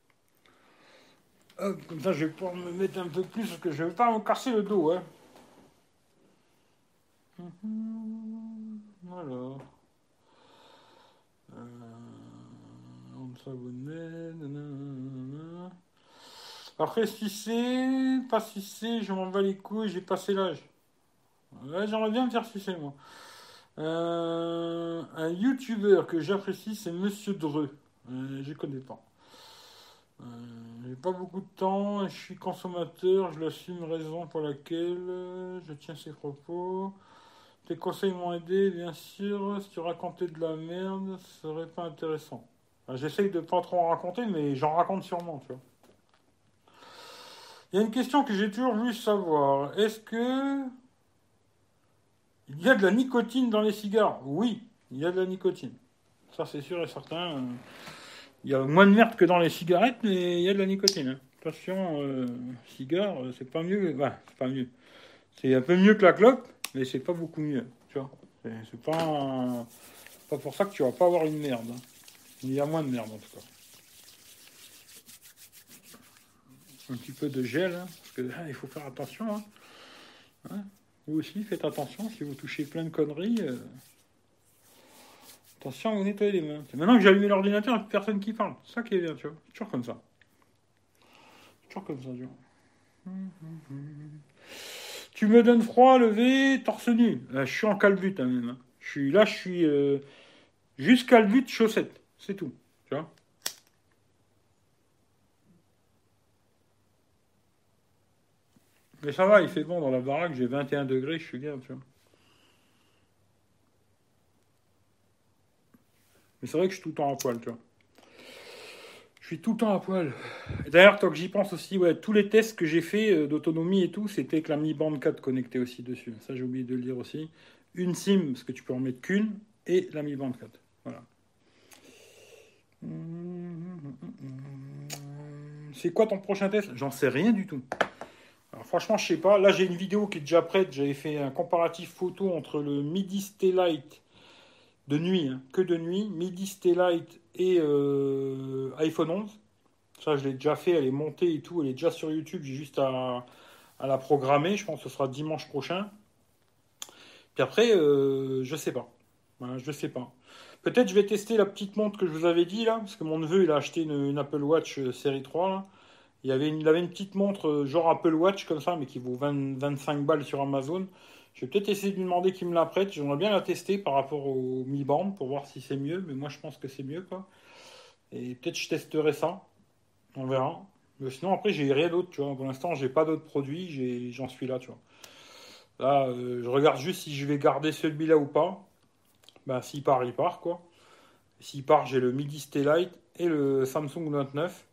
Hop, comme ça je vais pouvoir me mettre un peu plus parce que je ne veux pas me casser le dos. Hein. Alors. On s'abonner. Après, si c'est, pas si c'est, je m'en bats les couilles, j'ai passé l'âge. Ouais, j'aimerais bien me faire sucer, moi. Un youtubeur que j'apprécie, c'est Monsieur Dreux. Je connais pas. Euh, j'ai pas beaucoup de temps, je suis consommateur, je l'assume, raison pour laquelle je tiens ces propos. Tes conseils m'ont aidé, bien sûr. Si tu racontais de la merde, ce serait pas intéressant. J'essaye de pas trop en raconter, mais j'en raconte sûrement, tu vois. Il y a une question que j'ai toujours voulu savoir. Est-ce que il y a de la nicotine dans les cigares? Oui, il y a de la nicotine. Ça, c'est sûr et certain. Il y a moins de merde que dans les cigarettes, mais il y a de la nicotine. Hein. Attention, cigare, c'est pas mieux. Ouais, c'est pas mieux. C'est un peu mieux que la clope, mais c'est pas beaucoup mieux. Tu vois. C'est pas pour ça que tu vas pas avoir une merde. Hein. Il y a moins de merde en tout cas. Un petit peu de gel, hein, parce que il faut faire attention. Hein. Hein. Vous aussi, faites attention si vous touchez plein de conneries. Attention, vous nettoyez les mains. C'est maintenant que j'ai allumé l'ordinateur, il n'y a plus personne qui parle. C'est ça qui est bien, tu vois. C'est toujours comme ça. Toujours comme ça, tu vois. Tu me donnes froid, levé, torse nu. Je suis en calbut, hein, même. Hein. Je suis juste calbut, chaussettes. C'est tout. Tu vois. Mais ça va, il fait bon dans la baraque, j'ai 21 degrés, je suis bien, tu vois. Mais c'est vrai que je suis tout le temps à poil, tu vois. Je suis tout le temps à poil. Et d'ailleurs, tant que j'y pense aussi, ouais, tous les tests que j'ai fait d'autonomie et tout, c'était avec la Mi Band 4 connectée aussi dessus. Ça, j'ai oublié de le dire aussi. Une SIM, parce que tu peux en mettre qu'une, et la Mi Band 4. Voilà. C'est quoi ton prochain test? J'en sais rien du tout. Alors, franchement, je sais pas. Là, j'ai une vidéo qui est déjà prête. J'avais fait un comparatif photo entre le Midi Stay Light de nuit, hein, que de nuit, Midi Stay Light et iPhone 11. Ça, je l'ai déjà fait. Elle est montée et tout. Elle est déjà sur YouTube. J'ai juste à la programmer. Je pense que ce sera dimanche prochain. Puis après, je sais pas. Voilà, je sais pas. Peut-être je vais tester la petite montre que je vous avais dit là, parce que mon neveu il a acheté une Apple Watch série 3 là. Il avait une petite montre genre Apple Watch comme ça, mais qui vaut 25 balles sur Amazon. Je vais peut-être essayer de lui demander qu'il me la prête. J'aimerais bien la tester par rapport au Mi Band pour voir si c'est mieux, mais moi je pense que c'est mieux quoi. Et peut-être je testerai ça. On verra. Mais sinon après j'ai rien d'autre, tu vois. Pour l'instant j'ai pas d'autres produits, j'en suis là, tu vois. Là, je regarde juste si je vais garder celui-là ou pas. Bah s'il part, il part quoi. S'il part, j'ai le Midi Stay Light et le Samsung Note 9.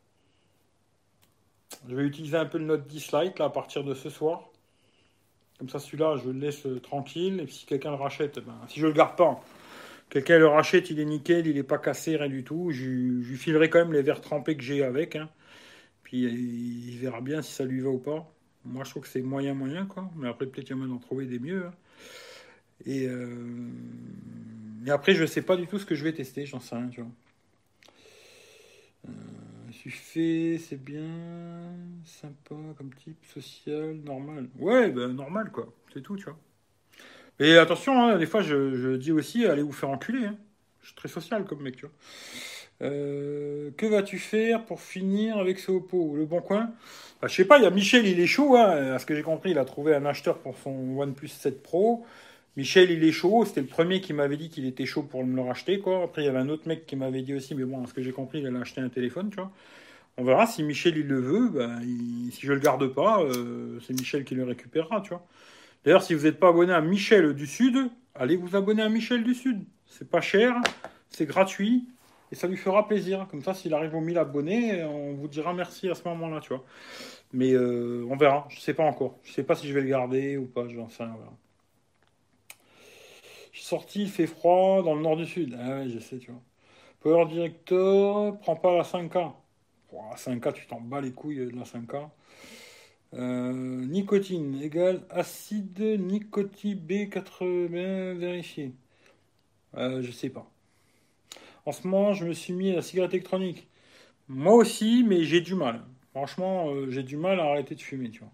Je vais utiliser un peu le Note 10 Lite là, à partir de ce soir. Comme ça, celui-là, je le laisse tranquille. Et puis, si quelqu'un le rachète, ben, si je le garde pas, quelqu'un le rachète, il est nickel, il n'est pas cassé, rien du tout. Je lui filerai quand même les verres trempés que j'ai avec. Hein. Puis, il verra bien si ça lui va ou pas. Moi, je trouve que c'est moyen, quoi. Mais après, peut-être qu'il y a moyen d'en trouver des mieux. Hein. Et, et après, je sais pas du tout ce que je vais tester, j'en sais rien, tu vois. Suffit, c'est bien, sympa comme type, social, normal. Ouais, ben normal quoi, c'est tout, tu vois. Et attention, hein, des fois je dis aussi, allez vous faire enculer. Hein. Je suis très social comme mec, tu vois. Que vas-tu faire pour finir avec ce Oppo? Le Bon Coin? Bah, je sais pas, il y a Michel, il est chaud, hein. À ce que j'ai compris, il a trouvé un acheteur pour son OnePlus 7 Pro. Michel, il est chaud. C'était le premier qui m'avait dit qu'il était chaud pour me le racheter, quoi. Après, il y avait un autre mec qui m'avait dit aussi, mais bon, à ce que j'ai compris, il allait acheter un téléphone, tu vois. On verra si Michel, il le veut. Bah, si je le garde pas, c'est Michel qui le récupérera, tu vois. D'ailleurs, si vous n'êtes pas abonné à Michel du Sud, allez vous abonner à Michel du Sud. C'est pas cher, c'est gratuit et ça lui fera plaisir. Comme ça, s'il arrive aux 1000 abonnés, on vous dira merci à ce moment-là, tu vois. Mais on verra, je sais pas encore. Je sais pas si je vais le garder ou pas, j'en sais rien. On verra. Je suis sorti, il fait froid dans le nord du Sud. Ah ouais, je sais, tu vois. Power Director, prends pas la 5K. La 5K, tu t'en bats les couilles de la 5K. Nicotine égale acide nicotine B80 vérifié. Je sais pas. En ce moment, je me suis mis à la cigarette électronique. Moi aussi, mais j'ai du mal. Franchement, j'ai du mal à arrêter de fumer, tu vois.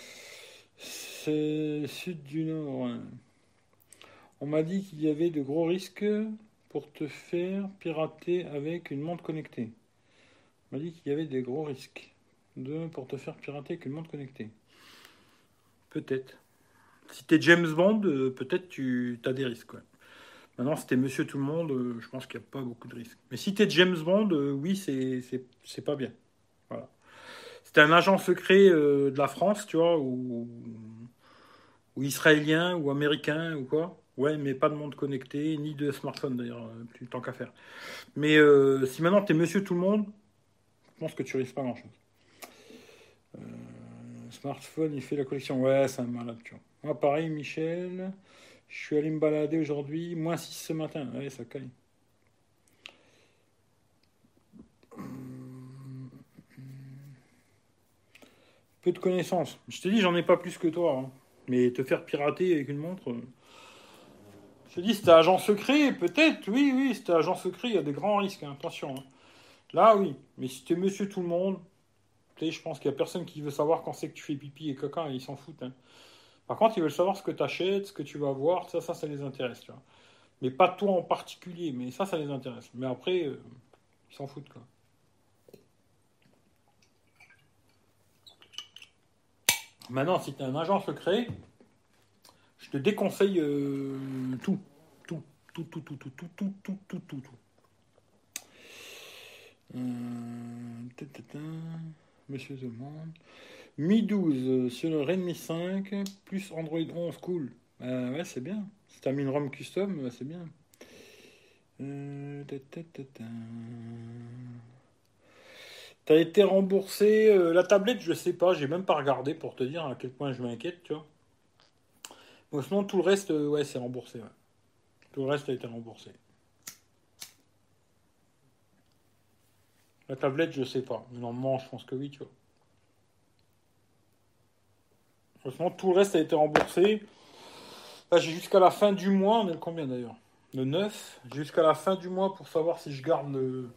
C'est sud du nord, ouais. On m'a dit qu'il y avait de gros risques pour te faire pirater avec une montre connectée. On m'a dit qu'il y avait des gros risques pour te faire pirater avec une montre connectée. Peut-être. Si t'es James Bond, peut-être tu as des risques, ouais. Maintenant, si t'es Monsieur Tout le Monde, je pense qu'il n'y a pas beaucoup de risques. Mais si t'es James Bond, oui, c'est pas bien. Voilà. Si t'es un agent secret de la France, tu vois, ou israélien, ou américain, ou quoi. Ouais, mais pas de monde connecté, ni de smartphone d'ailleurs, plus tant qu'à faire. Mais si maintenant t'es Monsieur Tout le Monde, je pense que tu risques pas grand-chose. Smartphone, il fait la collection. Ouais, c'est un malade, tu vois. Moi, pareil, Michel. Je suis allé me balader aujourd'hui, -6 ce matin. Ouais, ça caille. Peu de connaissances. Je te dis, j'en ai pas plus que toi, hein. Mais te faire pirater avec une montre. Je te dis, si t'es agent secret, peut-être, oui, oui, si t'es agent secret, il y a des grands risques, hein, attention, hein. Là, oui. Mais si t'es monsieur tout le monde, tu sais, je pense qu'il y a personne qui veut savoir quand c'est que tu fais pipi et caca, ils s'en foutent, hein. Par contre, ils veulent savoir ce que tu achètes, ce que tu vas voir, ça les intéresse, tu vois. Mais pas toi en particulier, mais ça les intéresse. Mais après, ils s'en foutent, quoi. Maintenant, si t'es un agent secret, je te déconseille tout. Tout, tout, tout, tout, tout, tout, tout, tout, tout, tout, tout. Monsieur demande. Mi 12 sur le Redmi 5 plus Android 11, cool. Ouais, c'est bien. Si t'as mis une ROM custom, c'est bien. T'as été remboursé la tablette, je sais pas, j'ai même pas regardé pour te dire à quel point je m'inquiète, tu vois. Bon, sinon, tout le reste, ouais, c'est remboursé. Ouais. Tout le reste a été remboursé. La tablette, je sais pas. Mais normalement, je pense que oui, tu vois. Franchement, tout le reste a été remboursé. Là, j'ai jusqu'à la fin du mois. On est le combien d'ailleurs? Le 9. Jusqu'à la fin du mois pour savoir si je garde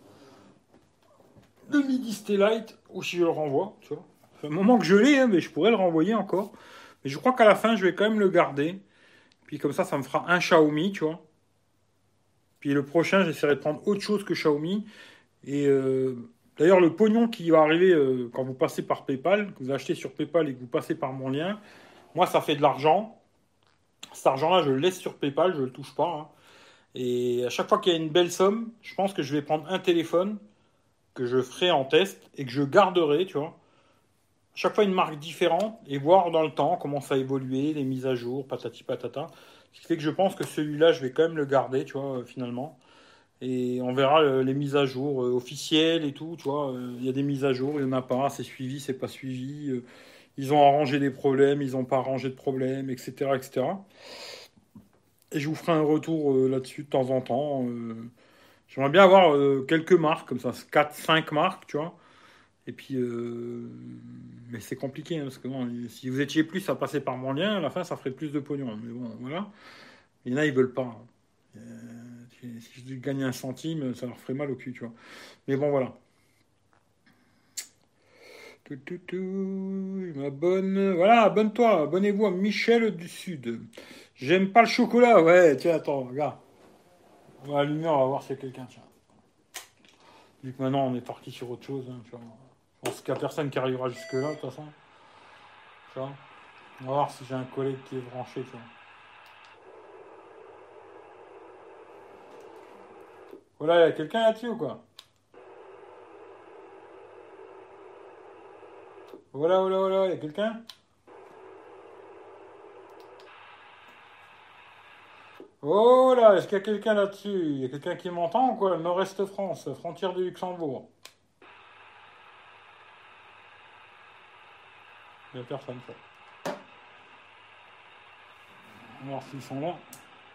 le Midi Stay Light ou si je le renvoie, tu vois. Ça fait un moment que je l'ai, hein, mais je pourrais le renvoyer encore. Mais je crois qu'à la fin, je vais quand même le garder. Puis comme ça me fera un Xiaomi, tu vois. Puis le prochain, j'essaierai de prendre autre chose que Xiaomi. Et d'ailleurs, le pognon qui va arriver quand vous passez par PayPal, que vous achetez sur PayPal et que vous passez par mon lien, moi, ça fait de l'argent. Cet argent-là, je le laisse sur PayPal, je ne le touche pas, hein. Et à chaque fois qu'il y a une belle somme, je pense que je vais prendre un téléphone que je ferai en test et que je garderai, tu vois. Chaque fois une marque différente et voir dans le temps comment ça a évolué, les mises à jour, patati patata. Ce qui fait que je pense que celui-là, je vais quand même le garder, tu vois, finalement. Et on verra les mises à jour officielles et tout, tu vois. Il y a des mises à jour, il n'y en a pas, c'est suivi, c'est pas suivi. Ils ont arrangé des problèmes, ils n'ont pas arrangé de problèmes, etc., etc. Et je vous ferai un retour là-dessus de temps en temps. J'aimerais bien avoir quelques marques, comme ça, 4 5 marques, tu vois. Et puis, mais c'est compliqué, hein, parce que bon, si vous étiez plus à passer par mon lien, à la fin, ça ferait plus de pognon. Mais bon, voilà. Il y en a, ils veulent pas, hein. Si je gagne un centime, ça leur ferait mal au cul, tu vois. Mais bon, voilà. Tout, tout, tout, je m'abonne. Voilà, abonne-toi, abonnez-vous à Michel du Sud. J'aime pas le chocolat, ouais, tiens, attends, regarde. On va allumer, on va voir s'il y a quelqu'un, tiens. Vu que maintenant on est parti sur autre chose, hein, tu vois. Je pense qu'il n'y a personne qui arrivera jusque-là, de toute façon. Tu vois. On va voir si j'ai un collègue qui est branché, tu vois. Voilà, il y a quelqu'un là-dessus ou quoi? Voilà, voilà, voilà, il y a quelqu'un? Oh là, est-ce qu'il y a quelqu'un là-dessus? Il y a quelqu'un qui m'entend ou quoi? Nord-Est France, frontière du Luxembourg. Il n'y a personne, quoi. On va voir s'ils sont là.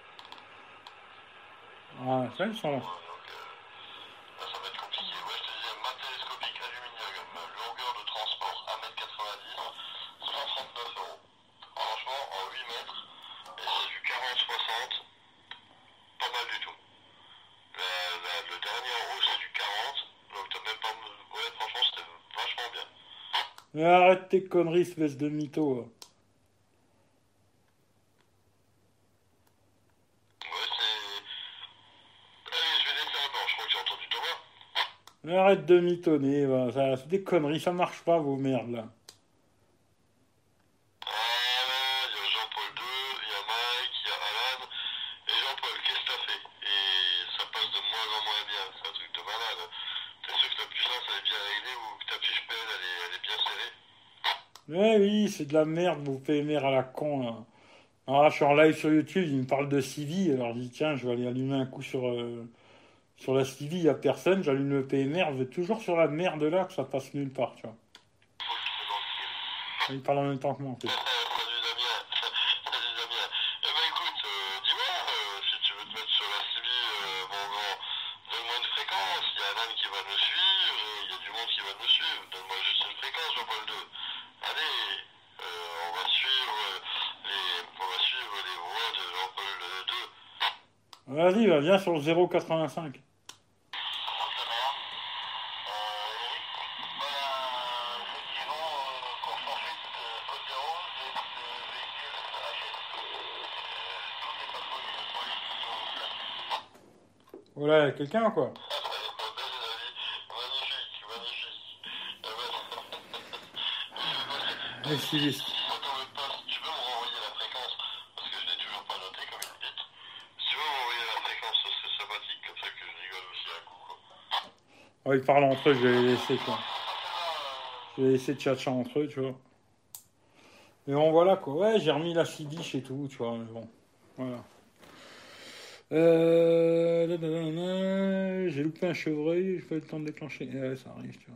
Ah, ça, ils sont là. Ça va être compliqué. Ouais, je te disais, mât télescopique aluminium, longueur de transport 1,90 m, 139 €. Franchement, en 8 mètres, et c'est du 40-60, pas mal du tout. Le dernier en haut, c'est du 40, donc t'as même pas. Ouais, franchement, c'était vachement bien. Mais arrête tes conneries, espèce de mytho. Ouais, c'est. Allez, je vais laisser un je crois que j'ai entendu Thomas. Mais arrête de mitonner, va. C'est des conneries, ça marche pas vos merdes là. Ah, il y a Jean-Paul II, il y a Mike, il y a Alan, et Jean-Paul, qu'est-ce que t'as fait? Et ça passe de moins en moins bien, c'est un truc de malade. T'es sûr que ta puissance elle est bien réglée ou que ta fiche PL elle est bien serrée? Ouais, oui, c'est de la merde, vos PMR à la con là. Ah, je suis en live sur YouTube, il me parle de Civi, alors je dis tiens, je vais aller allumer un coup sur la Civi, il n'y a personne, j'allume le PMR, je vais toujours sur la merde là, que ça passe nulle part, tu vois. Faut que tu sois dans le film. Il parle en même temps que moi en plus. Salut Damien. Salut Damien. Eh ben écoute, dis-moi, si tu veux te mettre sur la CB, bon, donne-moi une fréquence. Il y a Alan qui va nous suivre, il y a du monde qui va nous suivre. Donne-moi juste une fréquence, Jean-Paul II. Allez, on va suivre les voix de Jean-Paul II. Vas-y, va, viens sur le 0,85. Voilà, y a quelqu'un ou quoi? Magnifique, magnifique. Les civistes. Tu peux me renvoyer la fréquence parce que je l'ai toujours pas noté comme une bite. Si tu veux m'envoyer la fréquence, ce serait sympathique comme ça que je rigole aussi un coup, quoi. Oh, ils parlent entre eux, je vais les laisser, quoi. Je vais laisser tchatcher entre eux, tu vois. Mais bon, voilà, quoi. Ouais, j'ai remis la CD et tout, tu vois, mais bon. Voilà. J'ai loupé un chevreuil, j'ai pas eu le temps de déclencher. Ouais, ça arrive, tu vois.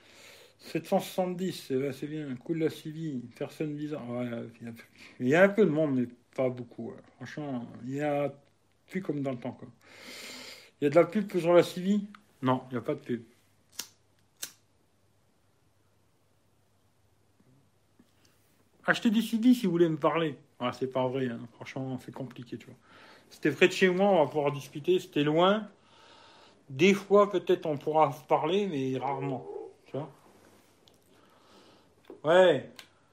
770, ouais, c'est bien. Cool la CV, personne bizarre. Ouais, il y a un peu de monde, mais pas beaucoup. Ouais. Franchement, il y a plus comme dans le temps, quoi. Il y a de la pub sur la CV? Non, il n'y a pas de pub. Achetez des CD si vous voulez me parler. Ah, c'est pas vrai, hein. Franchement, c'est compliqué, tu vois. C'était près de chez moi, on va pouvoir discuter. C'était loin. Des fois, peut-être, on pourra se parler, mais rarement. Tu vois? Ouais.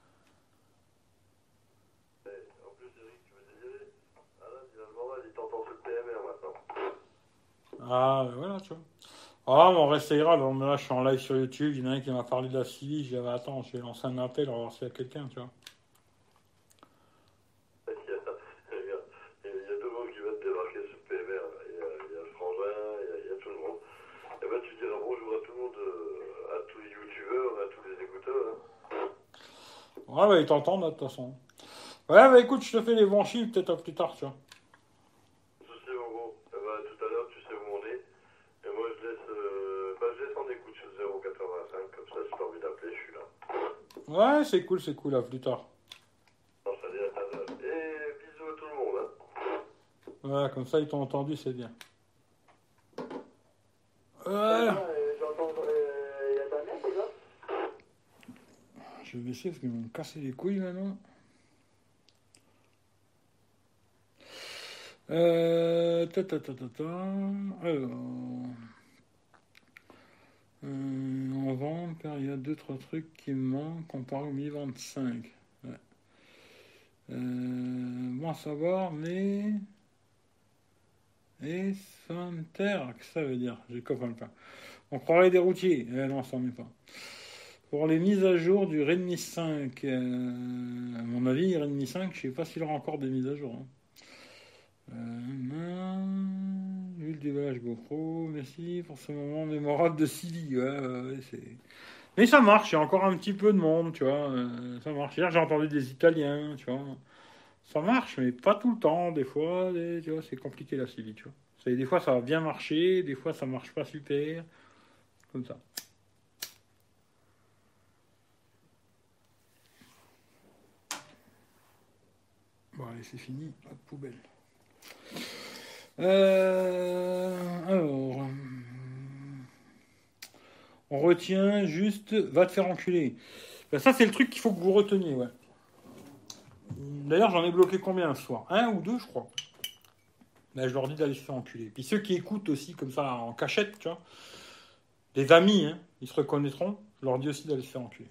En plus, Eric, tu me disais, Alan, il t'entend sur le PMR maintenant. Ah, voilà, tu vois. Ah, mais on restera. Là, je suis en live sur YouTube. Il y en a un qui m'a parlé de la CV. J'ai dit, ah, bah, attends, je vais lancer un appel, on va voir s'il y a quelqu'un, tu vois. Il y a tout le monde qui va te débarquer sur le PMR. Il y a le frangin, il y a tout le monde. Et ben, tu diras bonjour à tout le monde, à tous les youtubeurs, à tous les écouteurs. Hein. Ouais, bah, ils t'entendent, là, de toute façon. Ouais, bah, écoute, je te fais les bons chiffres, peut-être à plus tard, tu vois. Souci, mon gros. Eh ben, tout à l'heure, tu sais où on est. Et moi, je laisse en écoute sur 0,85. Comme ça, si t'as envie d'appeler, je suis là. Ouais, c'est cool, à plus tard. Non, ça dit à tout à l'heure. Et bisous à tout le monde. Hein. Ouais, comme ça, ils t'ont entendu, c'est bien. Ça Ouais. va, j'entends. Il y a ta mère, c'est là? Je vais baisser parce qu'ils vont me casser les couilles maintenant. Ta. Alors, en vente, car il y a deux, trois trucs qui me manquent comparé au 1025. Ouais. Bon à savoir, mais. Et Santer, qu'est-ce que ça veut dire? J'ai compris pas. On croirait des routiers. Non, ça n'en est pas. Pour les mises à jour du Redmi 5, à mon avis, Redmi 5, je sais pas s'il aura encore des mises à jour. Hein. Vu le déballage GoPro, merci pour ce moment mémorable de Silly. Mais ça marche, il y a encore un petit peu de monde, tu vois. Ça marche. Hier, j'ai entendu des Italiens, tu vois. Ça marche, mais pas tout le temps. Des fois, tu vois, c'est compliqué la Silly, tu vois. Des fois, ça va bien marcher, des fois, ça marche pas super. Comme ça. Bon, allez, c'est fini. Hop, poubelle. Alors, on retient juste va te faire enculer. Ben, ça, c'est le truc qu'il faut que vous reteniez, ouais. D'ailleurs, j'en ai bloqué combien ce soir? Un ou deux, je crois. Ben, je leur dis d'aller se faire enculer. Puis ceux qui écoutent aussi, comme ça, en cachette, tu vois, des amis, hein, ils se reconnaîtront, je leur dis aussi d'aller se faire enculer.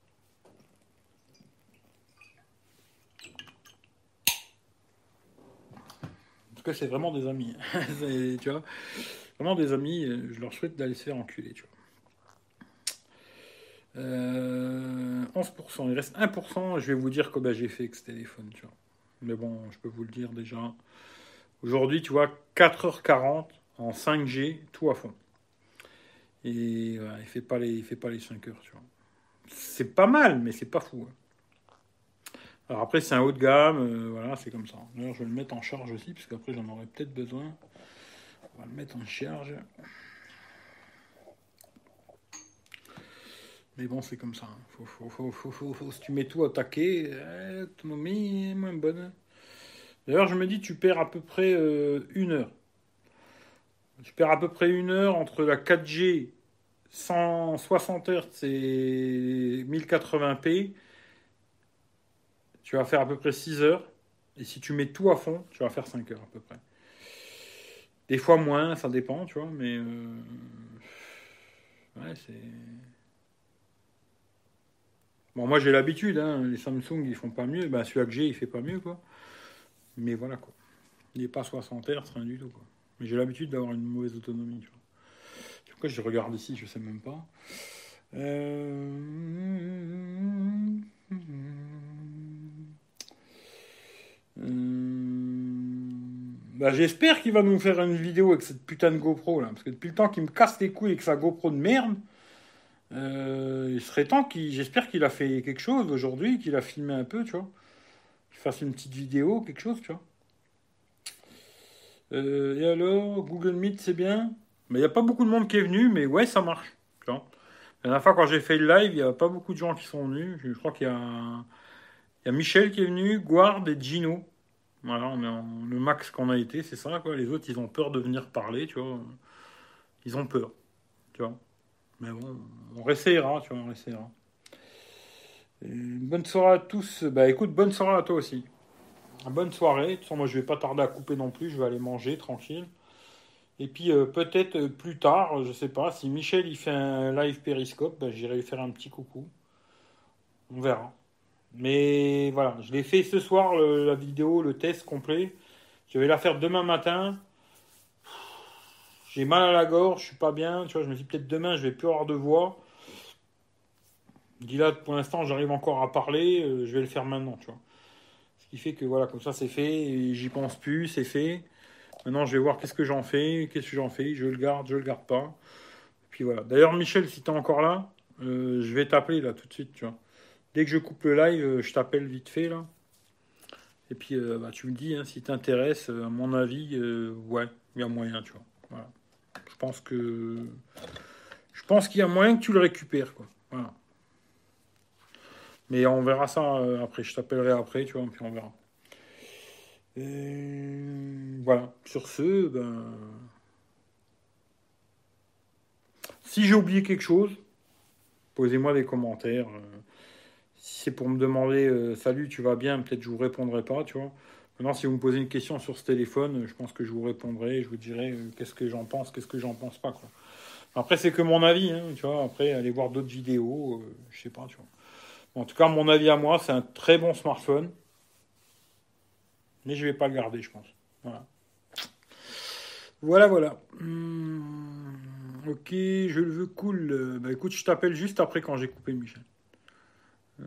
Parce que c'est vraiment des amis. Tu vois, vraiment des amis, je leur souhaite d'aller se faire enculer, tu vois. 11%, il reste 1%, je vais vous dire que ben, j'ai fait avec ce téléphone, tu vois. Mais bon, je peux vous le dire déjà. Aujourd'hui, tu vois, 4h40 en 5G, tout à fond. Et voilà, il fait pas les 5 heures, tu vois. C'est pas mal, mais c'est pas fou. Hein. Alors après, c'est un haut de gamme, voilà, c'est comme ça. D'ailleurs, je vais le mettre en charge aussi, parce qu'après, j'en aurai peut-être besoin. On va le mettre en charge. Mais bon, c'est comme ça. Hein. Si tu mets tout à taquet, l'autonomie est moins bonne. D'ailleurs, je me dis, tu perds à peu près 1 heure. Tu perds à peu près 1 heure entre la 4G 160 Hz et 1080p. Tu vas faire à peu près 6 heures. Et si tu mets tout à fond, tu vas faire 5 heures à peu près. Des fois moins, ça dépend, tu vois, mais ouais, c'est. Bon, moi j'ai l'habitude, hein, les Samsung ils font pas mieux, ben celui-là que j'ai il fait pas mieux, quoi. Mais voilà, quoi. Il n'est pas 60 Hz, rien du tout, quoi. Mais j'ai l'habitude d'avoir une mauvaise autonomie, tu vois. Pourquoi je regarde ici, je sais même pas. Bah, j'espère qu'il va nous faire une vidéo avec cette putain de GoPro là, parce que depuis le temps qu'il me casse les couilles avec sa GoPro de merde, il serait temps j'espère qu'il a fait quelque chose aujourd'hui, qu'il a filmé un peu, tu vois, qu'il fasse une petite vidéo, quelque chose, tu vois. Et alors, Google Meet, c'est bien, mais il n'y a pas beaucoup de monde qui est venu, mais ouais, ça marche, tu vois. La dernière fois quand j'ai fait le live, il n'y a pas beaucoup de gens qui sont venus. Je crois qu'il y a Michel qui est venu, Guard et Gino. Voilà, le max qu'on a été, c'est ça, quoi. Les autres, ils ont peur de venir parler, tu vois. Ils ont peur, tu vois. Mais bon, on réessayera, tu vois, on réessayera. Et bonne soirée à tous. Bah écoute, bonne soirée à toi aussi. Bonne soirée. De toute façon, moi, je vais pas tarder à couper non plus. Je vais aller manger tranquille. Et puis peut-être plus tard, je sais pas, si Michel il fait un live Périscope, bah, j'irai lui faire un petit coucou. On verra. Mais voilà, je l'ai fait ce soir, la vidéo, le test complet. Je vais la faire demain matin. J'ai mal à la gorge, je suis pas bien. Tu vois, je me dis peut-être demain, je vais plus avoir de voix. Dis là, pour l'instant, j'arrive encore à parler. Je vais le faire maintenant, tu vois. Ce qui fait que voilà, comme ça, c'est fait. Et j'y pense plus, c'est fait. Maintenant, je vais voir qu'est-ce que j'en fais. Qu'est-ce que j'en fais. Je le garde pas. Et puis voilà. D'ailleurs, Michel, si t'es encore là, je vais t'appeler là tout de suite, tu vois. Dès que je coupe le live, je t'appelle vite fait là. Et puis, bah, tu me dis hein, si t'intéresse. À mon avis, ouais, il y a moyen, tu vois. Voilà. Je pense que je pense qu'il y a moyen que tu le récupères, quoi. Voilà. Mais on verra ça après. Je t'appellerai après, tu vois, puis on verra. Et voilà. Sur ce, ben, si j'ai oublié quelque chose, posez-moi des commentaires. Si c'est pour me demander salut, tu vas bien, peut-être je vous répondrai pas, tu vois. Maintenant, si vous me posez une question sur ce téléphone, je pense que je vous répondrai. Je vous dirai qu'est-ce que j'en pense, qu'est-ce que j'en pense pas, quoi. Après, c'est que mon avis, hein, tu vois. Après, aller voir d'autres vidéos, je sais pas, tu vois. En tout cas, mon avis à moi, c'est un très bon smartphone. Mais je vais pas le garder, je pense. Voilà. Voilà, voilà. Ok, je le veux cool. Bah écoute, je t'appelle juste après quand j'ai coupé Michel. Euh,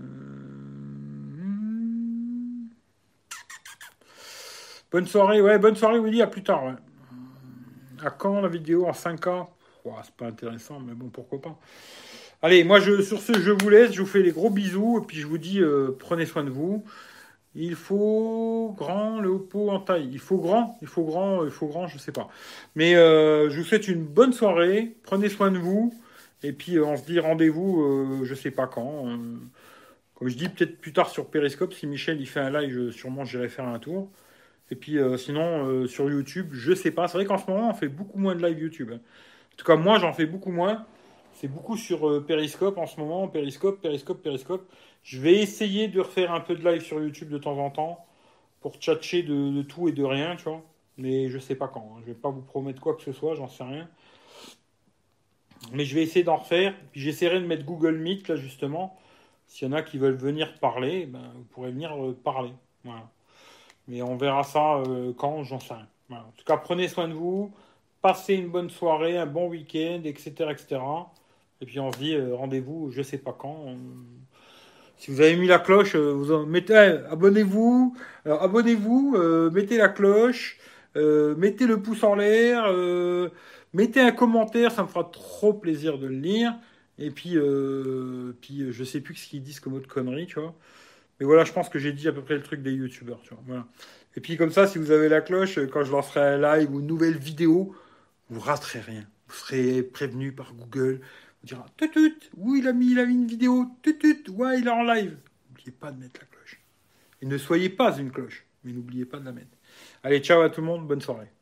Bonne soirée, ouais, bonne soirée Willy, à plus tard. Ouais. À quand la vidéo en 5K? Ouah, c'est pas intéressant, mais bon, pourquoi pas. Allez, moi sur ce, je vous laisse, je vous fais les gros bisous, et puis je vous dis, prenez soin de vous. Il faut grand le pot en taille. Il faut grand, je sais pas. Mais je vous souhaite une bonne soirée. Prenez soin de vous. Et puis on se dit rendez-vous, je sais pas quand. Comme je dis, peut-être plus tard sur Periscope. Si Michel il fait un live, sûrement j'irai faire un tour. Et puis sinon sur YouTube, je sais pas. C'est vrai qu'en ce moment on fait beaucoup moins de live YouTube, hein. En tout cas moi j'en fais beaucoup moins. C'est beaucoup sur Periscope en ce moment. Periscope. Je vais essayer de refaire un peu de live sur YouTube de temps en temps pour tchatcher de tout et de rien, tu vois. Mais je sais pas quand, hein. Je vais pas vous promettre quoi que ce soit, j'en sais rien. Mais je vais essayer d'en refaire. Puis j'essaierai de mettre Google Meet là justement. S'il y en a qui veulent venir parler, ben, vous pourrez venir parler. Voilà. Mais on verra ça quand, j'en sais rien. Voilà. En tout cas, prenez soin de vous. Passez une bonne soirée, un bon week-end, etc., etc. Et puis on se dit rendez-vous, je sais pas quand. Si vous avez mis la cloche, vous en mettez, abonnez-vous. Alors abonnez-vous, mettez la cloche, mettez le pouce en l'air, mettez un commentaire, ça me fera trop plaisir de le lire. Et puis je sais plus ce qu'ils disent comme autre connerie, tu vois. Mais voilà, je pense que j'ai dit à peu près le truc des youtubeurs, tu vois. Voilà. Et puis comme ça, si vous avez la cloche, quand je lancerai un live ou une nouvelle vidéo, vous raterez rien. Vous serez prévenu par Google. On dira tutut, oui, il a mis une vidéo, tutut, ouais, il est en live. N'oubliez pas de mettre la cloche. Et ne soyez pas une cloche, mais n'oubliez pas de la mettre. Allez, ciao à tout le monde, bonne soirée.